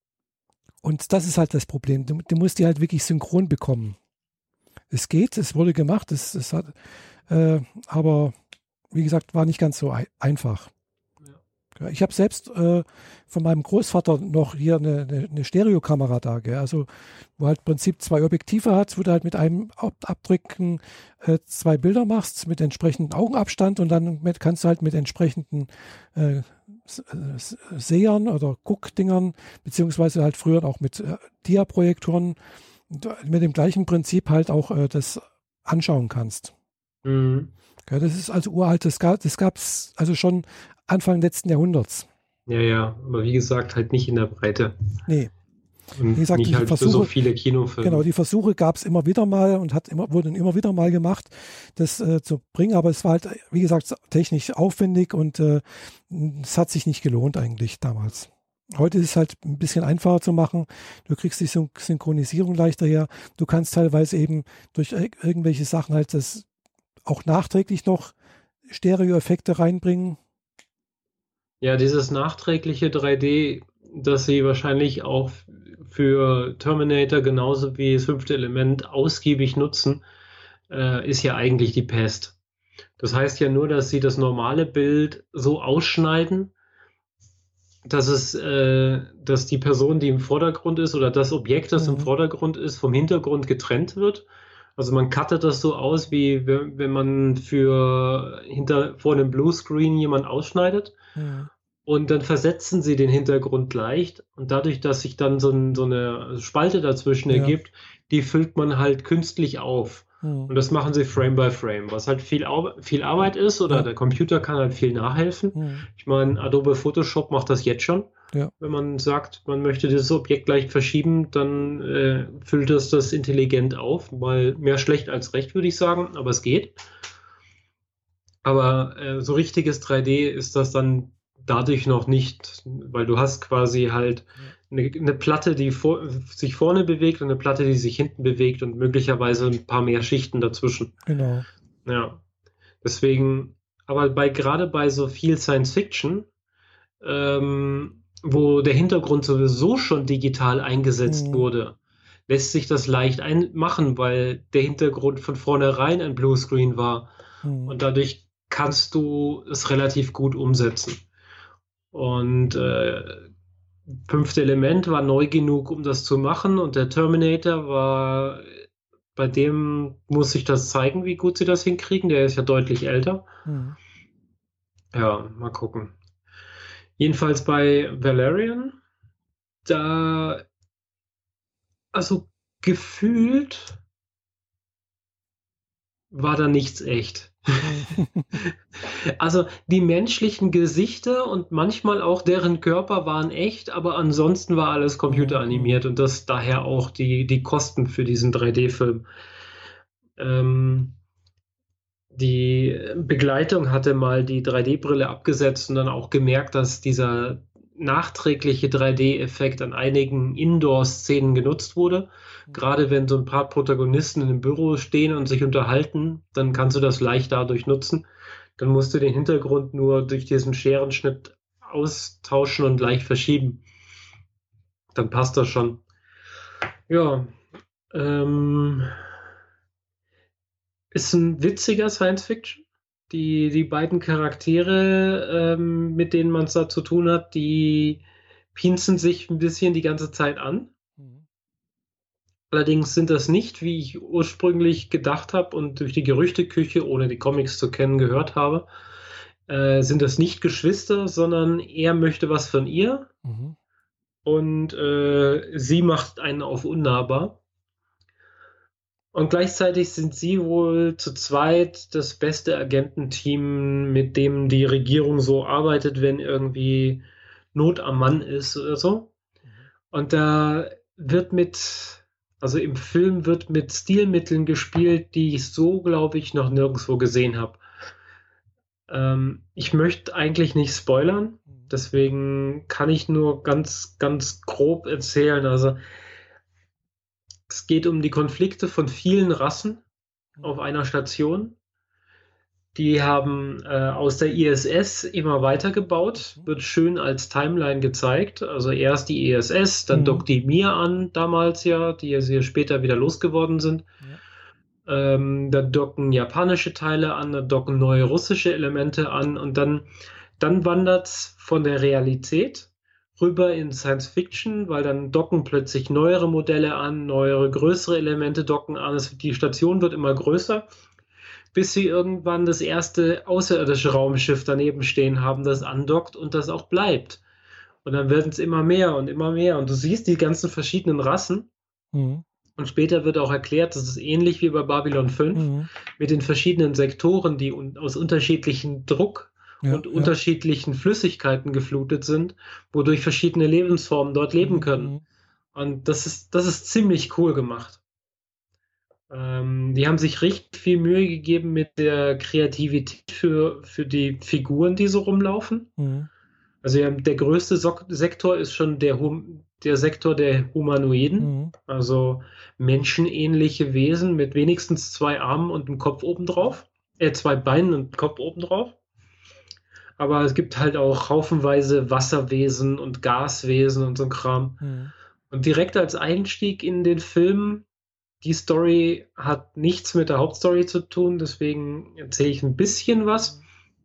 Und das ist halt das Problem. Du, du musst die halt wirklich synchron bekommen. Es geht, es wurde gemacht, es, es hat, äh, aber wie gesagt, war nicht ganz so ei- einfach. Ja, ich habe selbst äh, von meinem Großvater noch hier eine, eine, eine Stereokamera da, gell? Also wo halt im Prinzip zwei Objektive hat, wo du halt mit einem Ab Abdrücken äh, zwei Bilder machst mit entsprechendem Augenabstand und dann mit, kannst du halt mit entsprechenden äh, S- S- Sehern oder Guckdingern, beziehungsweise halt früher auch mit äh, Diaprojektoren mit dem gleichen Prinzip halt auch äh, das anschauen kannst. Mhm. Gell? Das ist also uralt, das gab das gab's also schon Anfang letzten Jahrhunderts. Ja, ja, aber wie gesagt, halt nicht in der Breite Nee, wie und gesagt, nicht die halt für so Versuche, viele genau, Kinofilme. die Versuche gab es immer wieder mal und hat immer, wurden immer wieder mal gemacht, das äh, zu bringen, aber es war halt, wie gesagt, technisch aufwendig und äh, es hat sich nicht gelohnt eigentlich damals. Heute ist es halt ein bisschen einfacher zu machen. Du kriegst die Syn Synchronisierung leichter her. Du kannst teilweise eben durch ir irgendwelche Sachen halt das auch nachträglich noch Stereo-Effekte reinbringen. Ja, dieses nachträgliche drei D, das sie wahrscheinlich auch für Terminator genauso wie das fünfte Element ausgiebig nutzen, äh, ist ja eigentlich die Pest. Das heißt ja nur, dass sie das normale Bild so ausschneiden, dass es, äh, dass die Person, die im Vordergrund ist, oder das Objekt, das im Mhm. Vordergrund ist, vom Hintergrund getrennt wird. Also man cuttet das so aus, wie wenn, wenn man für hinter vor einem Bluescreen jemand ausschneidet. Mhm. Und dann versetzen sie den Hintergrund leicht und dadurch, dass sich dann so, ein, so eine Spalte dazwischen Ja. ergibt, die füllt man halt künstlich auf. Mhm. Und das machen sie Frame by Frame, was halt viel, Au viel Arbeit ist oder Ja. der Computer kann halt viel nachhelfen. Mhm. Ich meine, Adobe Photoshop macht das jetzt schon. Ja. Wenn man sagt, man möchte dieses Objekt leicht verschieben, dann äh, füllt das das intelligent auf. Mal mehr schlecht als recht, würde ich sagen, aber es geht. Aber äh, so richtiges drei D ist das dann dadurch noch nicht, weil du hast quasi halt eine, eine Platte, die vor, sich vorne bewegt und eine Platte, die sich hinten bewegt und möglicherweise ein paar mehr Schichten dazwischen. Genau. Ja, deswegen, aber bei gerade bei so viel Science Fiction, ähm, wo der Hintergrund sowieso schon digital eingesetzt Mhm. wurde, lässt sich das leicht ein machen, weil der Hintergrund von vornherein ein Bluescreen war. Mhm. Und dadurch kannst du es relativ gut umsetzen. Und äh, fünfte Element war neu genug, um das zu machen. Und der Terminator war, bei dem muss sich das zeigen, wie gut sie das hinkriegen. Der ist ja deutlich älter. Mhm. Ja, mal gucken. Jedenfalls bei Valerian, da, also gefühlt war da nichts echt. Also die menschlichen Gesichter und manchmal auch deren Körper waren echt, aber ansonsten war alles Mhm. computeranimiert und das daher auch die, die Kosten für diesen drei D-Film. Ähm, die Begleitung hatte mal die drei D-Brille abgesetzt und dann auch gemerkt, dass dieser nachträgliche drei D-Effekt an einigen Indoor-Szenen genutzt wurde. Gerade wenn so ein paar Protagonisten in einem Büro stehen und sich unterhalten, dann kannst du das leicht dadurch nutzen. Dann musst du den Hintergrund nur durch diesen Scherenschnitt austauschen und leicht verschieben. dann passt das schon. Ja, ähm, ist ein witziger Science-Fiction. Die, die beiden Charaktere, ähm, mit denen man es da zu tun hat, die pinseln sich ein bisschen die ganze Zeit an. Mhm. Allerdings sind das nicht, wie ich ursprünglich gedacht habe und durch die Gerüchteküche, ohne die Comics zu kennen, gehört habe, äh, sind das nicht Geschwister, sondern er möchte was von ihr Mhm. und äh, sie macht einen auf unnahbar. Und gleichzeitig sind sie wohl zu zweit das beste Agententeam, mit dem die Regierung so arbeitet, wenn irgendwie Not am Mann ist oder so. Mhm. Und da wird mit, also im Film wird mit Stilmitteln gespielt, die ich so, glaube ich, noch nirgendwo gesehen habe. Ähm, ich möchte eigentlich nicht spoilern, Mhm. deswegen kann ich nur ganz, ganz grob erzählen. Also es geht um die Konflikte von vielen Rassen auf Mhm. einer Station. Die haben äh, aus der I S S immer weitergebaut, Mhm. wird schön als Timeline gezeigt. Also erst die I S S, dann Mhm. dockt die Mir an, damals ja, die ja sehr später wieder losgeworden sind. Ja. Ähm, da docken japanische Teile an, da docken neue russische Elemente an und dann, dann wandert es von der Realität rüber in Science Fiction, weil dann docken plötzlich neuere Modelle an, neuere, größere Elemente docken an. Es, die Station wird immer größer, bis sie irgendwann das erste außerirdische Raumschiff daneben stehen haben, das andockt und das auch bleibt. Und dann werden es immer mehr und immer mehr. Und du siehst die ganzen verschiedenen Rassen. Mhm. Und später wird auch erklärt, das ist ähnlich wie bei Babylon fünf, Mhm. mit den verschiedenen Sektoren, die un aus unterschiedlichen Druck Ja, und ja. unterschiedlichen Flüssigkeiten geflutet sind, wodurch verschiedene Lebensformen dort leben können. Mhm. Und das ist, das ist ziemlich cool gemacht. Ähm, die haben sich richtig viel Mühe gegeben mit der Kreativität für, für die Figuren, die so rumlaufen. Mhm. Also ja, der größte Sok Sektor ist schon der, hum der Sektor der Humanoiden, Mhm. also menschenähnliche Wesen mit wenigstens zwei Armen und einem Kopf obendrauf, äh, zwei Beinen und einem Kopf obendrauf. Aber es gibt halt auch haufenweise Wasserwesen und Gaswesen und so ein Kram. Mhm. Und direkt als Einstieg in den Film, die Story hat nichts mit der Hauptstory zu tun, deswegen erzähle ich ein bisschen was.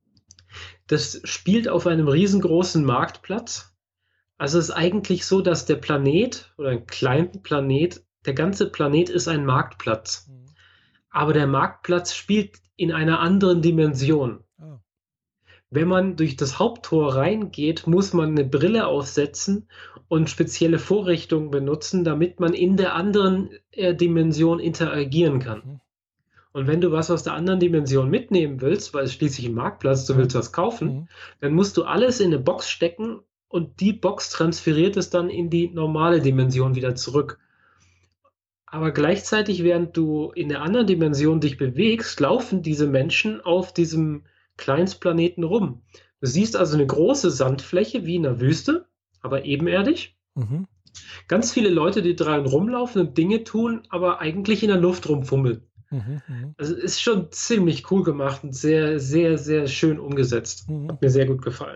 Das spielt auf einem riesengroßen Marktplatz. Also es ist eigentlich so, dass der Planet oder ein kleiner Planet, der ganze Planet ist ein Marktplatz. Mhm. Aber der Marktplatz spielt in einer anderen Dimension. Ah. Wenn man durch das Haupttor reingeht, muss man eine Brille aufsetzen und spezielle Vorrichtungen benutzen, damit man in der anderen äh, Dimension interagieren kann. Mhm. Und wenn du was aus der anderen Dimension mitnehmen willst, weil es schließlich ein Marktplatz, du Ja. willst was kaufen, Mhm. dann musst du alles in eine Box stecken und die Box transferiert es dann in die normale Dimension wieder zurück. Aber gleichzeitig, während du in der anderen Dimension dich bewegst, laufen diese Menschen auf diesem Kleinstplaneten rum. Du siehst also eine große Sandfläche wie in einer Wüste, aber ebenerdig. Mhm. Ganz viele Leute, die dran rumlaufen und Dinge tun, aber eigentlich in der Luft rumfummeln. Mhm. Mhm. Also ist schon ziemlich cool gemacht und sehr, sehr, sehr schön umgesetzt. Mhm. Hat mir sehr gut gefallen.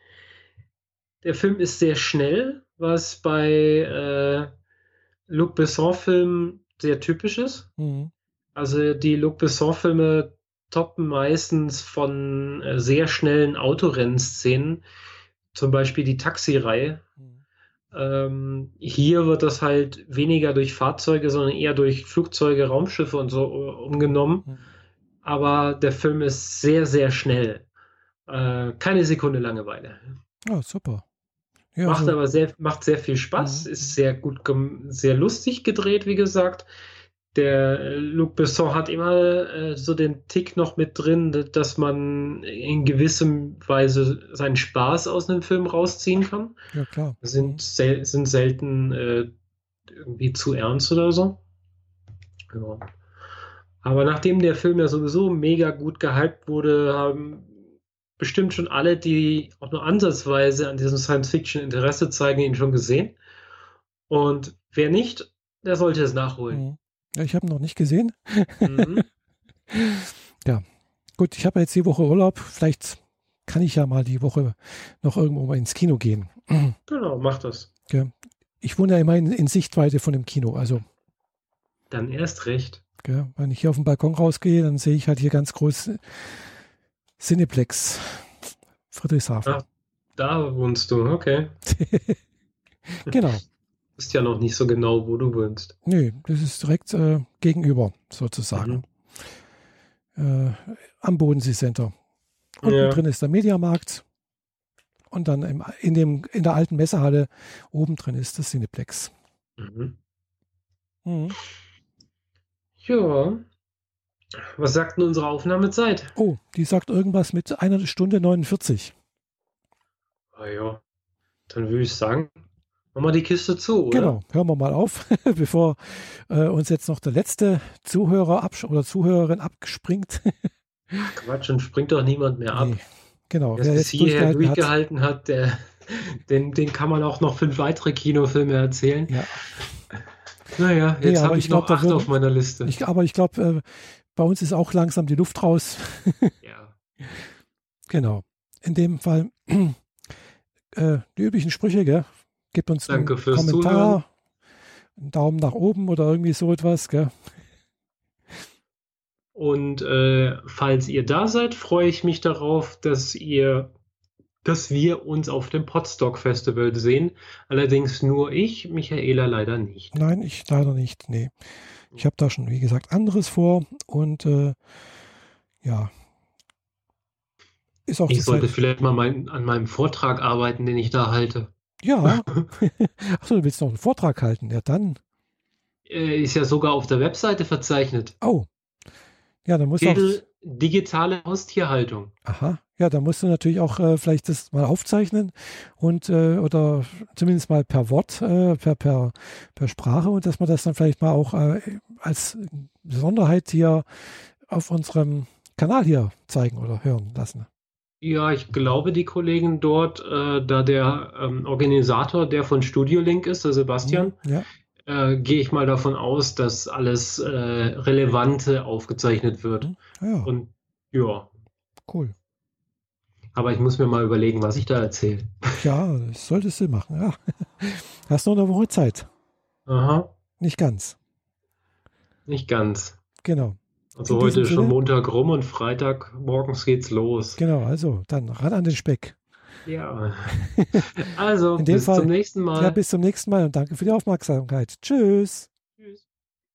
Der Film ist sehr schnell, was bei äh, Luc Besson-Filmen sehr typisch ist. Mhm. Also die Luc Besson-Filme toppen meistens von äh, sehr schnellen Autorennszenen, zum Beispiel die Taxi-Reihe. Mhm. Ähm, hier wird das halt weniger durch Fahrzeuge, sondern eher durch Flugzeuge, Raumschiffe und so äh, umgenommen. Mhm. Aber der Film ist sehr, sehr schnell. Äh, keine Sekunde Langeweile. Ah, super. Ja, Macht also. aber sehr, macht sehr viel Spaß, Mhm. ist Mhm. sehr gut, gem- sehr lustig gedreht, wie gesagt. Der äh, Luc Besson hat immer äh, so den Tick noch mit drin, d- dass man in gewissem Weise seinen Spaß aus einem Film rausziehen kann. Ja, klar. Sind, Mhm. sel sind selten äh, irgendwie zu ernst oder so. Ja. Aber nachdem der Film ja sowieso mega gut gehypt wurde, haben bestimmt schon alle, die auch nur ansatzweise an diesem Science-Fiction Interesse zeigen, ihn schon gesehen. Und wer nicht, der sollte es nachholen. Mhm. Ja, ich habe ihn noch nicht gesehen. Mhm. Ja, gut, ich habe jetzt die Woche Urlaub. Vielleicht kann ich ja mal die Woche noch irgendwo mal ins Kino gehen. Genau, mach das. Ja. ich wohne ja immer in, in Sichtweite von dem Kino. Also, Dann erst recht. gell, wenn ich hier auf den Balkon rausgehe, dann sehe ich halt hier ganz groß Cineplex Friedrichshafen. Ah, da wohnst du, okay. Genau. Ist ja noch nicht so genau, wo du wohnst. Nö, das ist direkt äh, gegenüber sozusagen. Äh, am Bodensee Center. Unten Ja. drin ist der Mediamarkt und dann im, in, dem, in der alten Messehalle oben drin ist das Cineplex. Mhm. Mhm. Ja. Was sagt denn unsere Aufnahmezeit? Oh, die sagt irgendwas mit einer Stunde neunundvierzig. Ah ja, dann würde ich sagen, machen wir die Kiste zu, oder? Genau, hören wir mal auf, bevor äh, uns jetzt noch der letzte Zuhörer absch- oder Zuhörerin abspringt. Quatsch, und springt doch niemand mehr ab. Nee, genau, Wer wer es jetzt bis hierher durchgehalten hat. durchgehalten hat, der, den, den kann man auch noch fünf weitere Kinofilme erzählen. Ja, Naja, Nee, jetzt aber habe ich ich noch glaub, da acht würden- auf meiner Liste. ich, aber ich glaube, äh, bei uns ist auch langsam die Luft raus. Ja. Genau. In dem Fall äh, die üblichen Sprüche, gell? Gebt uns Danke einen fürs Kommentar, einen Daumen nach oben oder irgendwie so etwas, gell? Und äh, falls ihr da seid, freue ich mich darauf, dass ihr, dass wir uns auf dem Podstock Festival sehen. Allerdings nur ich, Michaela leider nicht. Nein, ich leider nicht. Nee. Ich habe da schon, wie gesagt, anderes vor und äh, ja. Ist auch Ich zur sollte Zeit. vielleicht mal mein, an meinem Vortrag arbeiten, den ich da halte. Ja. Achso, du willst noch einen Vortrag halten. Ja, dann. Äh, ist ja sogar auf der Webseite verzeichnet. Oh. Ja, dann musst du auch. Titel Digitale Haustierhaltung. Aha. Ja, da musst du natürlich auch äh, vielleicht das mal aufzeichnen und äh, oder zumindest mal per Wort, äh, per, per, per Sprache und dass man das dann vielleicht mal auch äh, als Besonderheit hier auf unserem Kanal hier zeigen oder hören lassen. Ja, ich glaube, die Kollegen dort, äh, da der ähm, Organisator, der von Studio Link ist, der Sebastian, Hm, ja, äh, gehe ich mal davon aus, dass alles äh, Relevante aufgezeichnet wird. hm, ja, Und ja, cool. aber ich muss mir mal überlegen, was ich da erzähle. Ja, das solltest du machen. Ja. Hast noch eine Woche Zeit. Aha, Nicht ganz. nicht ganz. Genau. Also In heute diesem ist schon Sinne- Montag rum und Freitag morgens geht's los. Genau, also dann ran an den Speck. Ja. Also, In dem bis Fall- zum nächsten Mal. Ja, bis zum nächsten Mal und danke für die Aufmerksamkeit. Tschüss.